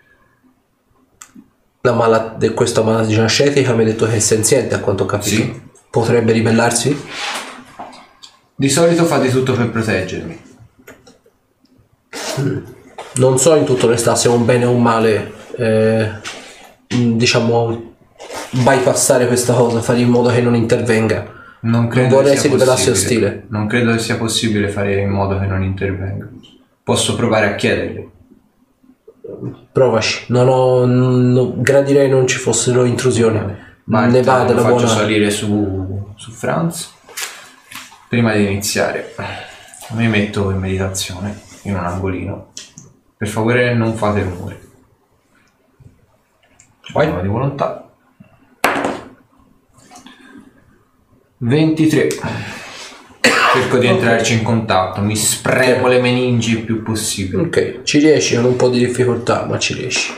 Questa malattia ascetica mi ha detto che è senziente, a quanto ho capito. Sì. Potrebbe ribellarsi? Di solito fa di tutto per proteggermi. Non so in tutta onestà se è un bene o un male, diciamo, bypassare questa cosa, fare in modo che non intervenga. Non vorrei che si sia rivelasse possibile. ostile. Non credo che sia possibile fare in modo che non intervenga. Posso provare a chiedergli. Provaci. Gradirei non ci fossero intrusioni. Bart, Ne va della lo faccio buona... salire su Franz. Prima di iniziare mi metto in meditazione in un angolino. Per favore non fate rumore. Vai. Di volontà. 23. Cerco di entrarci in contatto, mi spremo le meningi il più possibile. Ok, ci riesci con un po' di difficoltà, ma ci riesci.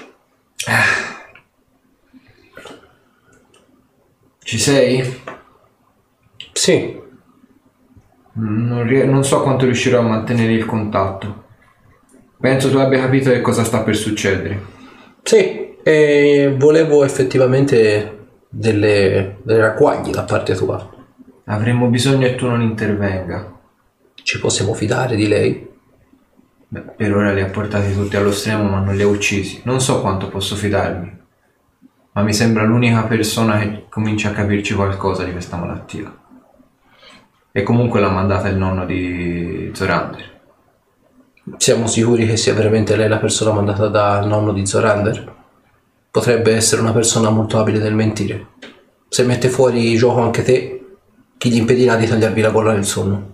Ci sei? Sì. Non so quanto riuscirò a mantenere il contatto. Penso tu abbia capito che cosa sta per succedere. Sì, e volevo effettivamente delle ragguagli da parte tua. Avremmo bisogno che tu non intervenga. Ci possiamo fidare di lei? Beh, per ora li ha portati tutti allo stremo ma non li ha uccisi. Non so quanto posso fidarmi, ma mi sembra l'unica persona che comincia a capirci qualcosa di questa malattia. E comunque l'ha mandata il nonno di Zorander. Siamo sicuri che sia veramente lei la persona mandata dal nonno di Zorander? Potrebbe essere una persona molto abile nel mentire. Se mette fuori gioco anche te, chi gli impedirà di tagliarvi la gola nel sonno?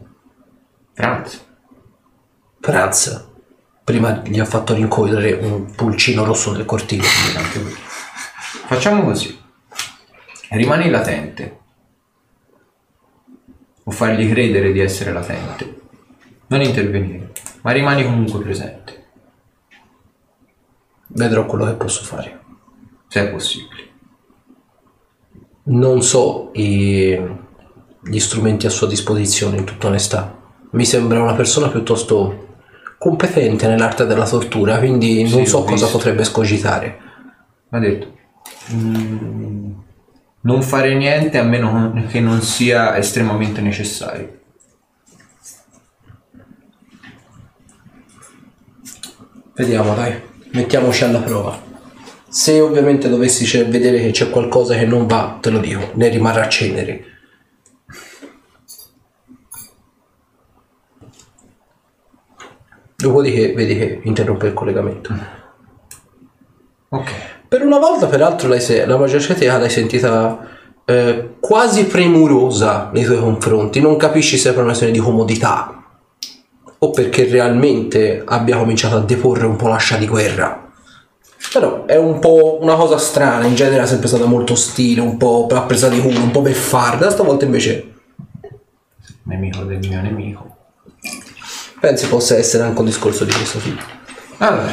Franz prima gli ha fatto rincorrere un pulcino rosso nel cortile. Facciamo così. Rimani latente. O fargli credere di essere latente. Non intervenire, ma rimani comunque presente. Vedrò quello che posso fare. Se è possibile. Non so gli strumenti a sua disposizione, in tutta onestà. Mi sembra una persona piuttosto competente nell'arte della tortura, quindi non so cosa potrebbe escogitare. Ha detto non fare niente a meno che non sia estremamente necessario. Vediamo, dai, mettiamoci alla prova. Se ovviamente dovessi vedere che c'è qualcosa che non va, te lo dico, ne rimarrà cenere. Dopodiché vedi che interrompe il collegamento. Ok. Per una volta, peraltro, la magistratura l'hai sentita quasi premurosa nei tuoi confronti. Non capisci se è per una questione di comodità o perché realmente abbia cominciato a deporre un po' l'ascia di guerra. Però è un po' una cosa strana. In genere è sempre stata molto ostile, un po' presa di culo, un po' beffarda. Stavolta invece Nemico del mio nemico. pensi possa essere anche un discorso di questo tipo. Allora,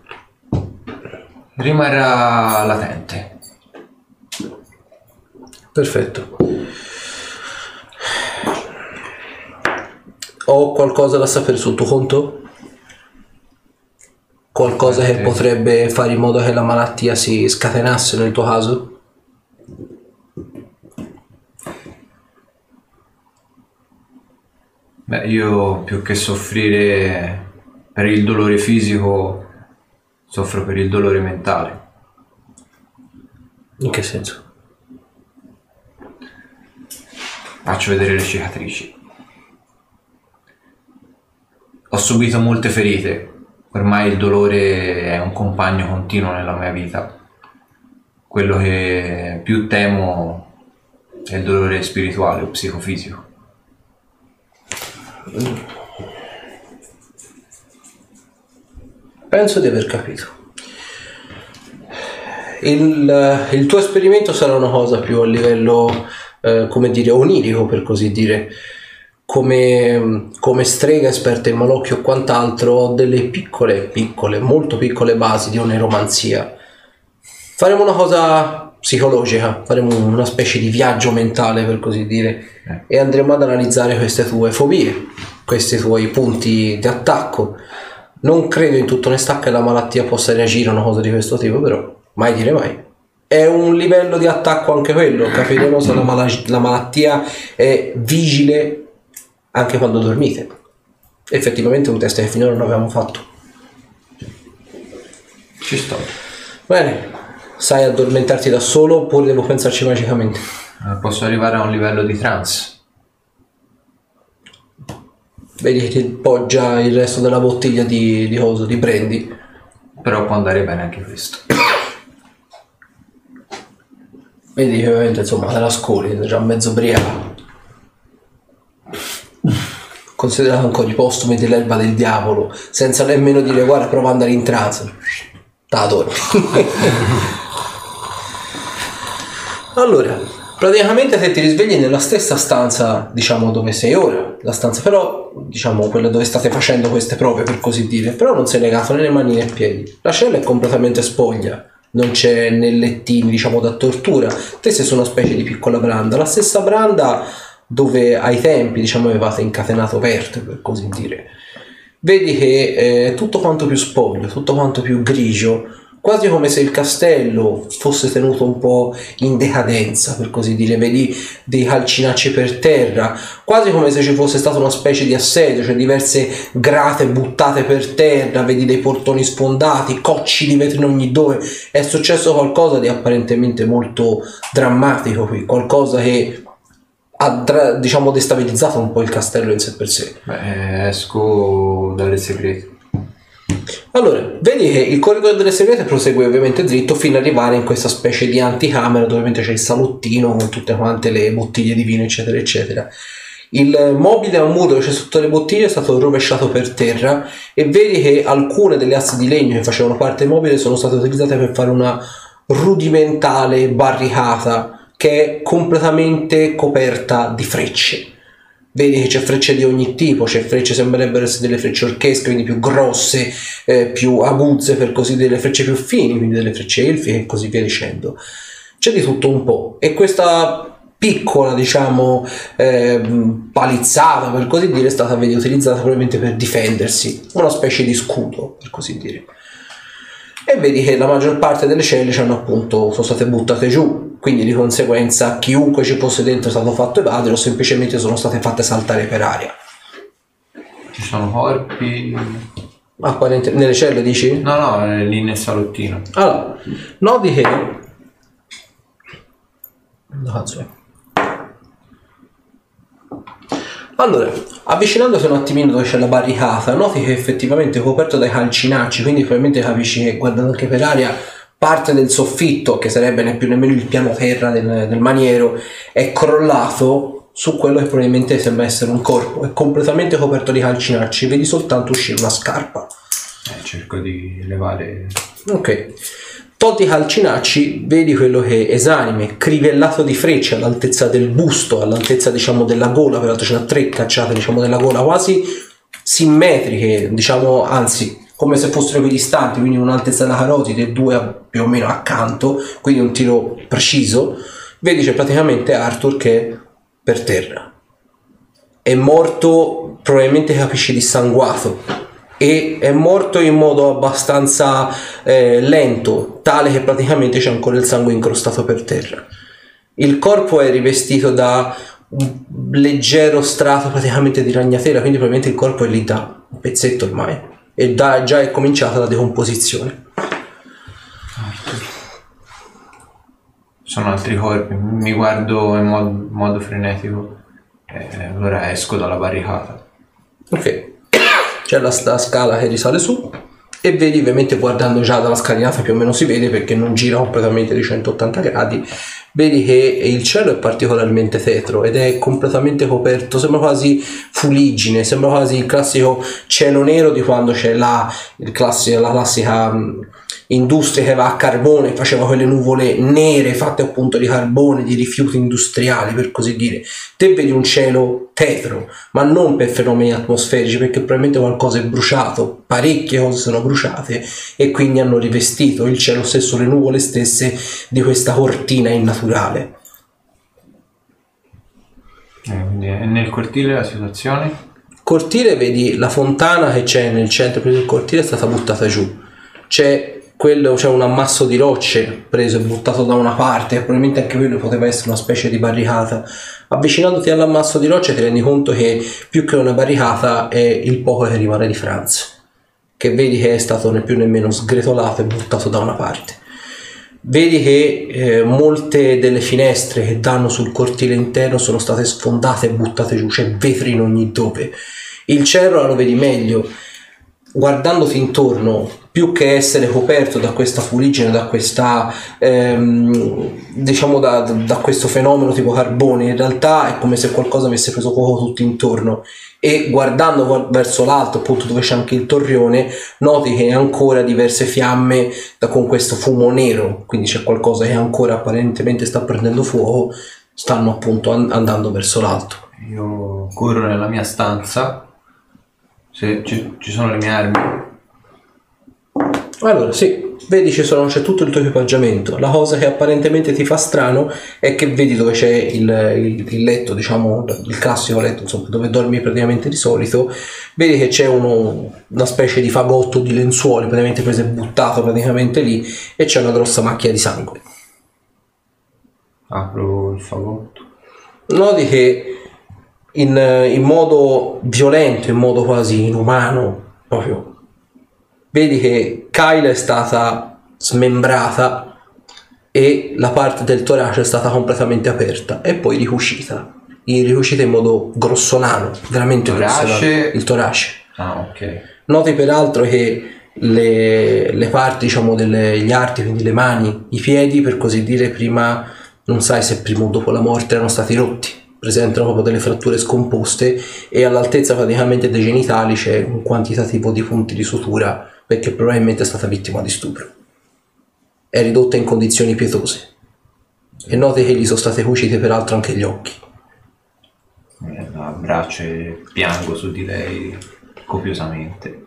rimarrà latente. Perfetto. Ho qualcosa da sapere sul tuo conto? Qualcosa che potrebbe fare in modo che la malattia si scatenasse nel tuo caso? Beh, io più che soffrire per il dolore fisico, soffro per il dolore mentale. In che senso? Faccio vedere le cicatrici. Ho subito molte ferite. Ormai il dolore è un compagno continuo nella mia vita. Quello che più temo è il dolore spirituale o psicofisico. Penso di aver capito. Il tuo esperimento sarà una cosa più a livello, come dire, onirico, per così dire. Come strega esperta in malocchio o quant'altro, ho delle piccole, molto piccole basi di oneromanzia. Faremo una cosa psicologica, faremo una specie di viaggio mentale, per così dire, e andremo ad analizzare queste tue fobie, questi tuoi punti di attacco. Non credo in tutta onestà che la malattia possa reagire a una cosa di questo tipo, però mai dire mai. È un livello di attacco anche quello, capiremo se la malattia è vigile anche quando dormite. Effettivamente è un test che finora non avevamo fatto. Ci sto. Bene, sai addormentarti da solo oppure devo pensarci magicamente? Posso arrivare a un livello di trance. Vedi che ti poggia il resto della bottiglia di coso, di brandy. Però può andare bene anche questo. Vedi che ovviamente insomma te la scoli, sei già mezzo ubriaco. Considerato ancora i postumi dell'erba del diavolo, senza nemmeno dire guarda prova ad andare in trance. T'adoro. Allora, praticamente te ti risvegli nella stessa stanza, diciamo, dove sei ora. La stanza però, diciamo, quella dove state facendo queste prove, per così dire. Però non sei legato né le mani né i piedi. La cella è completamente spoglia. Non c'è né lettini, diciamo, da tortura. Te sei su una specie di piccola branda. La stessa branda dove ai tempi diciamo avevate incatenato Vert, per così dire. Vedi che è tutto quanto più spoglio, tutto quanto più grigio, quasi come se il castello fosse tenuto un po' in decadenza, per così dire. Vedi dei calcinacci per terra, quasi come se ci fosse stata una specie di assedio, cioè diverse grate buttate per terra, vedi dei portoni sfondati, cocci di vetro in ogni dove. È successo qualcosa di apparentemente molto drammatico qui, qualcosa che ha diciamo destabilizzato un po' il castello in sé per sé. Esco dalle segrete. Allora, vedi che il corridoio delle segrete prosegue ovviamente dritto fino ad arrivare in questa specie di anticamera dove ovviamente c'è il salottino con tutte quante le bottiglie di vino eccetera eccetera. Il mobile a un muro dove c'è sotto le bottiglie è stato rovesciato per terra e vedi che alcune delle assi di legno che facevano parte del mobile sono state utilizzate per fare una rudimentale barricata che è completamente coperta di frecce. Vedi che c'è frecce di ogni tipo, c'è frecce, sembrerebbero essere delle frecce orchesche, quindi più grosse, più aguzze, per così dire, delle frecce più fini, quindi delle frecce elfiche e così via dicendo. C'è di tutto un po'. E questa piccola, diciamo, palizzata, per così dire, è stata utilizzata probabilmente per difendersi, una specie di scudo, per così dire. E vedi che la maggior parte delle celle sono state buttate giù, quindi di conseguenza chiunque ci fosse dentro è stato fatto evadere o semplicemente sono state fatte saltare per aria. Ci sono corpi? Nelle celle dici? No, lì nel salottino. Allora, noti che... Cazzo è? Allora, avvicinandosi un attimino dove c'è la barricata, noti che è effettivamente coperto dai calcinacci, quindi probabilmente capisci che guardando anche per aria parte del soffitto, che sarebbe né più nemmeno il piano terra del maniero, è crollato su quello che probabilmente sembra essere un corpo. È completamente coperto di calcinacci, vedi soltanto uscire una scarpa. Cerco di levare... Ok. Tolti i calcinacci, vedi quello che esanime, crivellato di frecce all'altezza del busto, all'altezza diciamo della gola, peraltro ce n'ha 3 cacciate diciamo della gola, quasi simmetriche, diciamo, anzi come se fossero equidistanti, quindi un'altezza della carotide e 2 più o meno accanto, quindi un tiro preciso. Vedi c'è praticamente Arthur che è per terra, è morto, probabilmente capisci dissanguato, e è morto in modo abbastanza lento, tale che praticamente c'è ancora il sangue incrostato per terra. Il corpo è rivestito da un leggero strato praticamente di ragnatela, quindi probabilmente il corpo è lì da un pezzetto ormai e già è cominciata la decomposizione. Sono altri corpi, mi guardo in modo frenetico e allora esco dalla barricata. Ok. C'è la scala che risale su e vedi ovviamente guardando già dalla scalinata più o meno si vede perché non gira completamente di 180 gradi, vedi che il cielo è particolarmente tetro ed è completamente coperto, sembra quasi fuliggine, sembra quasi il classico cielo nero di quando c'è la classica industria che va a carbone, faceva quelle nuvole nere fatte appunto di carbone, di rifiuti industriali per così dire. Te vedi un cielo tetro, ma non per fenomeni atmosferici, perché probabilmente qualcosa è bruciato, parecchie cose sono bruciate e quindi hanno rivestito il cielo stesso, le nuvole stesse di questa cortina innaturale. Quindi nel cortile la situazione? Cortile, vedi la fontana che c'è nel centro del cortile è stata buttata giù, c'è un ammasso di rocce preso e buttato da una parte, probabilmente anche quello poteva essere una specie di barricata. Avvicinandoti all'ammasso di rocce ti rendi conto che più che una barricata è il poco che rimane di Franz, che vedi che è stato né più nemmeno sgretolato e buttato da una parte. Vedi che molte delle finestre che danno sul cortile interno sono state sfondate e buttate giù, c'è vetri in ogni dove. Il cielo lo vedi meglio, guardandoti intorno, più che essere coperto da questa fuliggine, da questa diciamo da questo fenomeno tipo carbone, in realtà è come se qualcosa avesse preso fuoco tutto intorno, e guardando verso l'alto appunto dove c'è anche il torrione noti che ancora diverse fiamme con questo fumo nero, quindi c'è qualcosa che ancora apparentemente sta prendendo fuoco, stanno appunto andando verso l'alto. Io corro nella mia stanza, se ci sono le mie armi. Allora sì, vedi c'è tutto il tuo equipaggiamento. La cosa che apparentemente ti fa strano è che vedi dove c'è il letto, diciamo il classico letto, insomma, dove dormi praticamente di solito. Vedi che c'è una specie di fagotto di lenzuoli praticamente preso e buttato praticamente lì, e c'è una grossa macchia di sangue. Apro il fagotto. Noti che in modo violento, in modo quasi inumano proprio, vedi che Kyle è stata smembrata e la parte del torace è stata completamente aperta e poi ricucita in modo grossolano, veramente grossolano, il torace. Ah, ok. Noti peraltro che le parti, diciamo, gli arti, quindi le mani, i piedi, per così dire, prima, non sai se prima o dopo la morte, erano stati rotti, presentano proprio delle fratture scomposte, e all'altezza praticamente dei genitali c'è un quantitativo di punti di sutura, perché probabilmente è stata vittima di stupro. È ridotta in condizioni pietose, e noti che gli sono state cucite peraltro anche gli occhi. La abbraccio e piango su di lei copiosamente.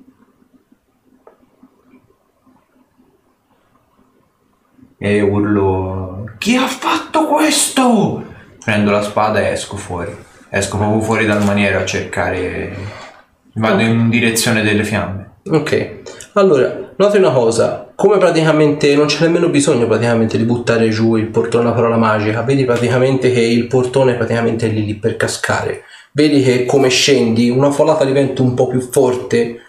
E urlo: chi ha fatto questo? Prendo la spada e esco fuori. Esco proprio fuori dal maniero a cercare. Vado in direzione delle fiamme. Ok, allora noti una cosa: come praticamente non c'è nemmeno bisogno praticamente di buttare giù il portone alla parola magica, vedi praticamente che il portone praticamente è lì per cascare. Vedi che come scendi una folata di vento un po' più forte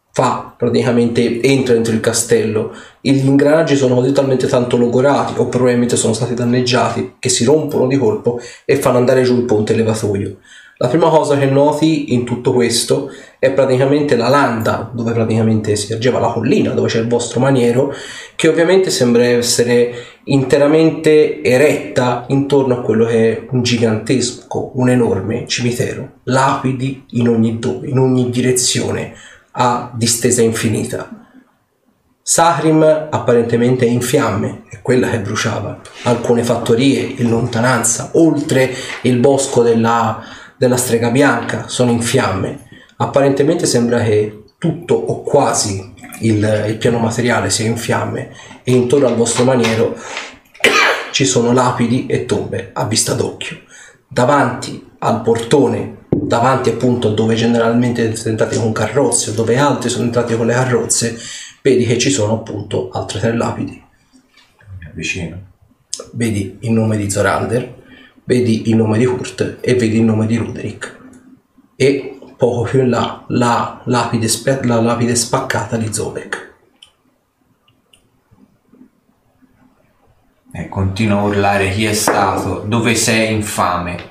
entra dentro il castello. Gli ingranaggi sono così talmente tanto logorati, o probabilmente sono stati danneggiati, che si rompono di colpo e fanno andare giù il ponte elevatoio. La prima cosa che noti in tutto questo è praticamente la landa dove praticamente si ergeva la collina, dove c'è il vostro maniero, che ovviamente sembra essere interamente eretta intorno a quello che è un gigantesco, un enorme cimitero, lapidi in ogni dove, in ogni direzione, a distesa infinita. Saharim apparentemente è in fiamme, è quella che bruciava. Alcune fattorie in lontananza, oltre il bosco della strega bianca, sono in fiamme. Apparentemente sembra che tutto o quasi il piano materiale sia in fiamme, e intorno al vostro maniero ci sono lapidi e tombe a vista d'occhio. Davanti al portone, davanti appunto dove generalmente siete entrati con carrozze, dove altri sono entrati con le carrozze, vedi che ci sono appunto altre 3 lapidi. Mi avvicino. Vedi il nome di Zorander, vedi il nome di Hurt e vedi il nome di Ruderick, e poco più in là la lapide spaccata di Zobek. E continuo a urlare: chi è stato? Dove sei, infame?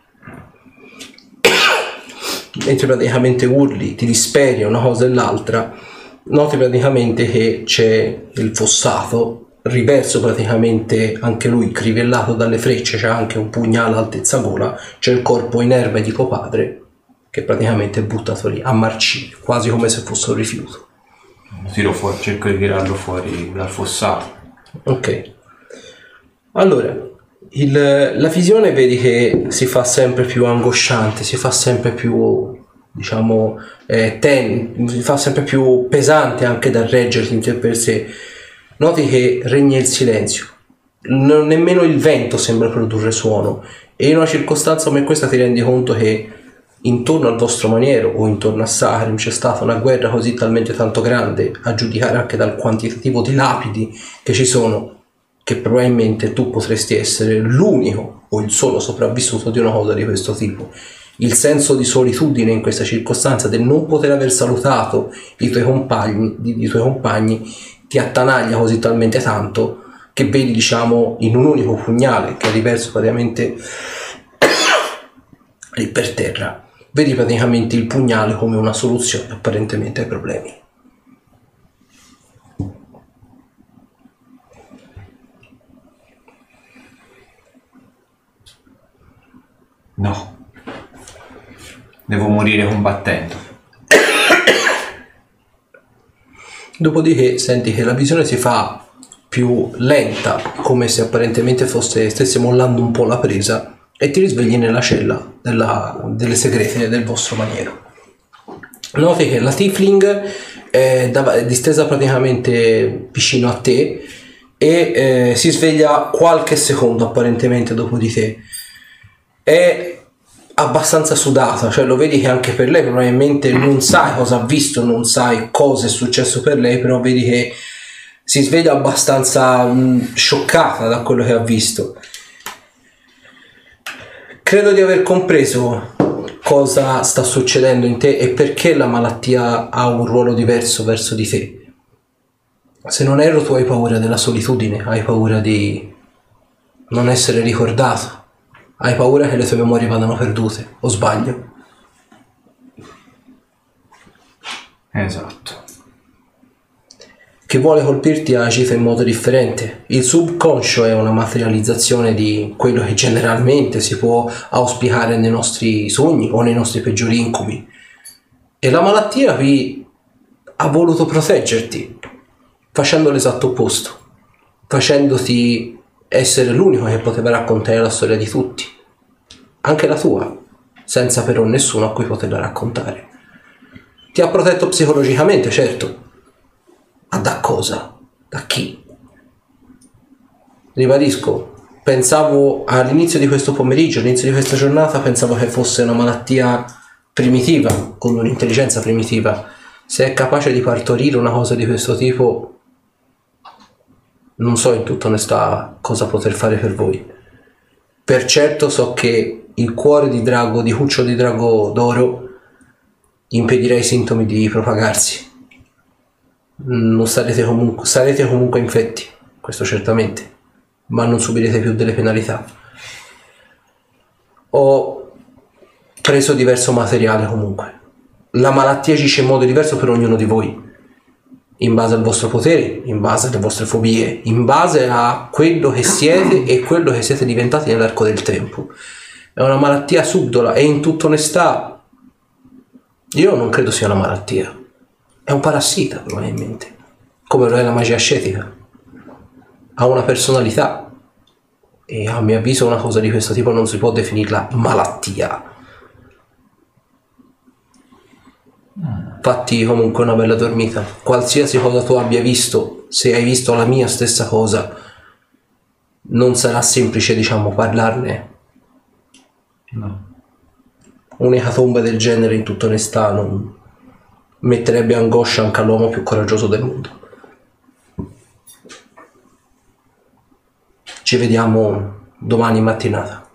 Mentre praticamente urli, ti disperi una cosa e l'altra, noti praticamente che c'è il fossato riverso, praticamente anche lui crivellato dalle frecce, c'è anche un pugnale all'altezza gola, c'è il corpo inerme di tuo padre che praticamente è buttato lì a marcire, quasi come se fosse un rifiuto. Tiro fuori, cerco di tirarlo fuori dal fossato. Ok, allora la visione vedi che si fa sempre più angosciante, si fa sempre più, diciamo, si fa sempre più pesante anche da reggerti in te per sé. Noti che regna il silenzio, nemmeno il vento sembra produrre suono, e in una circostanza come questa ti rendi conto che intorno al vostro maniero o intorno a Saharim c'è stata una guerra così talmente tanto grande, a giudicare anche dal quantitativo di lapidi che ci sono, che probabilmente tu potresti essere l'unico o il solo sopravvissuto di una cosa di questo tipo. Il senso di solitudine in questa circostanza, del non poter aver salutato i tuoi compagni ti attanaglia così talmente tanto che vedi, diciamo, in un unico pugnale che è riverso praticamente lì per terra, vedi praticamente il pugnale come una soluzione apparentemente ai problemi. No, devo morire combattendo. Dopodiché senti che la visione si fa più lenta, come se apparentemente stesse mollando un po' la presa, e ti risvegli nella cella delle segrete del vostro maniero. Noti che la Tiefling distesa praticamente vicino a te e si sveglia qualche secondo apparentemente dopo di te. È abbastanza sudata, cioè lo vedi che anche per lei probabilmente non sai cosa ha visto, non sai cosa è successo per lei, però vedi che si sveglia abbastanza scioccata da quello che ha visto. Credo di aver compreso cosa sta succedendo in te e perché la malattia ha un ruolo diverso verso di te. Se non erro, tu hai paura della solitudine, hai paura di non essere ricordato, hai paura che le tue memorie vadano perdute, o sbaglio? Esatto. Chi vuole colpirti ha agito in modo differente. Il subconscio è una materializzazione di quello che generalmente si può auspicare nei nostri sogni o nei nostri peggiori incubi. E la malattia qui ha voluto proteggerti, facendo l'esatto opposto, facendoti essere l'unico che poteva raccontare la storia di tutti, anche la tua, senza però nessuno a cui poterla raccontare. Ti ha protetto psicologicamente, certo. Ma da cosa? Da chi? Ribadisco, pensavo all'inizio di questo pomeriggio, all'inizio di questa giornata, pensavo che fosse una malattia primitiva, con un'intelligenza primitiva. Se è capace di partorire una cosa di questo tipo, non so in tutta onestà cosa poter fare per voi. Per certo so che il cuore di drago, di cuccio di drago d'oro, impedirà i sintomi di propagarsi. Non sarete comunque infetti, questo certamente, ma non subirete più delle penalità. Ho preso diverso materiale comunque. La malattia agisce in modo diverso per ognuno di voi, in base al vostro potere, in base alle vostre fobie, in base a quello che siete e quello che siete diventati nell'arco del tempo. È una malattia subdola e in tutta onestà io non credo sia una malattia. È un parassita probabilmente, come lo è la magia ascetica. Ha una personalità e a mio avviso una cosa di questo tipo non si può definirla malattia. Fatti comunque una bella dormita. Qualsiasi cosa tu abbia visto, se hai visto la mia stessa cosa, non sarà semplice, diciamo, parlarne. No. Un'ecatombe del genere in tutta onestà non metterebbe angoscia anche all'uomo più coraggioso del mondo. Ci vediamo domani mattinata.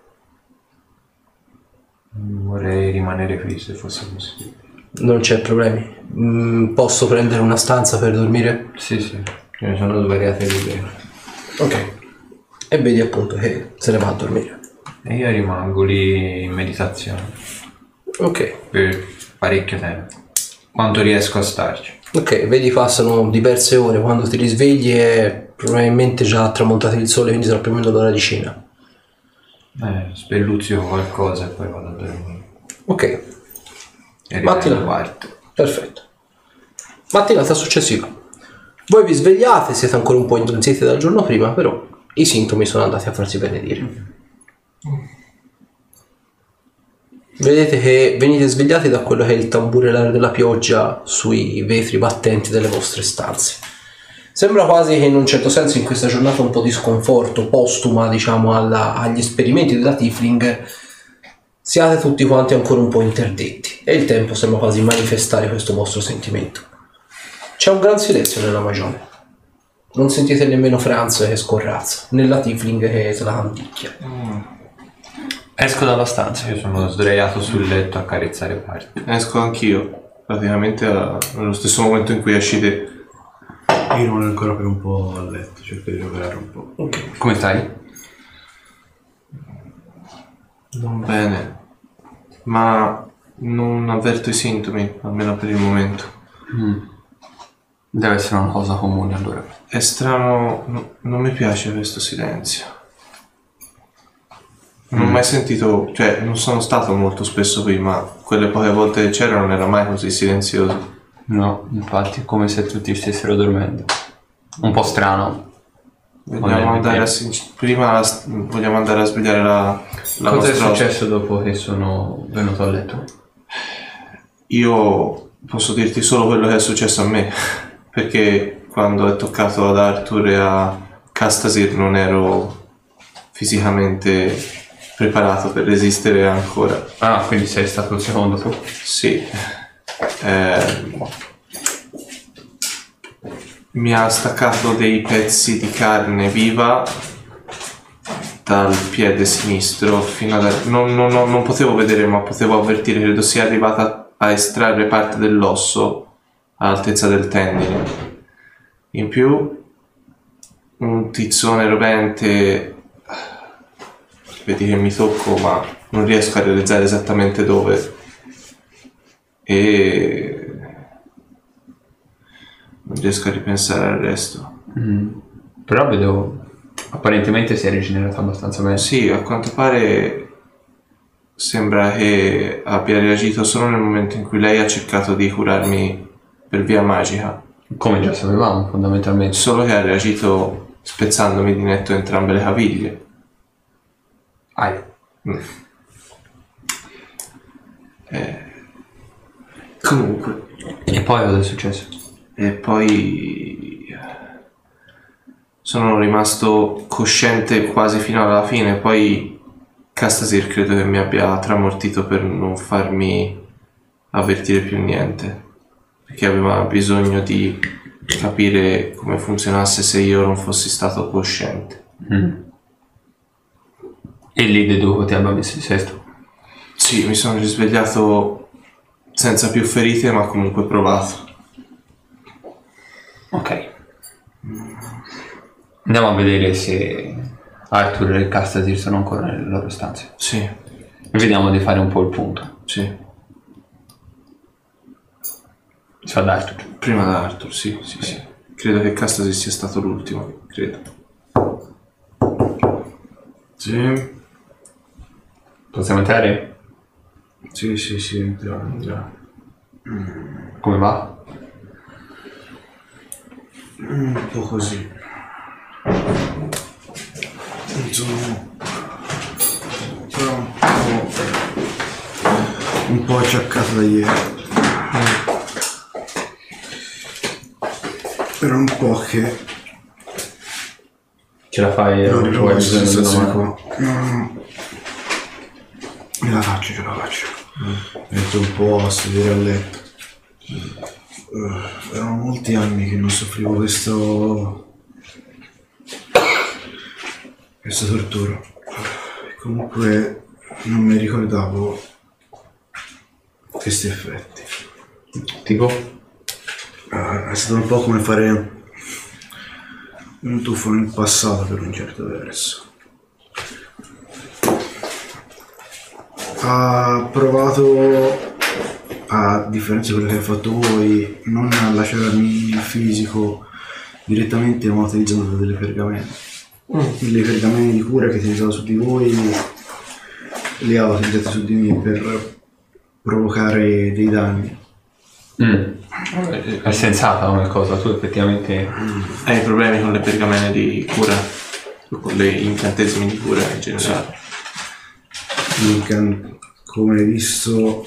Vorrei rimanere qui se fosse possibile. Non c'è problemi. Posso prendere una stanza per dormire? Sì, ce ne sono svariate libere. Ok. E vedi appunto che se ne va a dormire. E io rimango lì in meditazione. Ok. Per parecchio tempo. Quanto riesco a starci. Ok, vedi passano diverse ore, quando ti risvegli è probabilmente già tramontato il sole, quindi sarà più o meno l'ora di cena. Spelluzzico qualcosa e poi vado a dormire. Ok. E Mattina. parte. Perfetto. Mattinata successiva. Voi vi svegliate, siete ancora un po' indolenziti dal giorno prima, però i sintomi sono andati a farsi benedire. Vedete che venite svegliati da quello che è il tamburellare della pioggia sui vetri battenti delle vostre stanze. Sembra quasi che in un certo senso in questa giornata un po' di sconforto postuma, diciamo, agli esperimenti della Tiefling, siate tutti quanti ancora un po' interdetti e il tempo sembra quasi manifestare questo vostro sentimento. C'è un gran silenzio nella magione. Non sentite nemmeno Franz che scorrazza, né la Tiefling che se la canticchia. Esco dalla stanza. Io sono sdraiato sul letto a carezzare parte. Esco anch'io, praticamente nello stesso momento in cui esci te. Io rimango ancora per un po' a letto, cerco di recuperare un po'. Ok. Come stai? Non bene, ma non avverto i sintomi, almeno per il momento. Deve essere una cosa comune allora. È strano, non mi piace questo silenzio. Non ho mai sentito, cioè non sono stato molto spesso qui, ma quelle poche volte che c'era non era mai così silenzioso. No, infatti è come se tutti stessero dormendo. Un po' strano. Vogliamo andare prima vogliamo andare a svegliare la Cosa è nostra successo dopo che sono venuto a letto? Io posso dirti solo quello che è successo a me, perché quando è toccato ad Arthur e a Castasir non ero fisicamente preparato per resistere ancora. Ah, quindi sei stato il secondo tu? Sì. Mi ha staccato dei pezzi di carne viva dal piede sinistro fino ad... Non potevo vedere, ma potevo avvertire, credo sia arrivata a estrarre parte dell'osso all'altezza del tendine. In più un tizzone rovente, vedi che mi tocco ma non riesco a realizzare esattamente dove, e non riesco a ripensare al resto. Però vedo apparentemente si è rigenerato abbastanza bene. Sì, a quanto pare sembra che abbia reagito solo nel momento in cui lei ha cercato di curarmi per via magica. Come già sapevamo, fondamentalmente. Solo che ha reagito spezzandomi di netto entrambe le caviglie. Comunque. E poi cosa è successo? E poi sono rimasto cosciente quasi fino alla fine. Poi Castasir credo che mi abbia tramortito per non farmi avvertire più niente, perché aveva bisogno di capire come funzionasse se io non fossi stato cosciente. E lì deduco ti abbia messo il sesto. Sì, mi sono risvegliato senza più ferite, ma comunque provato. Ok. Andiamo a vedere se Arthur e Castasir sono ancora nelle loro stanze. Sì, E vediamo di fare un po' il punto. sì. Cioè ad Arthur. Prima da Arthur, sì. Credo che Castasir sia stato l'ultimo, credo. Sì. Possiamo entrare? Sì, entriamo. Come va? Un po' così. Insomma, un po' acciaccato da ieri. Era un po' che Ce la fai? non Vuoi ritrovo questa bisogno di una sensazione mano? qua. No. Ce la faccio. Metto un po' a sedere a letto. Erano molti anni che non soffrivo questa tortura. E comunque non mi ricordavo questi effetti. Tipo? È stato un po' come fare un tuffo nel passato per un certo verso. Ha provato, a differenza di quello che hai fatto voi, non a lasciarmi il fisico direttamente, ma utilizzando delle pergamene. Le pergamene di cura che utilizzavo su di voi le ho utilizzate su di me per provocare dei danni. È sensata come cosa, tu effettivamente... Hai problemi con le pergamene di cura? Con le incantesimi di cura in generale? Come hai visto,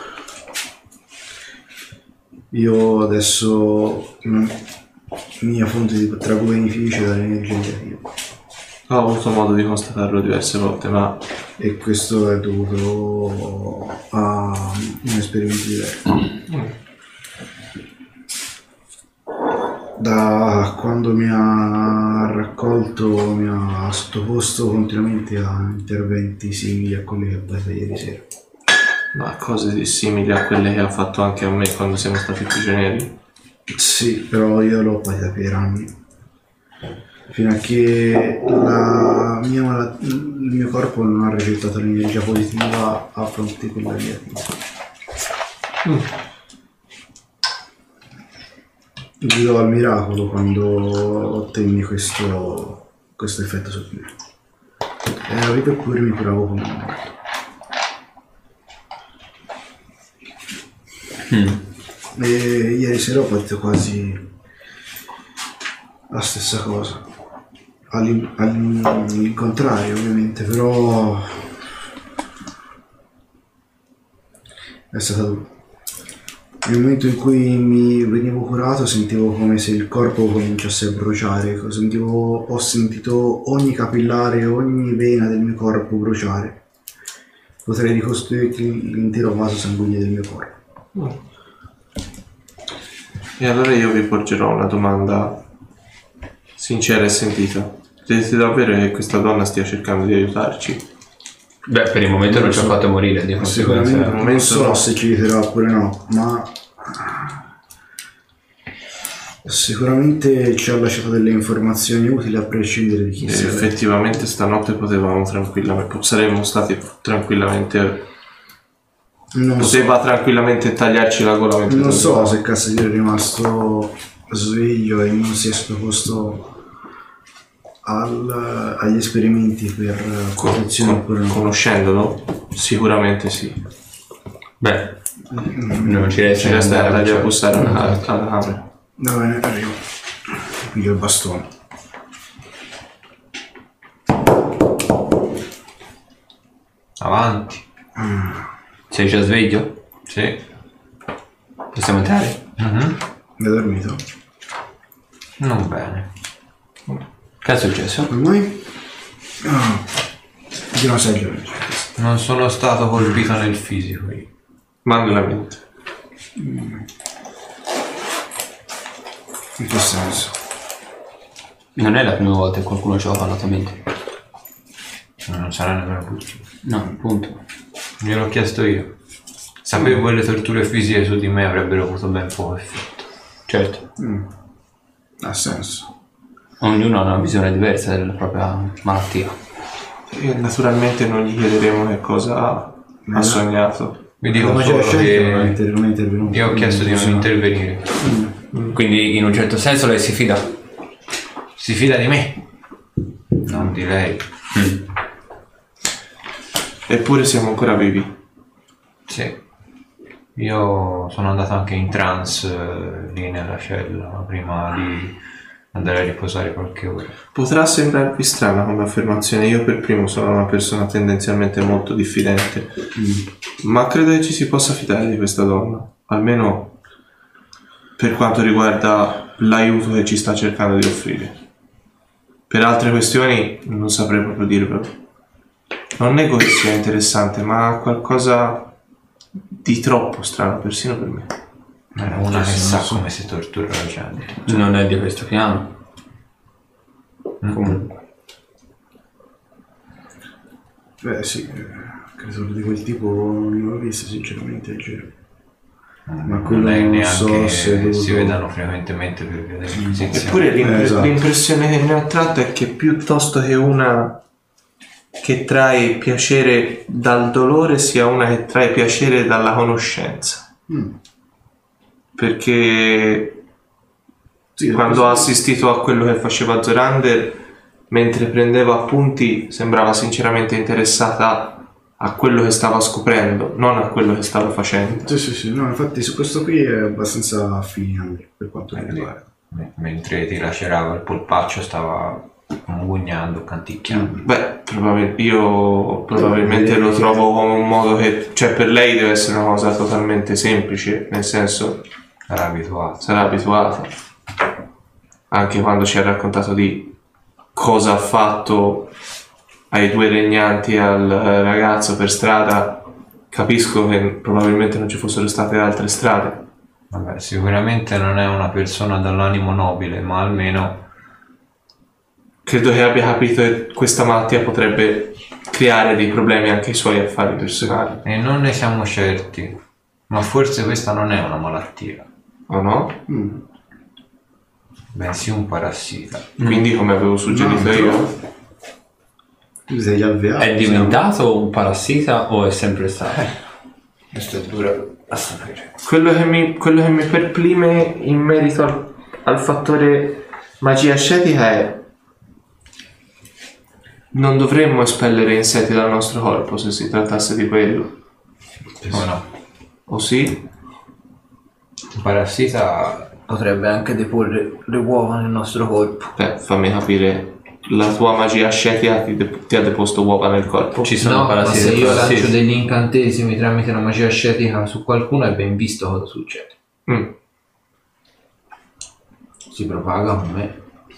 io adesso mia fonte di traggo beneficio dall'energia negativa. Ho avuto modo di constatarlo diverse volte, ma E questo è dovuto a un esperimento diverso. Da quando mi ha raccolto, mi ha sottoposto continuamente a interventi simili a quelli che ho fatto ieri sera. cose simili a quelle che ha fatto anche a me quando siamo stati prigionieri. Sì, però io l'ho patita per anni. Fino a che il mio corpo non ha ricevuto l'energia positiva a fronte di quella negativa. Gridò al miracolo quando ottenni questo effetto su di me. E la vita pure mi curavo come un morto. E ieri sera ho patito quasi la stessa cosa. Il contrario, ovviamente, però è stata dura. Nel momento in cui mi venivo curato sentivo come se il corpo cominciasse a bruciare, ho sentito ogni capillare, ogni vena del mio corpo bruciare. Potrei ricostruirti l'intero vaso sanguigno del mio corpo. E allora io vi porgerò una domanda sincera e sentita. Credete davvero che questa donna stia cercando di aiutarci? Beh, per il momento non ci ha fatto morire, di conseguenza. Sicuramente non so se ci aiuterà oppure no, ma sicuramente ci ha lasciato delle informazioni utili a prescindere di chi sia. Effettivamente stanotte saremmo stati tranquillamente... Poteva tranquillamente tagliarci la gola mentre non so se Cassatiero è rimasto sveglio e non si è sottoposto agli esperimenti per conoscendolo? Sicuramente sì. Beh, non ci resta da andare a bussare alla camera. Va bene, arrivo. Piglio il bastone. Avanti. Sei già sveglio? Sì. Possiamo entrare? Hai dormito? Non bene. Che è successo? Ormai? Di una sedia. Non sono stato colpito nel fisico io. Ma nella mente. In che senso? Non è la prima volta che qualcuno ci ha parlato a mente. Non sarà nemmeno Pucci. No, appunto. Gliel'ho chiesto io. Sapevo che le torture fisiche su di me avrebbero avuto ben poco effetto. Certo. Ha senso. Ognuno ha una visione diversa della propria malattia. E naturalmente non gli chiederemo che cosa ha sognato. Vi dico Ma solo che che non è intervenuto. io ho chiesto di non intervenire. Quindi in un certo senso lei si fida. Si fida di me, non di lei. Eppure siamo ancora vivi. Sì. Io sono andato anche in trance lì nella cella prima di andare a riposare qualche ora. Potrà sembrarvi strana come affermazione, io per primo sono una persona tendenzialmente molto diffidente, ma credo che ci si possa fidare di questa donna, almeno per quanto riguarda l'aiuto che ci sta cercando di offrire. Per altre questioni non saprei proprio dirvelo. Non nego che sia interessante, ma ha qualcosa di troppo strano, persino per me. È una che sa come si tortura la gente. Non è di questo piano. Comunque. Beh sì, credo di quel tipo non l'ho visto sinceramente, giro. Ma quello Non è non neanche so se si vedano frequentemente per via dell'inquisizione. Eppure esatto. l'impressione che ne ho tratto è che piuttosto che una che trae piacere dal dolore sia una che trae piacere dalla conoscenza. Perché sì, quando ho assistito a quello che faceva Zorander, mentre prendeva appunti sembrava sinceramente interessata a quello che stava scoprendo, non a quello che stava facendo. Sì, no, infatti su questo qui è abbastanza affine per quanto mi riguarda. Mentre ti lacerava il polpaccio stava mugugnando, canticchiando. Beh, io probabilmente lo trovo come un modo che, cioè per lei deve essere una cosa totalmente semplice, nel senso Sarà abituata. Anche quando ci ha raccontato di cosa ha fatto ai due regnanti, al ragazzo per strada, capisco che probabilmente non ci fossero state altre strade. Vabbè, sicuramente non è una persona dall'animo nobile, ma almeno Credo che abbia capito che questa malattia potrebbe creare dei problemi anche ai suoi affari personali. e non ne siamo certi. Ma forse questa non è una malattia, O no? bensì un parassita. Quindi, come avevo suggerito io, Tu sei già avviato. È diventato un parassita o è sempre stato? Questo è duro a sapere. quello che mi perplime in merito al fattore magia ascetica è: non dovremmo espellere insetti dal nostro corpo se si trattasse di quello. O no? O sì? Un parassita Potrebbe anche deporre le uova nel nostro corpo. Beh, fammi capire la tua magia ascetica ti ha deposto uova nel corpo. Ci sono No, ma parassiti. se io lancio parassiti. degli incantesimi tramite una magia ascetica su qualcuno è ben visto cosa succede. Si propaga con me.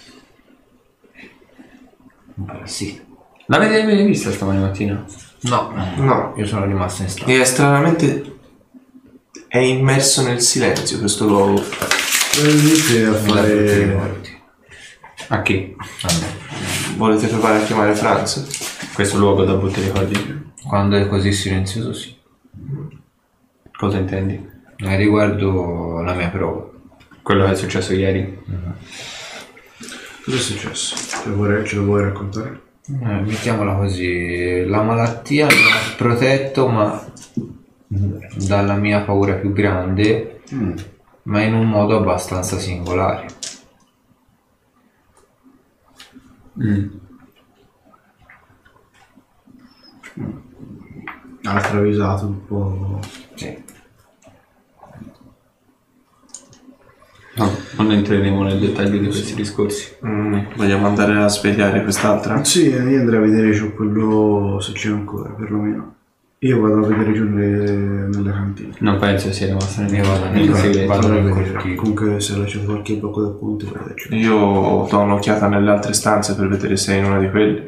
Un parassita. L'avete vista stamani mattina? No, No. io sono rimasto in strada. E stranamente è immerso nel silenzio questo luogo. Inizia a fare... A chi? Volete provare a chiamare Franz? Questo luogo da buttare ricordi? Quando è così silenzioso, sì. Cosa intendi? Riguardo la mia prova. Quello che è successo ieri? Cosa è successo? Ce lo vuoi raccontare? Mettiamola così, la malattia mi ha protetto, ma dalla mia paura più grande, ma in un modo abbastanza singolare. Ha travisato un po'... Sì. No, non entreremo nel dettaglio di questi discorsi. Vogliamo andare a svegliare quest'altra? Sì, io andrei a vedere giù quello, se c'è ancora, perlomeno. Io vado a vedere giù nelle cantine. Non penso sia rimasto nel Vado nel nel- segreto. vado Vado a nel vedere. cortile. Comunque se ha lasciato qualche blocco da punti, vedete. Io do un'occhiata nelle altre stanze per vedere se è in una di quelle.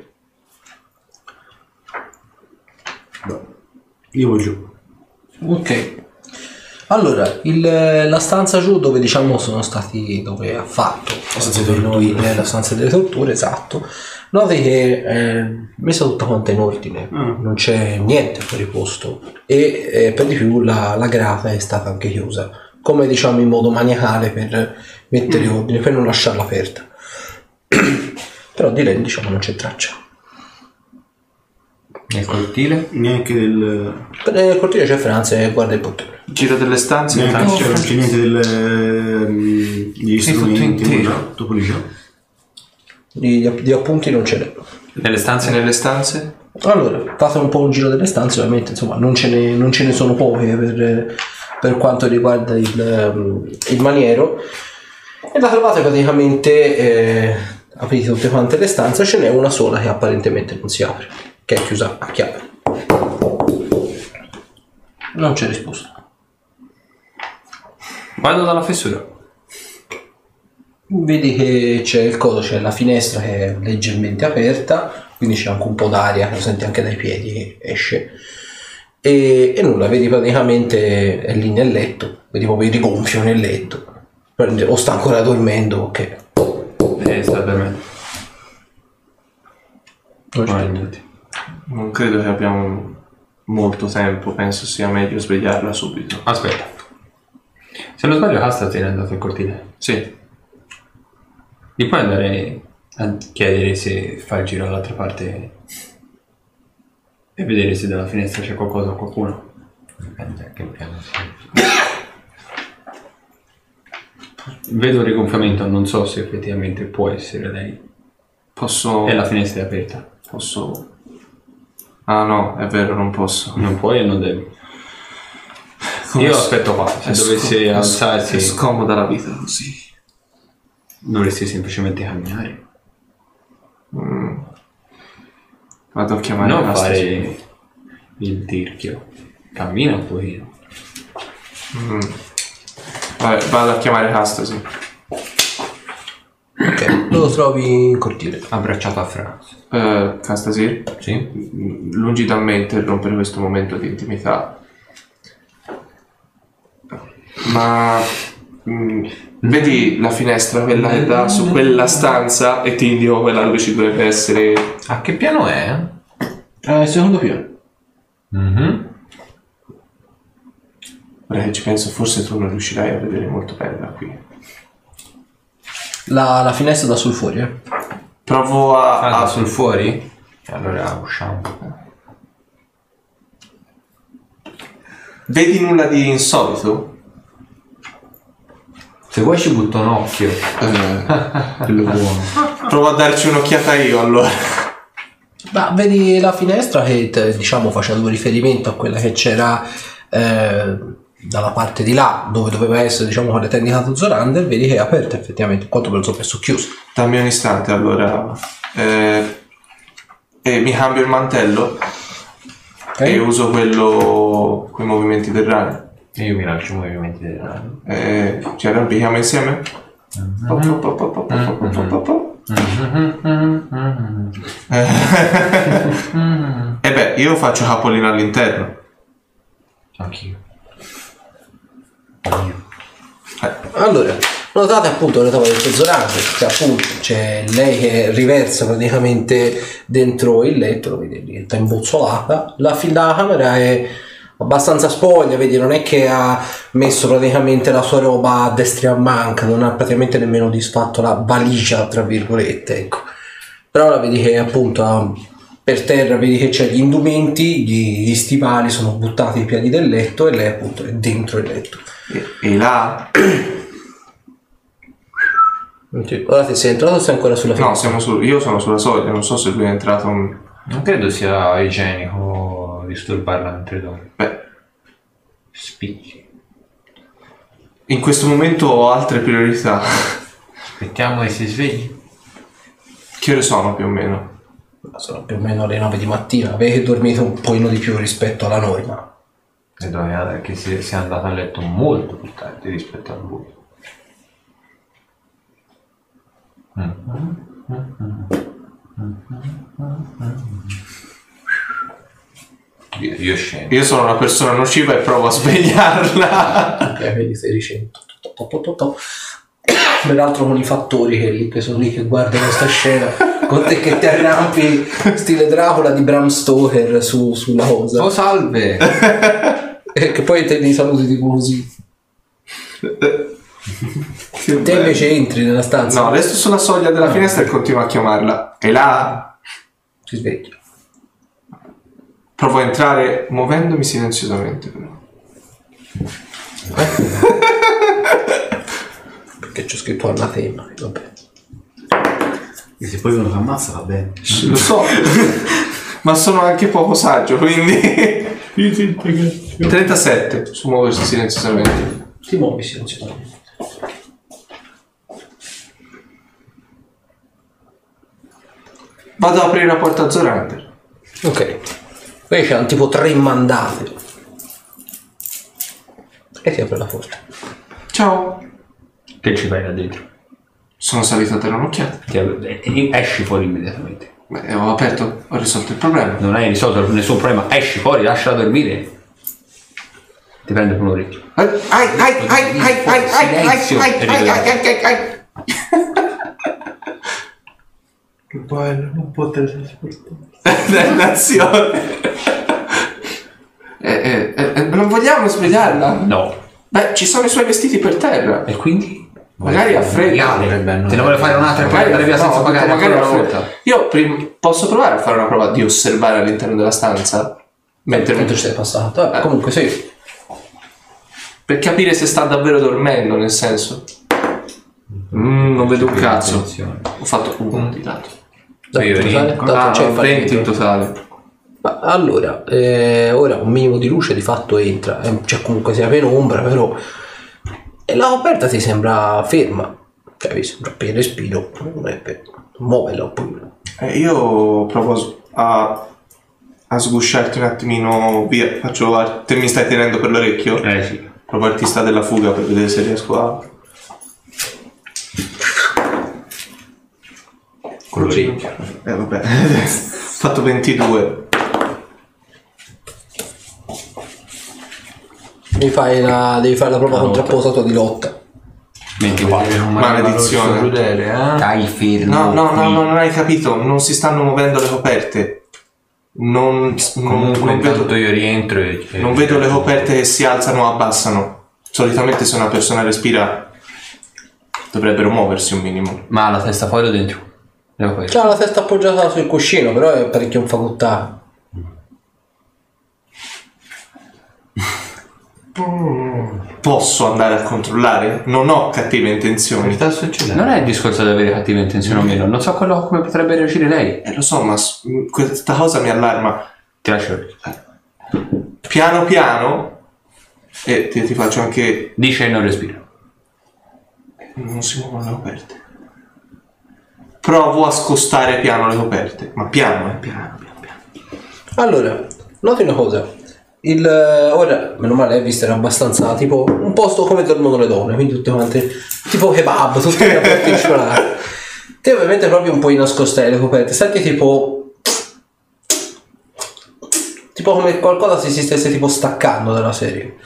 Io vado giù. Ok. Allora, la stanza giù dove diciamo sono stati, dove ha fatto stanza dove delle noi, torture. la stanza delle torture, esatto. Noti che è messa tutta quanta in ordine, non c'è niente fuori posto e per di più la grata è stata anche chiusa, come diciamo in modo maniacale per mettere ordine, per non lasciarla aperta. Però di lei diciamo non c'è traccia. Nel cortile? Neanche del... Nel cortile c'è Franz e guarda il portone. Giro delle stanze Neanche intanto. c'è niente degli strumenti, intero. tutto pulito. Di appunti non ce n'è. Nelle stanze? Nelle stanze? Allora, fate un po' un giro delle stanze, ovviamente, insomma, non ce ne sono poche per quanto riguarda il maniero. E la trovate praticamente, aprite tutte quante le stanze, ce n'è una sola che apparentemente non si apre, che è chiusa a chiave. Non c'è risposta. Vado dalla fessura. Vedi che c'è il codo, c'è la finestra che è leggermente aperta, quindi c'è anche un po' d'aria, lo senti anche dai piedi che esce. E nulla, vedi praticamente è lì nel letto, vedi proprio il rigonfio nel letto. O sta ancora dormendo, ok. Sta dormendo. Non credo che abbiamo molto tempo, penso sia meglio svegliarla subito. Aspetta. Se non sbaglio Casta se n'è andato al cortile. Sì. Gli puoi andare a chiedere se fa il giro dall'altra parte e vedere se dalla finestra c'è qualcosa o qualcuno. Dipende a che piano sei. Vedo il rigonfiamento, non so se effettivamente può essere lei. Posso... E la finestra è aperta. Posso... Ah no, è vero, non posso. Non puoi e non devi. Come Io s- aspetto qua, se è dovessi è alzarsi scomoda la vita così. dovresti semplicemente camminare. Vado a chiamare Non Casta. fare il tirchio. Cammina un pochino. Vabbè, vado a chiamare Castasi. Ok, lo trovi in cortile. Abbracciato a Franz. Castasi? Sì? Lungi da me interrompere questo momento di intimità. Ma... vedi la finestra, quella che dà su quella stanza e ti indico quella dove ci dovrebbe essere... A che piano è? Secondo piano. Ora che ci penso, forse tu non riuscirai a vedere molto bene da qui. La finestra da sul fuori, Provo a... Ah, sul fuori? Allora usciamo. Vedi nulla di insolito? Se vuoi ci butto un occhio. Quello buono. Provo a darci un'occhiata io allora. Ma vedi la finestra che diciamo facendo riferimento a quella che c'era dalla parte di là, dove doveva essere, diciamo, quella tecnica di Zorander, vedi che è aperta effettivamente, quanto per il soppresso chiuso. Dammi un istante allora. Mi cambio il mantello e uso quei movimenti del ragno. E io mi lancio i movimenti del ragno. Ci arrampichiamo insieme? E beh, io faccio capolino all'interno. Anch'io. Allora, notate appunto le tavole del Zorander, che appunto c'è lei che riversa praticamente dentro il letto, lo vedi lì, sta imbozzolata. La camera è abbastanza spoglia, vedi, non è che ha messo praticamente la sua roba a destra e a manca, non ha praticamente nemmeno disfatto la valigia, tra virgolette, ecco. Però la vedi che appunto per terra, vedi che c'è gli indumenti, gli stivali sono buttati ai piedi del letto e lei appunto è dentro il letto. E là? Ora ti sei entrato o sei ancora sulla finestra? No, io sono sulla soglia, non so se lui è entrato. Non credo sia igienico disturbarla mentre dorme. Beh, Spicci. in questo momento ho altre priorità. Aspettiamo che si svegli. Che ore sono più o meno? Sono più o meno le 9 di mattina, avete dormito un pochino di più rispetto alla norma. Credo che sia andata a letto molto più tardi rispetto a lui. Io scendo. Io sono una persona nociva e provo a svegliarla. Vedi, sei ricento. Peraltro con i fattori che sono lì che guardano questa scena, con te che ti arrampi stile Dracula di Bram Stoker sulla cosa. Oh, salve! E che poi te li saluti tipo così. Te invece entri nella stanza. No, resto sulla soglia della finestra e continuo a chiamarla. E là Si sveglia. provo a entrare muovendomi silenziosamente però. Perché c'ho scritto anatema, vabbè. E se poi uno ti ammazza va bene. Lo so, ma sono anche poco saggio, quindi 37 su muoversi silenziosamente. Ti muovi silenziosamente. Vado ad aprire la porta a Zorander. Ok. Qui c'erano tipo 3 mandate. E ti apre la porta. Ciao. Che ci fai là dentro? Sono salito a dare un'occhiata. Esci fuori immediatamente. Beh, ho aperto, ho risolto il problema. Non hai risolto nessun problema, esci fuori, lasciala dormire. Ti prendo per un orecchio. Silenzio, Che bello, non può teletrasportare. Dannazione. Non vogliamo svegliarla? No. Beh, ci sono i suoi vestiti per terra. E quindi? Magari ha freddo. Te ne vuole fare un'altra e poi andare via senza pagare magari ancora una ha volta. freddo. Io posso provare a fare una prova di osservare all'interno della stanza? Mentre ci sei passato. Comunque sei. Per capire se sta davvero dormendo, nel senso. Non vedo un cazzo. Ho fatto uno di lato. C'è 20 in totale. Ma allora, ora un minimo di luce di fatto entra, c'è comunque sia penombra, però e la coperta ti sembra ferma, cioè mi sembra appena respiro, non è per muoverla un po'. Io provo a sgusciarti un attimino via, te mi stai tenendo per l'orecchio? Sì. Provo artista della fuga per vedere se riesco a... Con l'orecchio. Vabbè, ho fatto 22. Devi fare la prova contrapposta di lotta. 24. Maledizione. Crudele, Dai fermo. No, non hai capito, non si stanno muovendo le coperte. Non intanto vedo, io rientro e non vedo le coperte che si alzano o abbassano. Solitamente se una persona respira dovrebbero muoversi un minimo. Ma la testa fuori o dentro? C'ha la testa appoggiata sul cuscino, però è parecchio infagottata. Posso andare a controllare? Non ho cattive intenzioni. sta succedendo? Non è il discorso di avere cattive intenzioni o meno, non so come potrebbe reagire lei. Lo so, ma questa cosa mi allarma. Ti lascio. Piano piano E ti faccio anche... Dice non respira. Non si muovono le coperte. Provo a scostare piano le coperte. Ma piano, piano. Allora, noti una cosa. Ora, meno male, visto era abbastanza tipo un posto come dormono le donne, quindi tutte quante tipo kebab, tutte le partecipate. Te ovviamente proprio un po' nascostare le coperte, senti tipo come qualcosa si stesse tipo staccando dalla serie.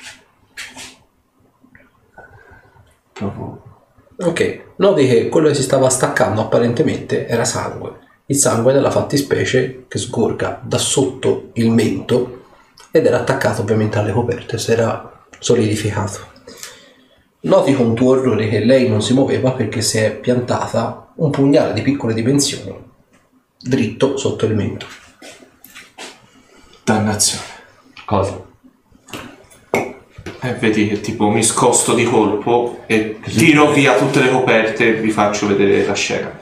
Provo. Ok, noti che quello che si stava staccando apparentemente era sangue. Il sangue della fattispecie che sgorga da sotto il mento ed era attaccato ovviamente alle coperte, si era solidificato. Noti con tuo orrore che lei non si muoveva perché si è piantata un pugnale di piccole dimensioni dritto sotto il mento. Dannazione. Cosa? E vedi che tipo mi scosto di colpo e tiro via tutte le coperte e vi faccio vedere la scena.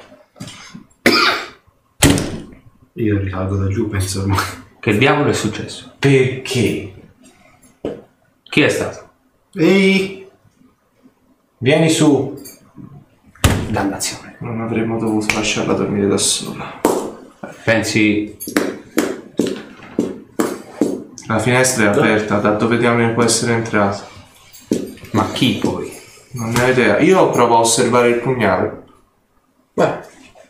Io risalgo da giù, penso ormai. Che diavolo è successo? Perché? Chi è stato? Ehi! Vieni su. Dannazione. Non avremmo dovuto lasciarla dormire da sola. Pensi... La finestra è aperta, da dove diamine può essere entrata? Ma chi poi? Non ne ho idea. Io provo a osservare il pugnale. Beh,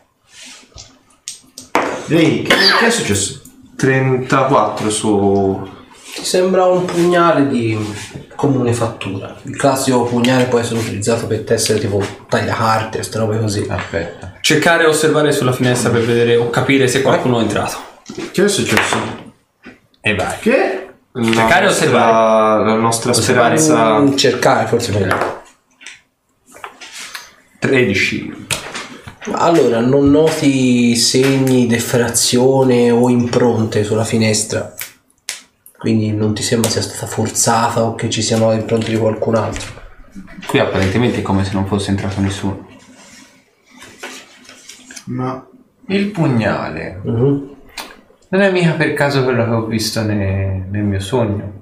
Ehi, che è successo? 34 su... ti sembra un pugnale di comune fattura. Il classico pugnale può essere utilizzato per tessere tipo tagliacarte, queste robe così. Aspetta. Cercare e osservare sulla finestra per vedere o capire se qualcuno è entrato. Che è successo? E vai. Che? Cercare o osservare? La nostra Osservare. speranza... Cercare forse meglio. 13. Allora, non noti segni di effrazione o impronte sulla finestra, quindi non ti sembra sia stata forzata o che ci siano impronte di qualcun altro. Qui apparentemente è come se non fosse entrato nessuno. Ma Il pugnale. Mhm. Non è mica per caso quello che ho visto nel mio sogno.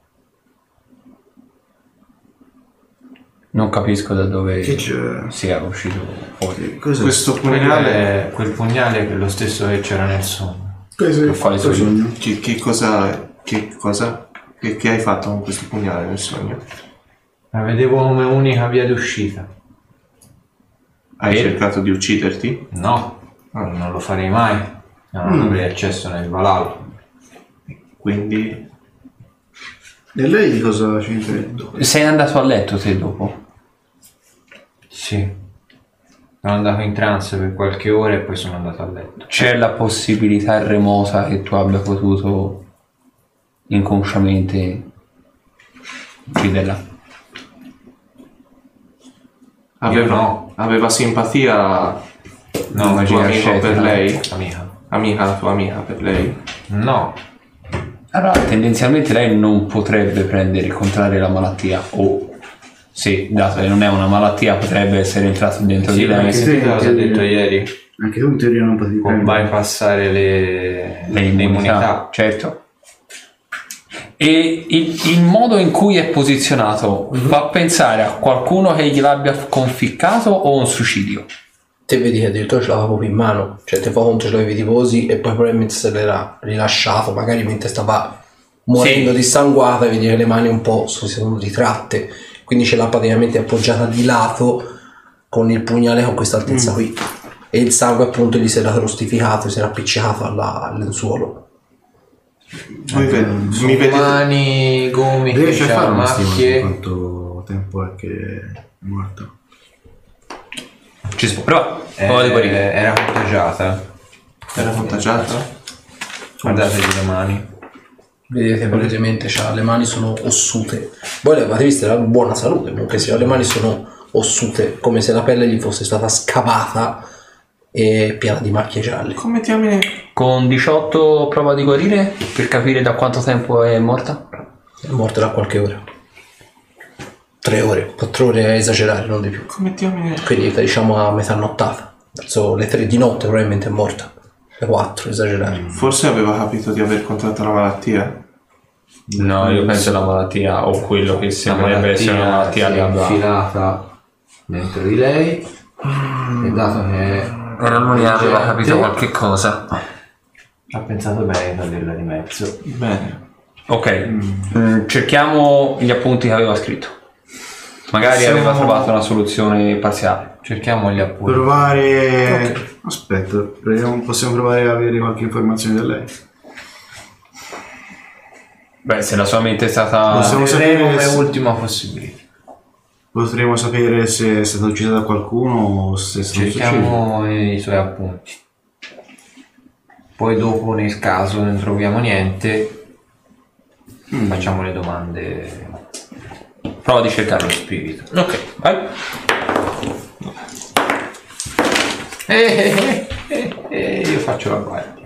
Non capisco da dove che c'è? sia uscito fuori. Cos'è? Questo Quello pugnale... è quel pugnale che è lo stesso che c'era nel sogno. Cos'è? Quale Cosa sogno? Che cosa... Che cosa? Che hai fatto con questo pugnale nel sogno? La vedevo come unica via d'uscita. Hai cercato di ucciderti? No, non lo farei mai. Non avrei accesso nel Valhalla. Quindi... E lei di cosa ci intendo? Sei andato a letto te dopo? Sì. Sono andato in trance per qualche ora e poi sono andato a letto. C'è la possibilità remota che tu abbia potuto inconsciamente ucciderla? Aveva simpatia No, il tuo magia amico scelta, per lei? Amica. La tua amica per lei? No. Allora, tendenzialmente lei non potrebbe prendere e contrarre la malattia, o sì, dato che non è una malattia, potrebbe essere entrato dentro di lei. sì. Che cosa ho detto ieri? Anche tu in teoria non potevi Può prendere. bypassare le Immunità, certo. E il modo in cui è posizionato fa pensare a qualcuno che gliel'abbia conficcato o un suicidio? Te vedi che addirittura ce l'aveva proprio in mano, cioè te fa conto ce l'avevi tifosi e poi probabilmente se l'era rilasciato magari mentre stava morendo dissanguata, e vedi che le mani un po' si sono ritratte, quindi ce l'ha praticamente appoggiata di lato con il pugnale con questa altezza qui, e il sangue appunto gli si era rostificato, si era appiccicato al lenzuolo. Voi mi vedete? mani, gomiti, Riesci a fare una stima di macchie. quanto tempo è che è morta? Ci si può provare. Era contagiata. Era contagiata? Guardategli le mani. Vedete palesemente le mani sono ossute. Voi le avete viste, era in buona salute, comunque sia, le mani sono ossute, come se la pelle gli fosse stata scavata e piena di macchie gialle. Come diamine? Con 18 prova di guarire per capire da quanto tempo è morta? È morta da qualche ora. 3 ore, 4 ore a esagerare, non di più. Come diamine? Quindi diciamo a metà nottata, verso le 3 di notte probabilmente è morta. Le 4, esagerare. Forse aveva capito di aver contratto la malattia. No, io penso la malattia o quello che sembrerebbe essere una malattia si li è abbia. infilata dentro di lei e dato che Era l'unica che aveva capito qualche cosa. ha pensato bene di toglierla di mezzo. Bene. Ok, cerchiamo gli appunti che aveva scritto. Magari aveva trovato una soluzione parziale. Cerchiamo gli appunti. Provare... Aspetta, possiamo provare a avere qualche informazione da lei. Beh, se la sua mente è stata... Possiamo sapere come se- ultima possibilità. Potremo sapere se è stata uccisa da qualcuno o se è stato suicidio. Cerchiamo i suoi appunti. Poi dopo, nel caso non troviamo niente, facciamo le domande. Prova di cercare Lo spirito. Ok, vai. Io faccio la guardia.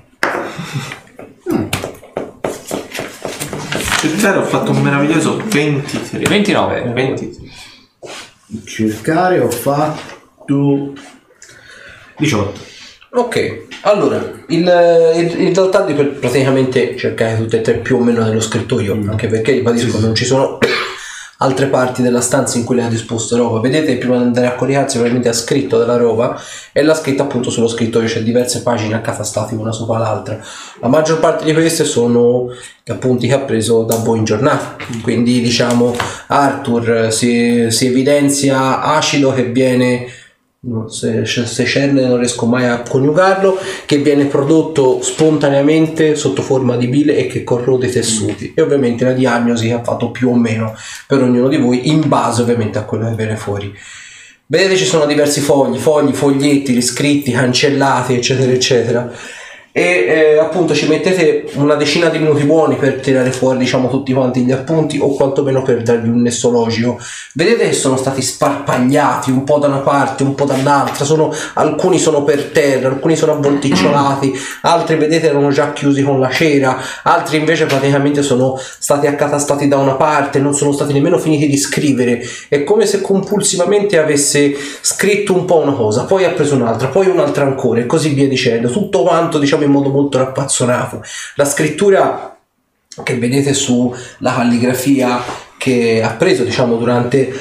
Cercare ho fatto un meraviglioso 23. 29. 23. Cercare ho fatto 18. Ok, allora, in realtà praticamente cercare tutte e tre più o meno nello scrittoio, anche perché ribadisco non ci sono altre parti della stanza in cui lei ha disposto roba. Vedete, prima di andare a coricarsi probabilmente ha scritto della roba e l'ha scritta appunto sullo scrittoio, c'è diverse pagine accatastate una sopra l'altra. La maggior parte di queste sono gli appunti che ha preso da voi in giornata, quindi diciamo Arthur si evidenzia acido che viene... se cerne non riesco mai a coniugarlo, che viene prodotto spontaneamente sotto forma di bile e che corrode i tessuti, e ovviamente la diagnosi che ha fatto più o meno per ognuno di voi in base ovviamente a quello che viene fuori. Vedete, ci sono diversi foglietti riscritti, cancellati, eccetera eccetera, e appunto ci mettete una decina di minuti buoni per tirare fuori diciamo tutti quanti gli appunti, o quantomeno per dargli un nesso logico. Vedete che sono stati sparpagliati un po' da una parte, un po' dall'altra, alcuni sono per terra, alcuni sono avvolticciolati, altri vedete erano già chiusi con la cera, altri invece praticamente sono stati accatastati da una parte, non sono stati nemmeno finiti di scrivere. È come se compulsivamente avesse scritto un po' una cosa, poi ha preso un'altra, poi un'altra ancora e così via dicendo, tutto quanto diciamo in modo molto rappazzonato. La scrittura che vedete sulla calligrafia che ha preso diciamo durante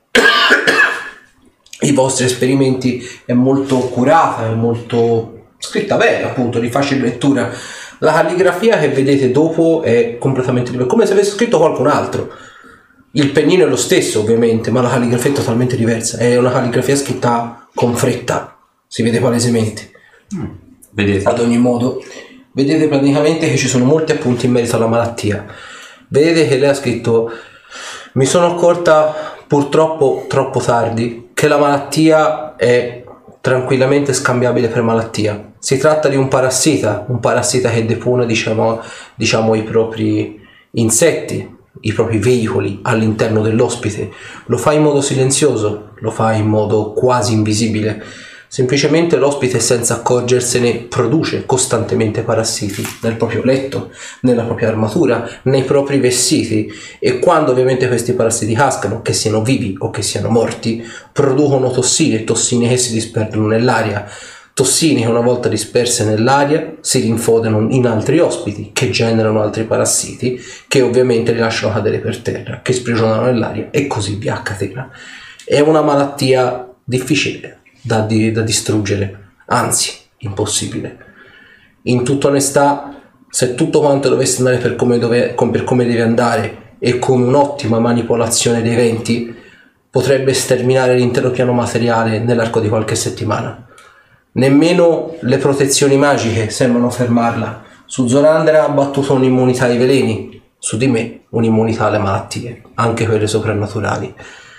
i vostri esperimenti è molto curata, è molto scritta bene, appunto di facile lettura. La calligrafia che vedete dopo è completamente diversa, come se avesse scritto qualcun altro. Il pennino è lo stesso ovviamente, ma la calligrafia è totalmente diversa, è una calligrafia scritta con fretta, si vede palesemente. Vedete? Ad ogni modo, vedete praticamente che ci sono molti appunti in merito alla malattia. Vedete che lei ha scritto: mi sono accorta purtroppo troppo tardi che la malattia è tranquillamente scambiabile per malattia. Si tratta di un parassita che depone diciamo i propri insetti, i propri veicoli all'interno dell'ospite. Lo fa in modo silenzioso, lo fa in modo quasi invisibile. Semplicemente l'ospite, senza accorgersene, produce costantemente parassiti nel proprio letto, nella propria armatura, nei propri vestiti, e quando ovviamente questi parassiti cascano, che siano vivi o che siano morti, producono tossine che si disperdono nell'aria, tossine che una volta disperse nell'aria si rinfodono in altri ospiti che generano altri parassiti che ovviamente li lasciano cadere per terra, che sprigionano nell'aria e così via a catena. È una malattia difficile da distruggere, anzi impossibile. In tutta onestà, se tutto quanto dovesse andare per come deve andare e con un'ottima manipolazione dei venti, potrebbe sterminare l'intero piano materiale nell'arco di qualche settimana. Nemmeno le protezioni magiche sembrano fermarla. Su Zorandera ha battuto un'immunità ai veleni, su di me un'immunità alle malattie, anche quelle soprannaturali.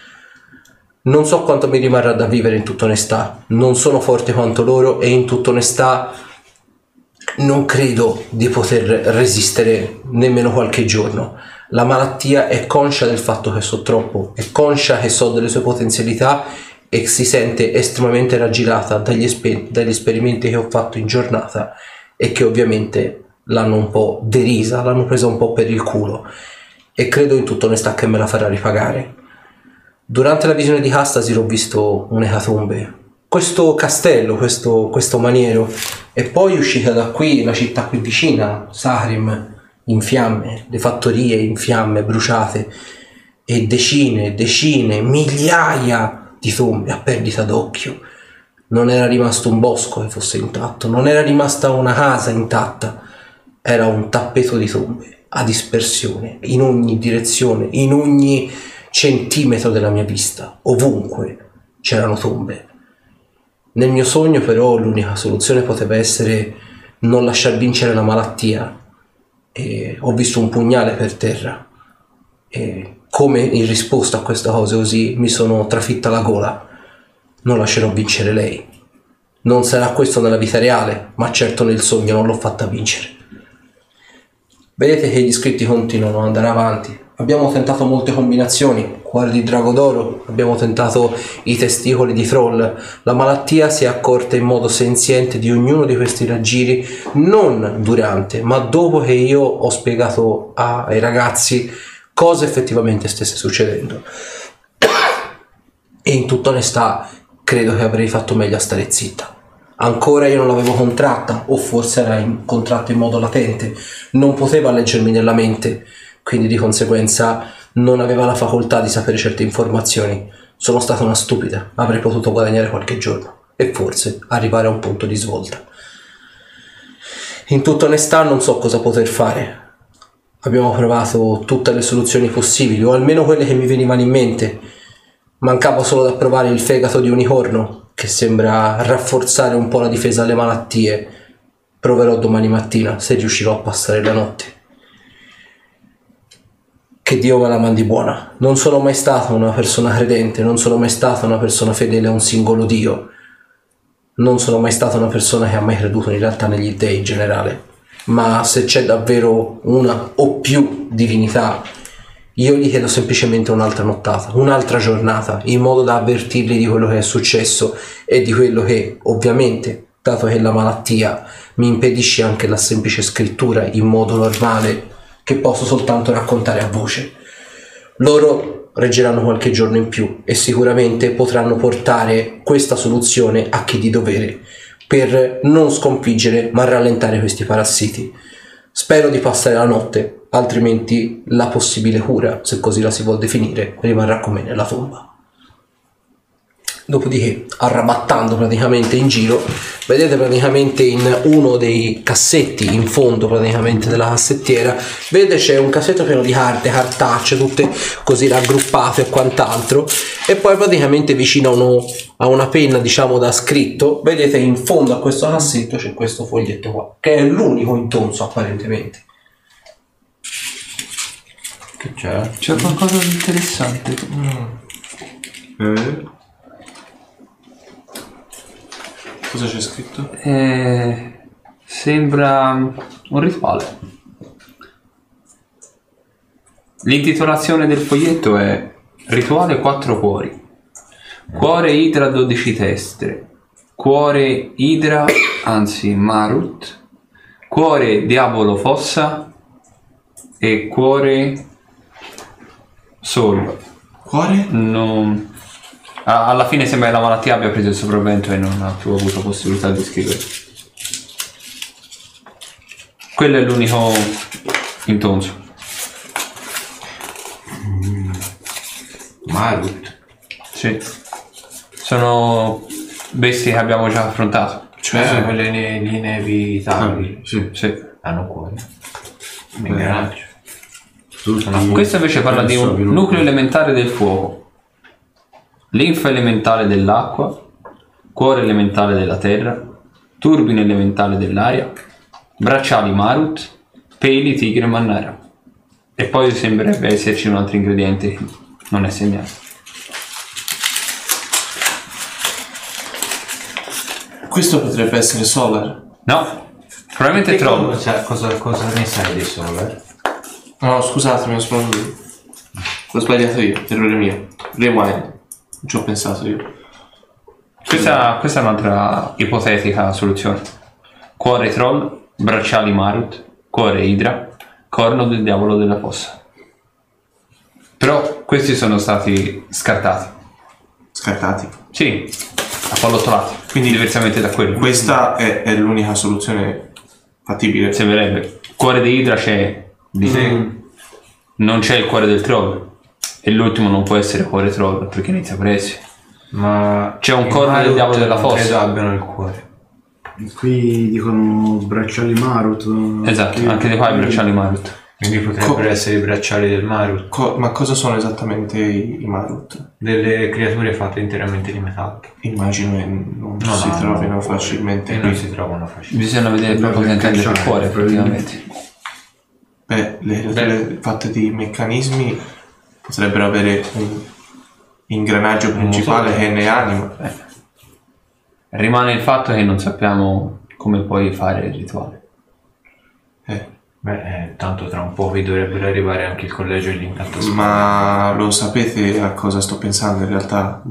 Non so quanto mi rimarrà da vivere, in tutta onestà. Non sono forte quanto loro e in tutta onestà non credo di poter resistere nemmeno qualche giorno. La malattia è conscia del fatto che so troppo, è conscia che so delle sue potenzialità e si sente estremamente raggirata dagli esperimenti che ho fatto in giornata e che ovviamente l'hanno un po' derisa, l'hanno presa un po' per il culo, e credo in tutta onestà che me la farà ripagare. Durante la visione di Castasir ho visto un'ecatombe, questo castello, questo maniero, e poi uscita da qui, la città qui vicina, Sahrim, in fiamme, le fattorie in fiamme, bruciate, e decine, migliaia di tombe a perdita d'occhio. Non era rimasto un bosco che fosse intatto, non era rimasta una casa intatta, era un tappeto di tombe a dispersione, in ogni direzione, in ogni centimetro della mia vista, ovunque c'erano tombe. Nel mio sogno però l'unica soluzione poteva essere non lasciar vincere la malattia, e ho visto un pugnale per terra e come in risposta a questa cosa così mi sono trafitta la gola. Non lascerò vincere lei. Non sarà questo nella vita reale, ma certo nel sogno non l'ho fatta vincere. Vedete che gli scritti continuano ad andare avanti. Abbiamo tentato molte combinazioni, cuore di drago d'oro, abbiamo tentato i testicoli di troll. La malattia si è accorta in modo senziente di ognuno di questi raggiri, non durante, ma dopo che io ho spiegato ai ragazzi cosa effettivamente stesse succedendo. E in tutta onestà credo che avrei fatto meglio a stare zitta. Ancora io non l'avevo contratta, o forse era contratta in modo latente, non poteva leggermi nella mente, quindi di conseguenza non aveva la facoltà di sapere certe informazioni. Sono stata una stupida, avrei potuto guadagnare qualche giorno e forse arrivare a un punto di svolta. In tutta onestà non so cosa poter fare. Abbiamo provato tutte le soluzioni possibili, o almeno quelle che mi venivano in mente. Mancava solo da provare il fegato di unicorno, che sembra rafforzare un po' la difesa alle malattie. Proverò domani mattina se riuscirò a passare la notte. Che Dio me la mandi buona. Non sono mai stata una persona credente, non sono mai stata una persona fedele a un singolo Dio. Non sono mai stata una persona che ha mai creduto in realtà negli dei in generale. Ma se c'è davvero una o più divinità, io gli chiedo semplicemente un'altra nottata, un'altra giornata, in modo da avvertirli di quello che è successo e di quello che, ovviamente, dato che la malattia mi impedisce anche la semplice scrittura in modo normale, che posso soltanto raccontare a voce. Loro reggeranno qualche giorno in più e sicuramente potranno portare questa soluzione a chi di dovere, per non sconfiggere ma rallentare questi parassiti. Spero di passare la notte, altrimenti la possibile cura, se così la si vuol definire, rimarrà con me nella tomba. Dopodiché, arrabattando praticamente in giro, vedete praticamente in uno dei cassetti in fondo praticamente della cassettiera, vedete c'è un cassetto pieno di carte, cartacce, tutte così raggruppate e quant'altro, e poi praticamente vicino a una penna, diciamo, da scritto, vedete in fondo a questo cassetto c'è questo foglietto qua, che è l'unico intonso apparentemente. Che c'è? C'è qualcosa di interessante. Cosa c'è scritto? Sembra un rituale. L'intitolazione del foglietto è Rituale 4 cuori. Cuore Idra 12 teste. Cuore Idra, anzi Marut. Cuore Diavolo Fossa. E cuore Sol. Cuore? Non... Alla fine sembra che la malattia abbia preso il sopravvento e non ha più avuto possibilità di scrivere. Quello è l'unico intonso. Marut. Sì. Sono bestie che abbiamo già affrontato. Cioè quelle inevitabili. Sì. Sì. Hanno cuore. Un ingranaggio. Questo invece parla di un nucleo elementare del fuoco, linfa elementale dell'acqua, cuore elementale della terra, turbine elementale dell'aria, bracciali Marut, peli tigre mannara. E poi sembrerebbe esserci un altro ingrediente che non è segnato. Questo potrebbe essere Solar. No, probabilmente troll. Cosa ne sai dei Solar? No, scusatemi, l'ho sbagliato io, errore mio. Rewind. Non ci ho pensato io. Questa è un'altra ipotetica soluzione. Cuore troll, bracciali Marut, cuore Idra, corno del diavolo della fossa. Però questi sono stati scartati. Scartati. Sì, appallottolati. Quindi diversamente da quello. Questa è l'unica soluzione fattibile. Sembrerebbe. Cuore di Idra c'è Non c'è il cuore del troll. E l'ultimo non può essere cuore troll perché inizia presto. Ma c'è un corno del diavolo della fossa. Credo abbiano il cuore. Qui dicono bracciali Marut. Esatto, anche dei qua i bracciali Marut. Quindi potrebbero essere i bracciali del Marut. Ma cosa sono esattamente i Marut? Delle creature fatte interamente di metallo. Immagino che non si trovino facilmente. Non si trovano facilmente. Bisogna vedere proprio cosa intende il cuore, effettivamente. Beh, le creature fatte di meccanismi potrebbero avere un ingranaggio principale che ne anima. Rimane il fatto che non sappiamo come puoi fare il rituale. Tanto tra un po' vi dovrebbero arrivare anche il collegio e l'incanto. Ma lo sapete a cosa sto pensando in realtà?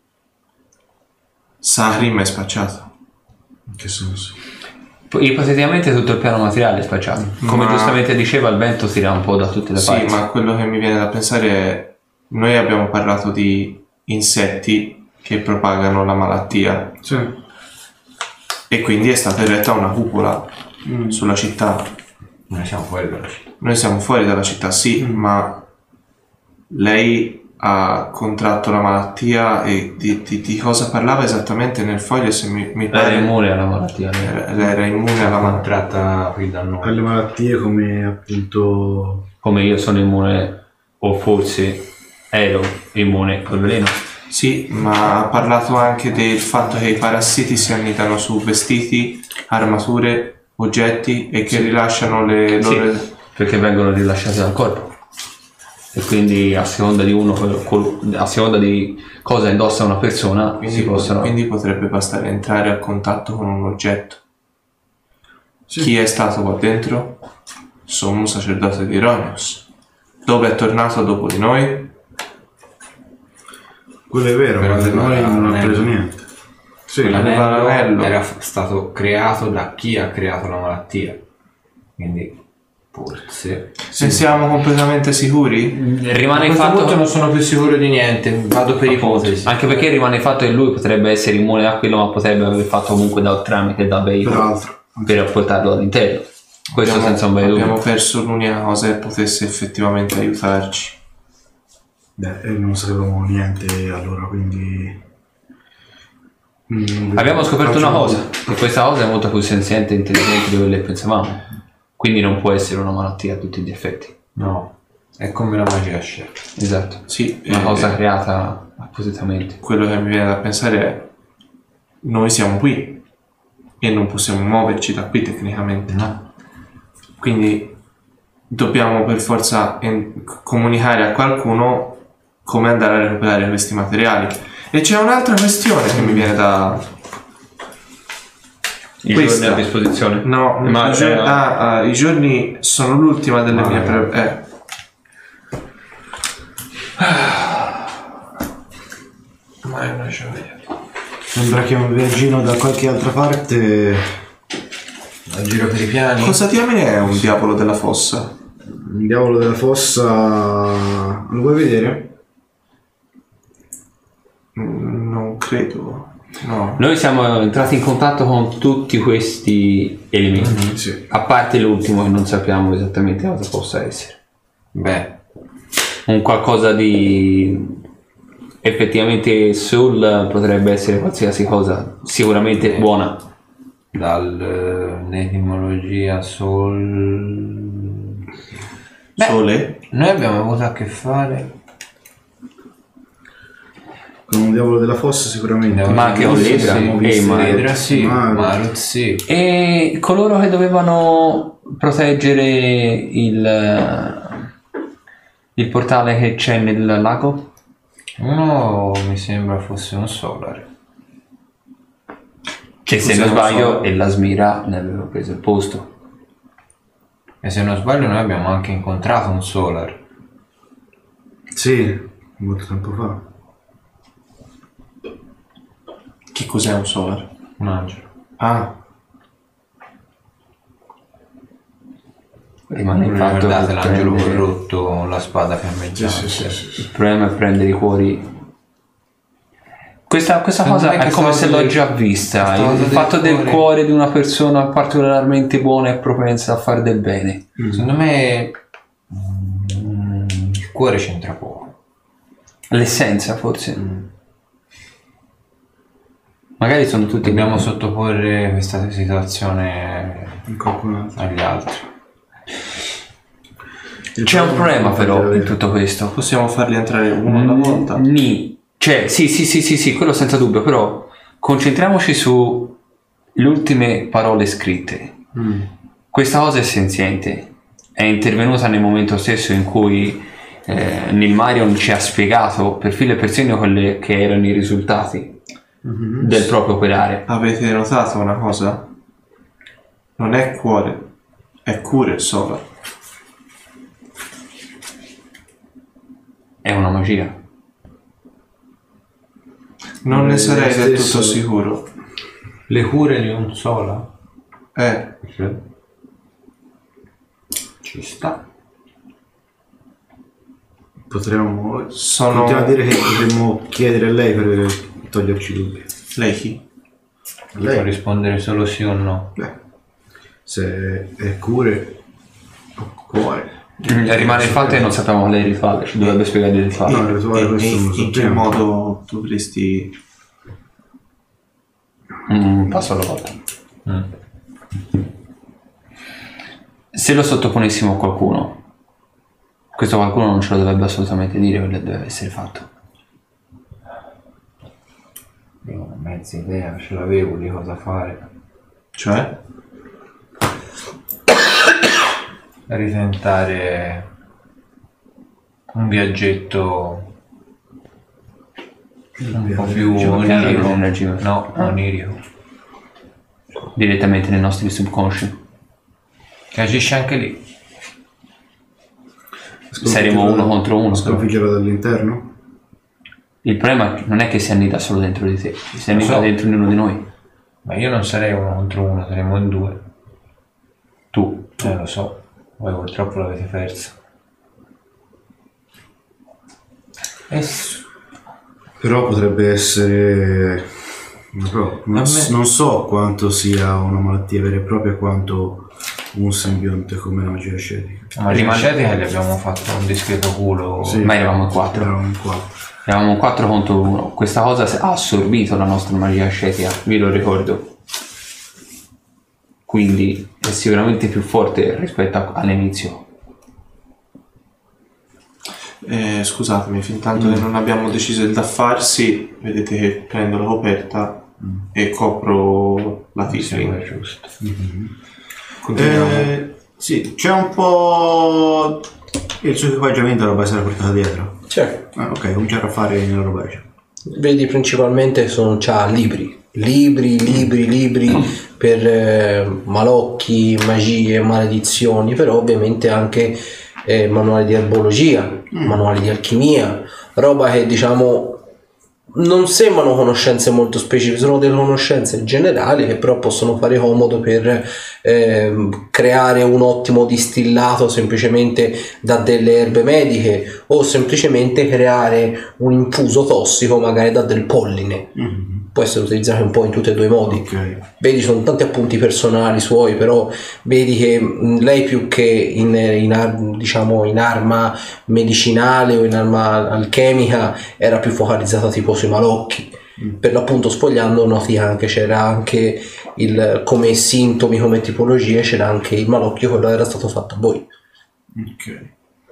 Sarim è spacciato. In che senso? Ipoteticamente tutto il piano materiale è spacciato. Come giustamente diceva, il vento tira un po' da tutte le parti. Sì, ma quello che mi viene da pensare è: noi abbiamo parlato di insetti che propagano la malattia. Sì. E quindi è stata eretta una cupola sulla città. Noi siamo fuori dalla città. Noi siamo fuori dalla città, sì, ma lei ha contratto la malattia e di cosa parlava esattamente nel foglio? Se mi pare... Era immune alla malattia. Era immune alla malattia. Tratta qui da noi. Alle malattie come appunto... Come io sono immune, o forse ero immune col veleno. Sì, ma ha parlato anche del fatto che i parassiti si annidano su vestiti, armature, oggetti e che rilasciano le loro... Sì, perché vengono rilasciati dal corpo. E quindi a seconda di a seconda di cosa indossa una persona quindi potrebbe bastare entrare a contatto con un oggetto. Sì. Chi è stato qua dentro? Sommo sacerdote di Ironios. Dove è tornato dopo di noi? Quello è vero, ma da noi non ha preso niente. Sì, l'anello era stato creato da chi ha creato la malattia. Quindi forse... Se siamo completamente sicuri? Rimane il fatto che non sono più sicuro di niente, vado per ipotesi. Anche perché rimane il fatto che lui potrebbe essere immune a quello, ma potrebbe aver fatto comunque da tramite da veicolo per portarlo all'interno. Questo senza un bel dubbio. Abbiamo perso l'unica cosa che potesse effettivamente aiutarci. Non sapevamo niente allora, quindi... Abbiamo scoperto una cosa, che questa cosa è molto più senziente e intelligente di quello che pensavamo. Quindi non può essere una malattia a tutti gli effetti. No, è come la magia scelta. Esatto. Sì, una cosa creata appositamente. Quello che mi viene da pensare è: noi siamo qui e non possiamo muoverci da qui tecnicamente. No. Quindi dobbiamo per forza comunicare a qualcuno come andare a recuperare questi materiali. E c'è un'altra questione che mi viene da... I giorni a disposizione? No, i giorni sono l'ultima delle mie Ma è una gioia. Sembra che un viaggino da qualche altra parte... A giro per i piani. Cosa diamine è un diavolo della fossa? Il diavolo della fossa... Lo vuoi vedere? Non credo. No. Noi siamo entrati in contatto con tutti questi elementi, sì. A parte l'ultimo che non sappiamo esattamente cosa possa essere. Un qualcosa di effettivamente Soul potrebbe essere qualsiasi cosa, sicuramente buona. Dall'etimologia Soul... Sole? Noi abbiamo avuto a che fare con un diavolo della fossa sicuramente, ma anche con l'Edra Marut sì. E coloro che dovevano proteggere il portale che c'è nel lago? No, mi sembra fosse un Solar. Che se non sbaglio e la Smira ne aveva preso il posto. E se non sbaglio noi abbiamo anche incontrato un Solar. Sì, molto tempo fa. Che cos'è un Solar? Un angelo. Rimane il fatto che l'angelo corrotto con la spada fiammeggiante. Sì. Il problema è prendere i cuori. Questa cosa è come se l'ho già vista. Il fatto del cuore di una persona particolarmente buona e propensa a fare del bene. Secondo me Il cuore c'entra poco. L'essenza forse. Magari sono tutti... Dobbiamo sottoporre questa situazione In qualcun altro. agli altri. C'è un problema però in tutto questo. Possiamo farli entrare uno alla volta? Cioè, sì, quello senza dubbio, però concentriamoci su le ultime parole scritte. Questa cosa è senziente, è intervenuta nel momento stesso in cui Nilmarion ci ha spiegato per filo e per segno quelli che erano i risultati del proprio operare. Avete notato una cosa? Non è cuore, è cure sopra. È una magia. Non ne sarei del stesso- tutto sicuro. Le cure di un sola? Ci sta. Potremmo Sono... continuare a dire che potremmo chiedere a lei per toglierci dubbi. Lei chi? Può rispondere solo sì o no. Beh, se è cure o cuore. Rimane il fatto che non sappiamo lei il rituale, ci dovrebbe spiegare il rituale. No, il rituale questo non lo in che sappiamo. modo dovresti... Passo alla volta. Se lo sottoponessimo a qualcuno, questo qualcuno non ce lo dovrebbe assolutamente dire quello che deve essere fatto. Io una mezza idea ce l'avevo di cosa fare. Cioè? Ritentare un viaggetto un po' più onirico. No, onirico. Direttamente nei nostri subconsci. Che agisce anche lì. Saremo uno contro uno. però. Sconfiggerlo dall'interno? Il problema non è che si annida solo dentro di te, si annida so. dentro ognuno di noi. Ma io non sarei uno contro uno, saremmo in due. Tu. Lo so. Voi purtroppo l'avete perso. Però potrebbe essere... Non so quanto sia una malattia vera e propria quanto un simbionte come la magia ascetica. Ma rimanete gli abbiamo fatto un discreto culo. Sì. Ma eravamo in quattro. Eravamo in quattro. Eravamo 4 contro 1. Questa cosa ha assorbito la nostra magia ascetica, vi lo ricordo. Quindi è sicuramente più forte rispetto all'inizio. Scusatemi, fin tanto che non abbiamo deciso il da farsi, vedete che prendo la coperta e copro la Sembra tipa. giusto. Continuiamo. Sì, c'è un po'... Il suo equipaggiamento dovrebbe essere portato dietro. Cioè, Ok, cominciare a fare in rovescio. vedi principalmente c'ha libri per malocchi, magie, maledizioni, però ovviamente anche manuali di erbologia, manuali di alchimia, roba che diciamo non sembrano conoscenze molto specifiche, sono delle conoscenze generali che però possono fare comodo per creare un ottimo distillato semplicemente da delle erbe mediche o semplicemente creare un infuso tossico magari da del polline. Può essere utilizzato un po' in tutti e due i modi. Ok. Vedi, sono tanti appunti personali suoi, però vedi che lei più che diciamo in arma medicinale o in arma alchemica era più focalizzata tipo sui malocchi. Per l'appunto sfogliando noti anche c'era anche come sintomi, come tipologie, c'era anche il malocchio, quello era stato fatto a voi. Ok.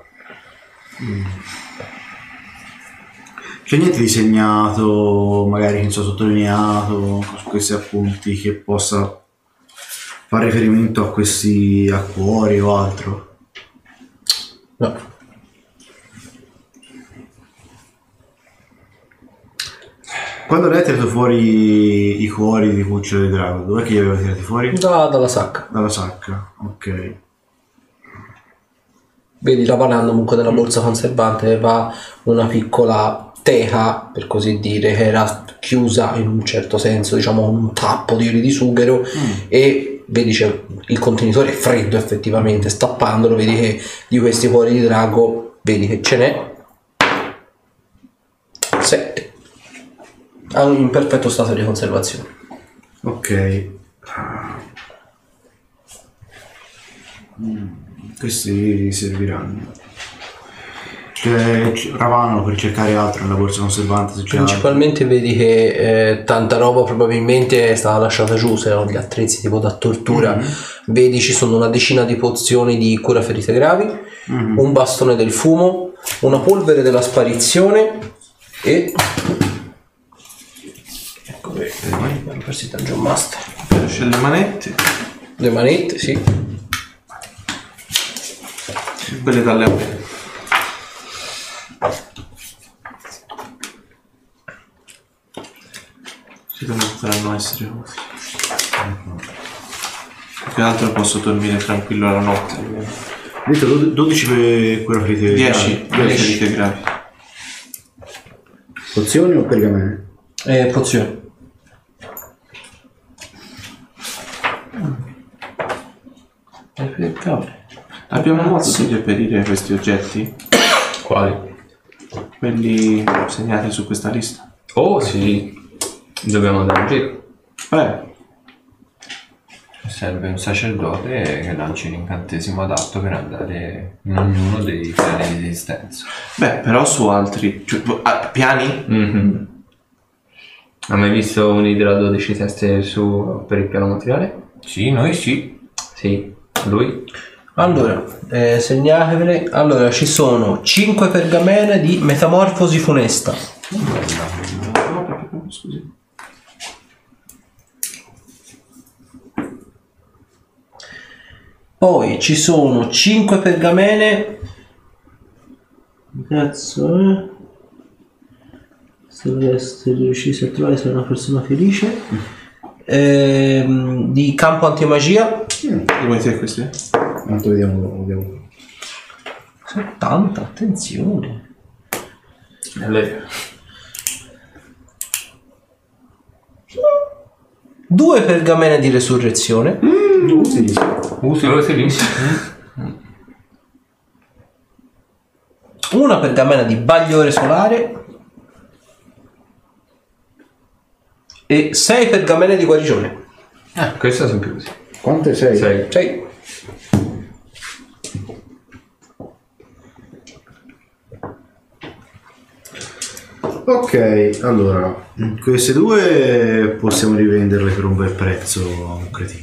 C'è niente disegnato, magari non so, sottolineato su questi appunti che possa fare riferimento a questi acquori o altro? No. Quando lei ha tirato fuori i cuori di cucciolo di drago, dov'è che li aveva tirati fuori? Dalla sacca. Dalla sacca, ok. Vedi la panna comunque nella borsa conservante aveva una piccola teca, per così dire, che era chiusa in un certo senso, diciamo con un tappo di sughero, e vedi c'è il contenitore è freddo effettivamente, stappandolo vedi che di questi cuori di drago vedi che ce n'è 7 in perfetto stato di conservazione. Ok. Questi serviranno. Ravanano per cercare altro nella borsa conservante. Se c'è Principalmente vedi che tanta roba probabilmente è stata lasciata giù, se erano gli attrezzi tipo da tortura. Vedi ci sono una decina di pozioni di cura ferite gravi, un bastone del fumo, una polvere della sparizione e ecco per il Dungeon Master. C'è le manette, Le manette, sì. quelle dalle aperte. Secondo me potranno essere utili. Più che altro posso dormire tranquillo la notte. detto 12 per cura ferite 10 gravi. ferite gravi. Pozioni o pergamene? Pozioni. Abbiamo modo di reperire questi oggetti? Quali? Quelli segnati su questa lista? Oh sì, dobbiamo andare in giro. Serve un sacerdote che lanci l'incantesimo adatto per andare in ognuno dei piani di esistenza. Beh, però su altri piani? Mm-hmm. Hai mai visto un idra 12 teste per il piano materiale? Sì, noi sì. Sì, lui? Allora, segnatevele. Allora, ci sono 5 pergamene di metamorfosi funesta. Scusi. Poi ci sono 5 pergamene. Cazzo, se vorreste riuscire a trovare sei una persona felice. Di campo antimagia. Li vuoi te questi? Quanto vediamo. 70, attenzione. Lei. 2 pergamene di resurrezione. Una pergamena di bagliore solare. E 6 pergamene di guarigione. Questo è sempre così. Quante sei? 6. Ok, allora, queste due possiamo rivenderle per un bel prezzo a un cretino.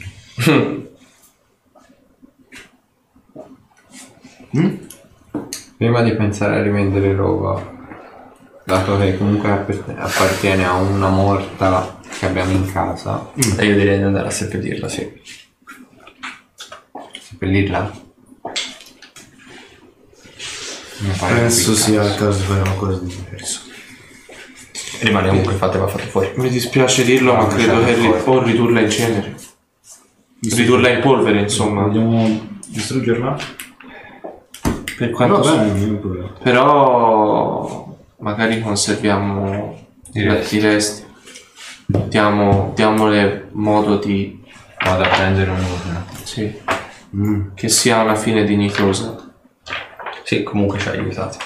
Prima di pensare a rivendere roba, dato che comunque appartiene a una morta che abbiamo in casa, E io direi di andare a seppellirla, sì. seppellirla? Mi pare Penso qui sia il caso di fare qualcosa di diverso. Rimane comunque fatta, va fatto fuori. Mi dispiace dirlo, ma credo che o ridurla in cenere. Ridurla in polvere, insomma. Vogliamo distruggerla? Per quanto No, so. bene, non è un problema. Però magari conserviamo i resti. Diamole modo di... vado a prendere un'urna. Sì. Che sia una fine dignitosa. Sì, comunque ci ha aiutato.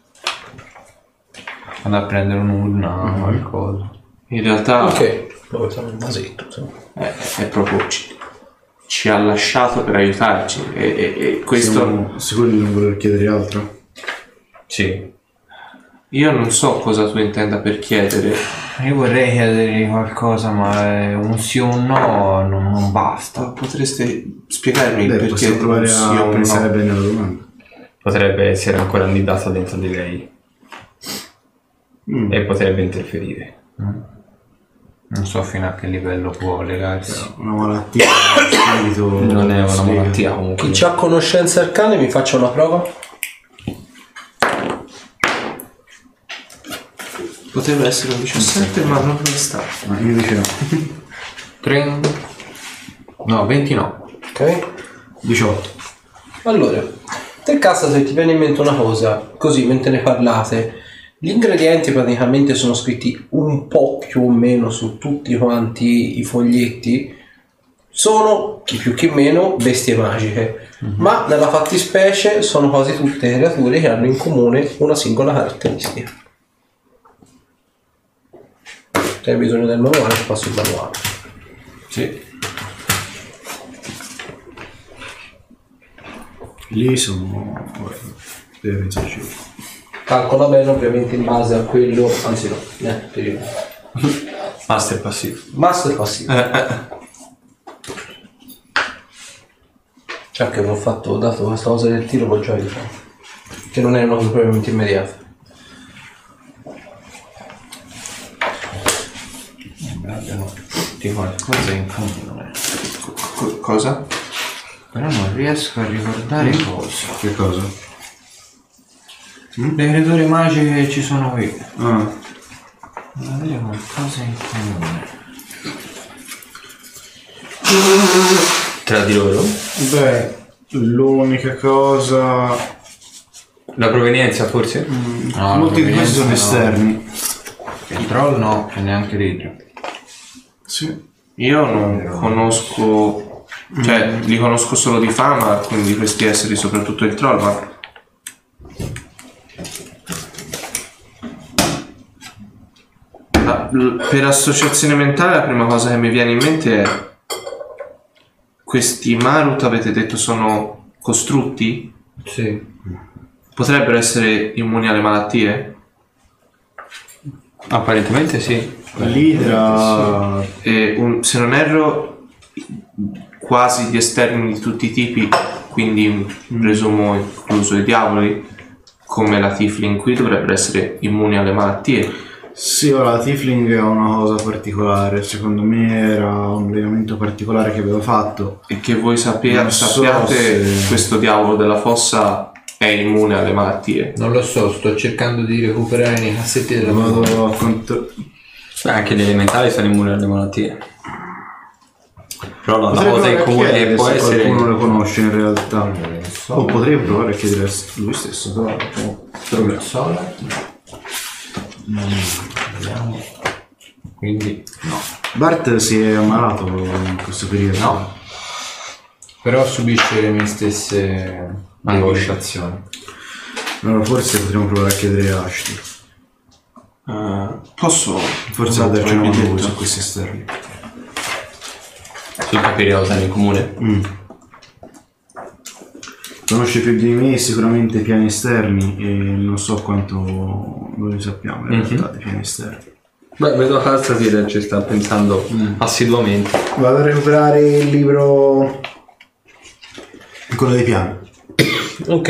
Vado a prendere un'urna o qualcosa. In realtà Ok, dove siamo il vasetto? è proprio ci ha lasciato per aiutarci e questo Siamo sicuri di non voler chiedere altro? Sì. io non so cosa tu intenda per chiedere. Io vorrei chiedergli qualcosa, ma un sì o un no non basta. Potreste spiegarmi Beh, perché possiamo provare sì a o pensare no? bene alla domanda. Potrebbe essere ancora annidato dentro di lei. E potrebbe interferire. Non so fino a che livello può legarsi. Una malattia, spirito, Non è una spiega. malattia comunque. Chi ha conoscenze arcane mi faccia una prova. Poteva essere un 17 ma non lo è stato. Ma io invece no. 30... No, 29. Ok. 18. Allora, nel caso se ti viene in mente una cosa, così mentre ne parlate, gli ingredienti praticamente sono scritti un po' più o meno su tutti quanti i foglietti, sono chi più chi meno bestie magiche, ma nella fattispecie sono quasi tutte creature che hanno in comune una singola caratteristica. Se hai bisogno del manuale, ti passo il manuale. Sì. Lì sono... deve pensarci. Calcola bene ovviamente in base a quello, anzi no, prima. Master passivo. Master passivo. Cioè che ho dato questa cosa del tiro, l'ho già aiutato. Che non è una cosa propriamente immediata. Abbiamo tutti qualcosa in comune. Cosa? Però non riesco a ricordare cosa. Che cosa? Le creature magiche che ci sono qui. Ah, Devo avere qualcosa in comune. Tra di loro? beh, l'unica cosa... La provenienza forse? No, molti di questi sono no. esterni. Il troll no, e neanche l'idra. Sì. Io non conosco, cioè li conosco solo di fama, quindi questi esseri, soprattutto il troll, ma per associazione mentale la prima cosa che mi viene in mente è: questi Marut avete detto sono costrutti? Sì. Potrebbero essere immuni alle malattie? Apparentemente sì. L'idra... E se non erro, quasi gli esterni di tutti i tipi, quindi presumo incluso i diavoli, come la Tiefling qui, dovrebbero essere immuni alle malattie. Sì, ora la Tiefling è una cosa particolare. Secondo me era un allenamento particolare che avevo fatto. E che voi Non so sappiate, se- questo diavolo della fossa è immune alle malattie. Non lo so, sto cercando di recuperare nei cassetti della memoria. Vado a conto... Beh, anche gli elementali sono immuni alle malattie. Però la Potrei cosa in provare a comune chiedere che può se essere... qualcuno lo conosce in realtà. O potrei provare a chiedere a lui stesso. Però... Sola? Vediamo. Quindi no. Bart si è ammalato in questo periodo. No. Però subisce le mie stesse debilitazioni. Allora forse potremmo provare a chiedere a Ashley. Posso? Forse Esatto, darci una mi mano detto. lui su questi esterni. Sul capire cosa hanno in comune. Conosce più di me sicuramente i piani esterni e non so quanto noi sappiamo in realtà dei piani esterni. Beh, vedo che Alzasir ci sta pensando assiduamente. Vado a recuperare il libro, quello dei piani, Ok.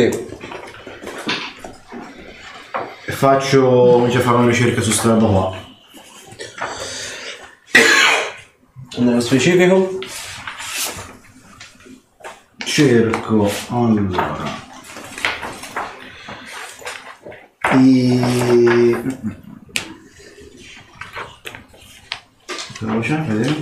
e comincio a fare una ricerca su sta roba qua. Nello specifico? Cerco allora veloce, vedete?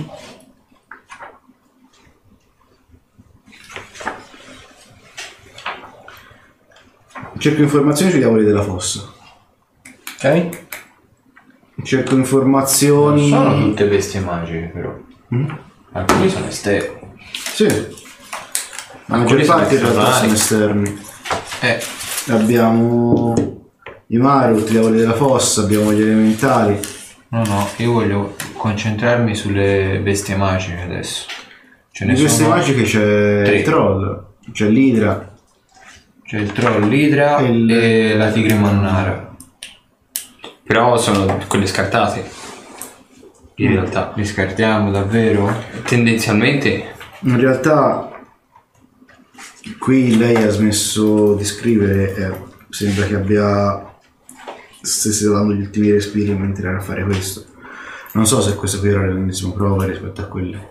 Cerco informazioni sui diavoli della fossa. Ok. Cerco informazioni. Non sono tutte bestie magiche però. Alcuni sono esterni. Sì. La maggior Alcuni sono parte in realtà sono esternali. esterni. Abbiamo i Marut, i diavoli della fossa, abbiamo gli elementali. No, io voglio concentrarmi sulle bestie magiche adesso. Ce ne Di queste sono magiche c'è tre. il troll, c'è l'idra. C'è il troll, l'idra e la tigre mannara. Però sono quelle scartate. In realtà. Li scartiamo davvero? Tendenzialmente In realtà qui lei ha smesso di scrivere e sembra che stesse dando gli ultimi respiri mentre era a fare questo. Non so se questa qui era l'ennesima prova rispetto a quelle.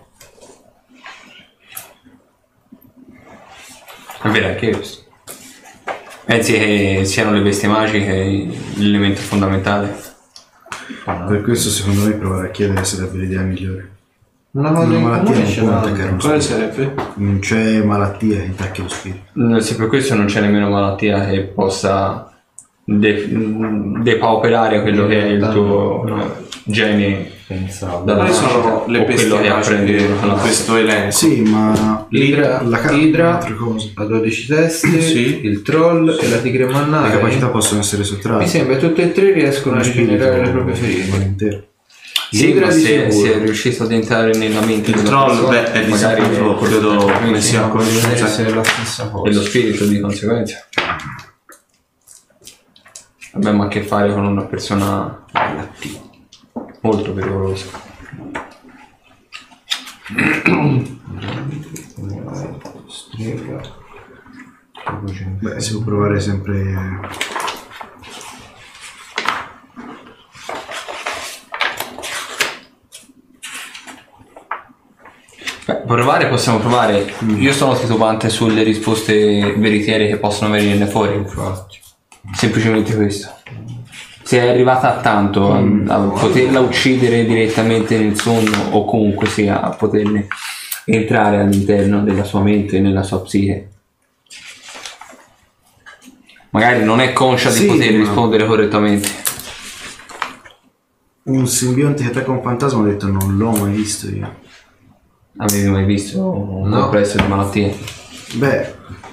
è vero anche questo. Pensi che siano le bestie magiche l'elemento fondamentale? Per questo secondo me provare a chiedere se sarebbe l'idea migliore. Una cosa Una in malattia comune non ce può l'ha. attaccare uno Quale spirito. sarebbe? Non c'è malattia che intacchi lo spirito. Sì, per questo non c'è nemmeno malattia che possa depauperare quello che è il tuo gene Pensavo. dalla Quali nascita, sono le o bestie quello che magiche apprendi in dalla questo elenco? Sì, ma L'idra, l'idra, altre cose. la 12 teste, Sì. il troll e la tigre mannara. Le capacità possono essere sottratte. Mi sembra che tutte e tre riescono a Uno spirito rigenerare le proprie ferite. intero. Sì, L'idra ma di se sicuro. è riuscito ad entrare nella mente Il della troll, persona, beh, è di magari sicuro, credo come sia Voglio vedere cioè, se è la stessa cosa. e lo spirito di conseguenza. Abbiamo a che fare con una persona molto pericolosa. Strega. Beh, si può provare sempre. Beh, provare possiamo provare. Io sono titubante sulle risposte veritiere che possono venirne fuori. Infatti. Semplicemente questo. Se è arrivata a tanto a poterla uccidere direttamente nel sonno o comunque sia a poterne entrare all'interno della sua mente e nella sua psiche. Magari non è conscia di Sì, poter ma- rispondere correttamente. Un simbionte che attacca un fantasma, ho detto non l'ho mai visto io. Avevi mai visto un No. complesso di malattie? Beh,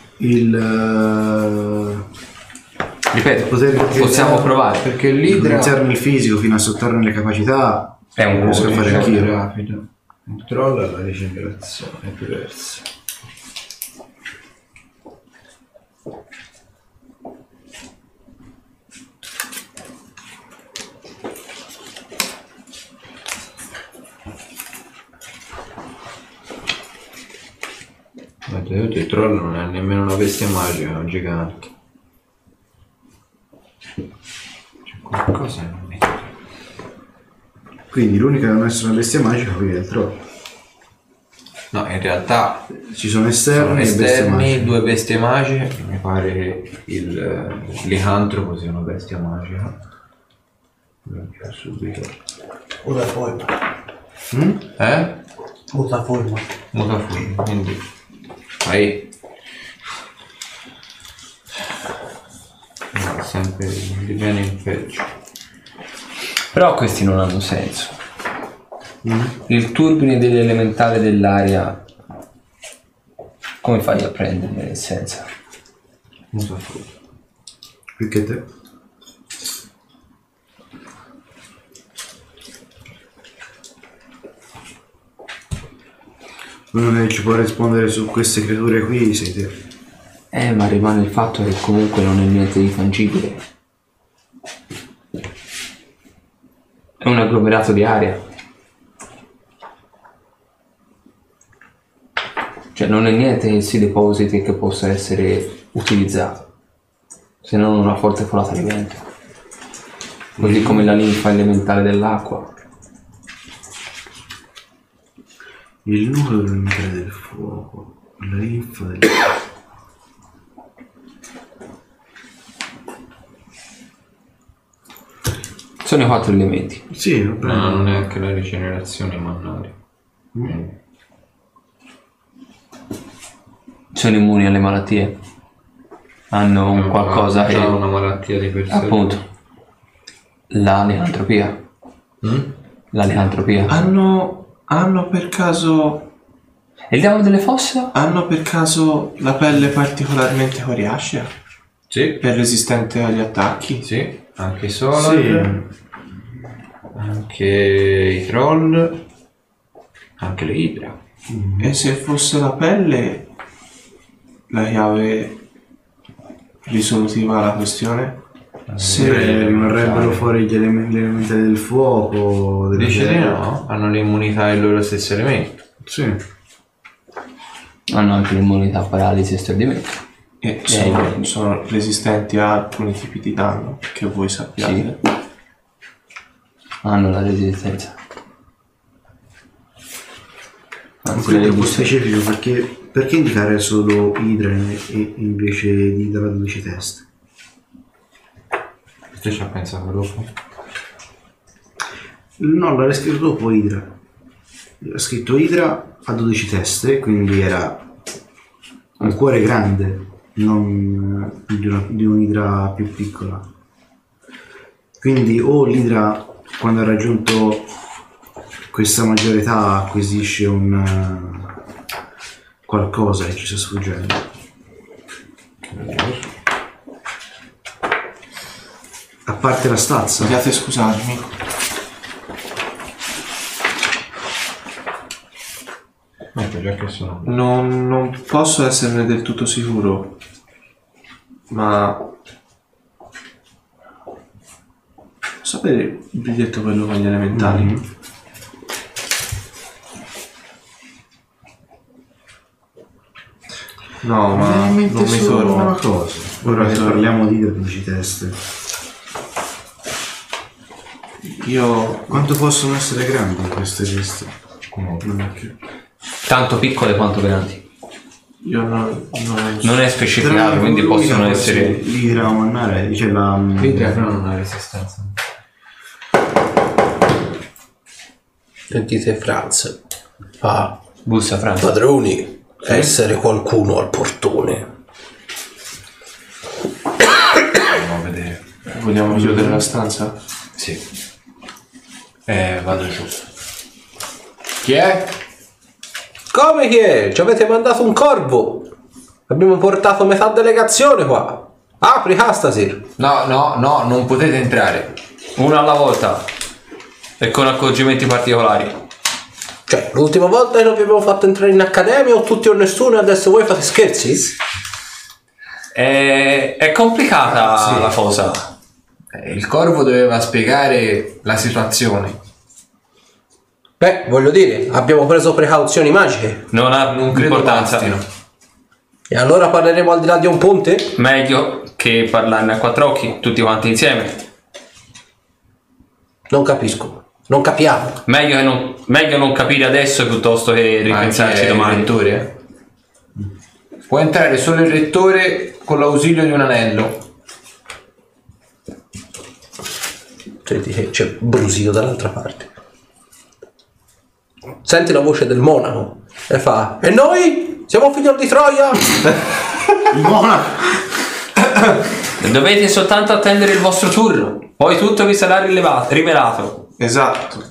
il Ripeto, potere possiamo provare. Perché l'idra iniziare nel fisico fino a sottrarne le capacità È un lo riesco a colpo, fare diciamo, anch'io. rapido. Il troll ha la rigenerazione è diversa. Vedete, il troll non è nemmeno una bestia magica, è un gigante. C'è qualcosa che non mi... Quindi l'unica a non essere una bestia magica qui è il troll. No, in realtà Ci sono sono esterni e bestie esterni, magiche. due bestie magiche. Mi pare che il licantropo sia una bestia magica. Vediamo subito. Una forma. Eh? Muta forma. Mutaforma, quindi vai. No, sempre di bene in peggio. Però questi non hanno senso. Il turbine dell'elementale dell'aria, come fai a prenderne l'essenza? Mutaforma. Più che te. L'unico che ci può rispondere su queste creature qui sei te. Ma rimane il fatto che comunque non è niente di tangibile. È un agglomerato di aria. Cioè non è niente che si depositi che possa essere utilizzato, se non una forte folata di vento. Così come la linfa elementale dell'acqua. Il nucleo elementare del fuoco. La linfa del... Sono i 4 elementi. Sì, va bene. No, non è anche la rigenerazione mannale. Sono immuni alle malattie. Hanno un qualcosa che... Ha una malattia di per sé. Appunto. La licantropia. La licantropia. Hanno per caso E il diavolo delle fosse? hanno per caso la pelle particolarmente coriacea? Sì, Per resistente agli attacchi? sì, anche i Solar, Sì. anche i Troll, anche le Idra. E se fosse la pelle la chiave risolutiva alla questione? Se rimarrebbero fuori gli elementi del fuoco. della Dice di terra. no, hanno l'immunità ai loro stessi elementi. Sì. Hanno anche l'immunità a paralisi e stordimento. e sono resistenti a alcuni tipi di danno che voi sappiate. Hanno la resistenza. Anzi, Quindi la è un po' resistenza. specifico perché indicare solo Idra e invece di Idra 12 teste? Questo ci ha pensato dopo. No, l'ha scritto dopo Idra. Ha scritto Idra a 12 teste, quindi era un cuore grande, non di un'idra più piccola. Quindi o l'idra quando ha raggiunto questa maggiore età acquisisce un qualcosa che ci sta sfuggendo. A parte la stazza. Vogliate scusarmi? già che sono. Non posso esserne del tutto sicuro, ma sapere il biglietto quello con gli elementali? No, ma non mi torna una cosa. Ora che parliamo di 12 teste, io quanto possono essere grandi queste teste? Non è che... Tanto piccole quanto grandi. Non è specificato, quindi l'unica possono cosa essere. Lì Ramannare dice la... Vidria però non ha resistenza. Sentite Franz. Ah, Bussa Franz. padroni, essere qualcuno al portone. Andiamo a vedere. vogliamo chiudere la stanza? Sì. Vado giù. Chi è? Come chi è? Ci avete mandato un corvo. Abbiamo portato metà delegazione qua. Apri Castasir. No, non potete entrare. Uno alla volta. E con accorgimenti particolari. Cioè, l'ultima volta che non vi abbiamo fatto entrare in accademia o tutti o nessuno e adesso voi fate scherzi? È complicata la cosa. Il corvo doveva spiegare la situazione. Beh, voglio dire, abbiamo preso precauzioni magiche. Non ha Non credo importanza. bastino. E allora parleremo al di là di un ponte? Meglio che parlarne a quattro occhi, tutti quanti insieme. Non capisco. Non capiamo. Meglio non capire adesso piuttosto che ripensarci Anche domani. il rettore? Può entrare solo il rettore con l'ausilio di un anello. Senti che c'è brusio dall'altra parte. Senti la voce del monaco e fa: e noi? Siamo figli di Troia? Il monaco! Dovete soltanto attendere il vostro turno. Poi tutto vi sarà rivelato. Esatto.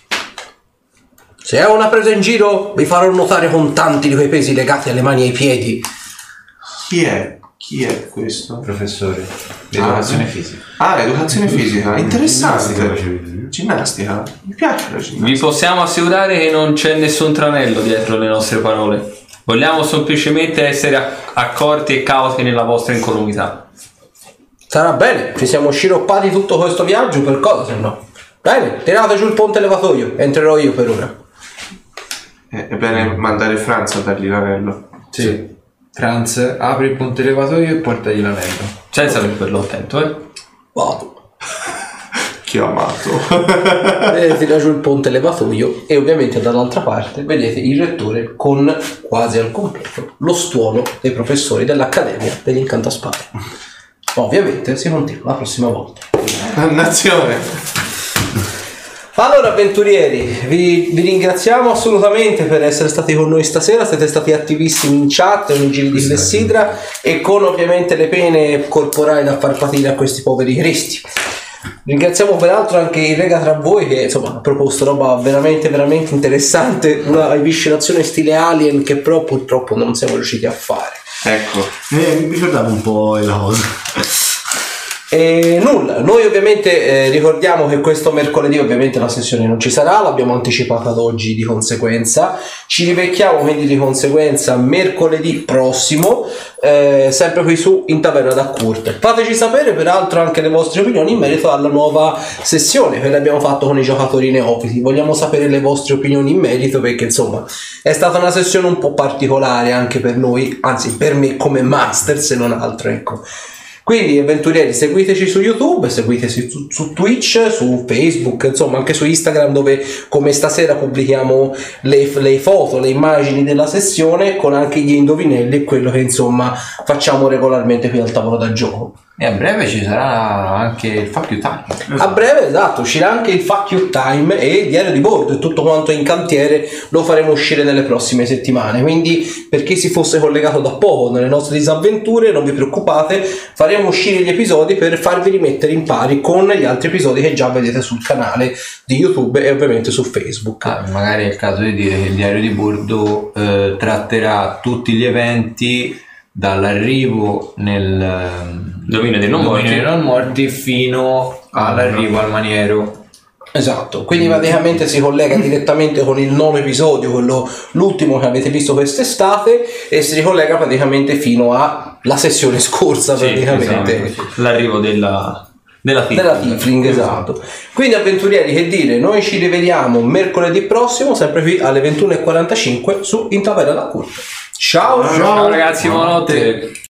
Se è una presa in giro, vi farò notare con tanti di quei pesi legati alle mani e ai piedi. Chi è? Chi è questo? Professore di educazione fisica. Ah, educazione fisica. Interessante. Ginnastica. Ginnastica. Mi piace la ginnastica. Vi possiamo assicurare che non c'è nessun tranello dietro le nostre parole. Vogliamo semplicemente essere accorti e cauti nella vostra incolumità. Sarà bene, ci siamo sciroppati tutto questo viaggio per cosa se no? Bene, tirate giù il ponte levatoio, entrerò io per ora. È bene mandare Franz a dargli l'anello. Sì. Franz, apri il ponte levatoio e portagli l'anello. Senza averlo attento, Vado. Chiamato. Tira giù il ponte levatoio e ovviamente dall'altra parte vedete il rettore con quasi al completo lo stuolo dei professori dell'Accademia degli Incantaspade. Ovviamente si continua la prossima volta. Dannazione. Allora avventurieri, vi ringraziamo assolutamente per essere stati con noi stasera, siete stati attivissimi in chat, con i giri di Clessidra e con ovviamente le pene corporali da far patire a questi poveri cristi. Ringraziamo peraltro anche il rega tra voi che insomma ha proposto roba veramente interessante, una eviscerazione stile Alien che però purtroppo non siamo riusciti a fare. Ecco. Mi ricordavo un po' la cosa. E nulla, noi ovviamente ricordiamo che questo mercoledì ovviamente la sessione non ci sarà, l'abbiamo anticipata ad oggi di conseguenza, ci rivecchiamo quindi di conseguenza mercoledì prossimo, sempre qui su in Taverna da Kurt. Fateci sapere peraltro anche le vostre opinioni in merito alla nuova sessione che l'abbiamo fatto con i giocatori neofiti, vogliamo sapere le vostre opinioni in merito perché insomma è stata una sessione un po' particolare anche per noi, anzi per me come master se non altro, ecco. Quindi avventurieri, seguiteci su YouTube, seguiteci su Twitch, su Facebook, insomma anche su Instagram dove come stasera pubblichiamo le foto, le immagini della sessione con anche gli indovinelli e quello che insomma facciamo regolarmente qui al tavolo da gioco. E a breve ci sarà anche il Fuck You Time. A breve, esatto, uscirà anche il Fuck You Time e il diario di bordo e tutto quanto in cantiere lo faremo uscire nelle prossime settimane. Quindi per chi si fosse collegato da poco nelle nostre disavventure, non vi preoccupate, faremo uscire gli episodi per farvi rimettere in pari con gli altri episodi che già vedete sul canale di YouTube e ovviamente su Facebook. Magari è il caso di dire che il diario di bordo tratterà tutti gli eventi dall'arrivo nel Dominio dei non morti fino all'arrivo al maniero. Esatto, quindi praticamente si collega direttamente con il 9 episodio, l'ultimo che avete visto quest'estate, e si ricollega praticamente fino alla sessione scorsa, praticamente. Esatto. L'arrivo della Tiefling, esatto. Quindi avventurieri, che dire, noi ci rivediamo mercoledì prossimo, sempre qui alle 21:45 su In Taverna da Curto. Ciao ragazzi, buonanotte.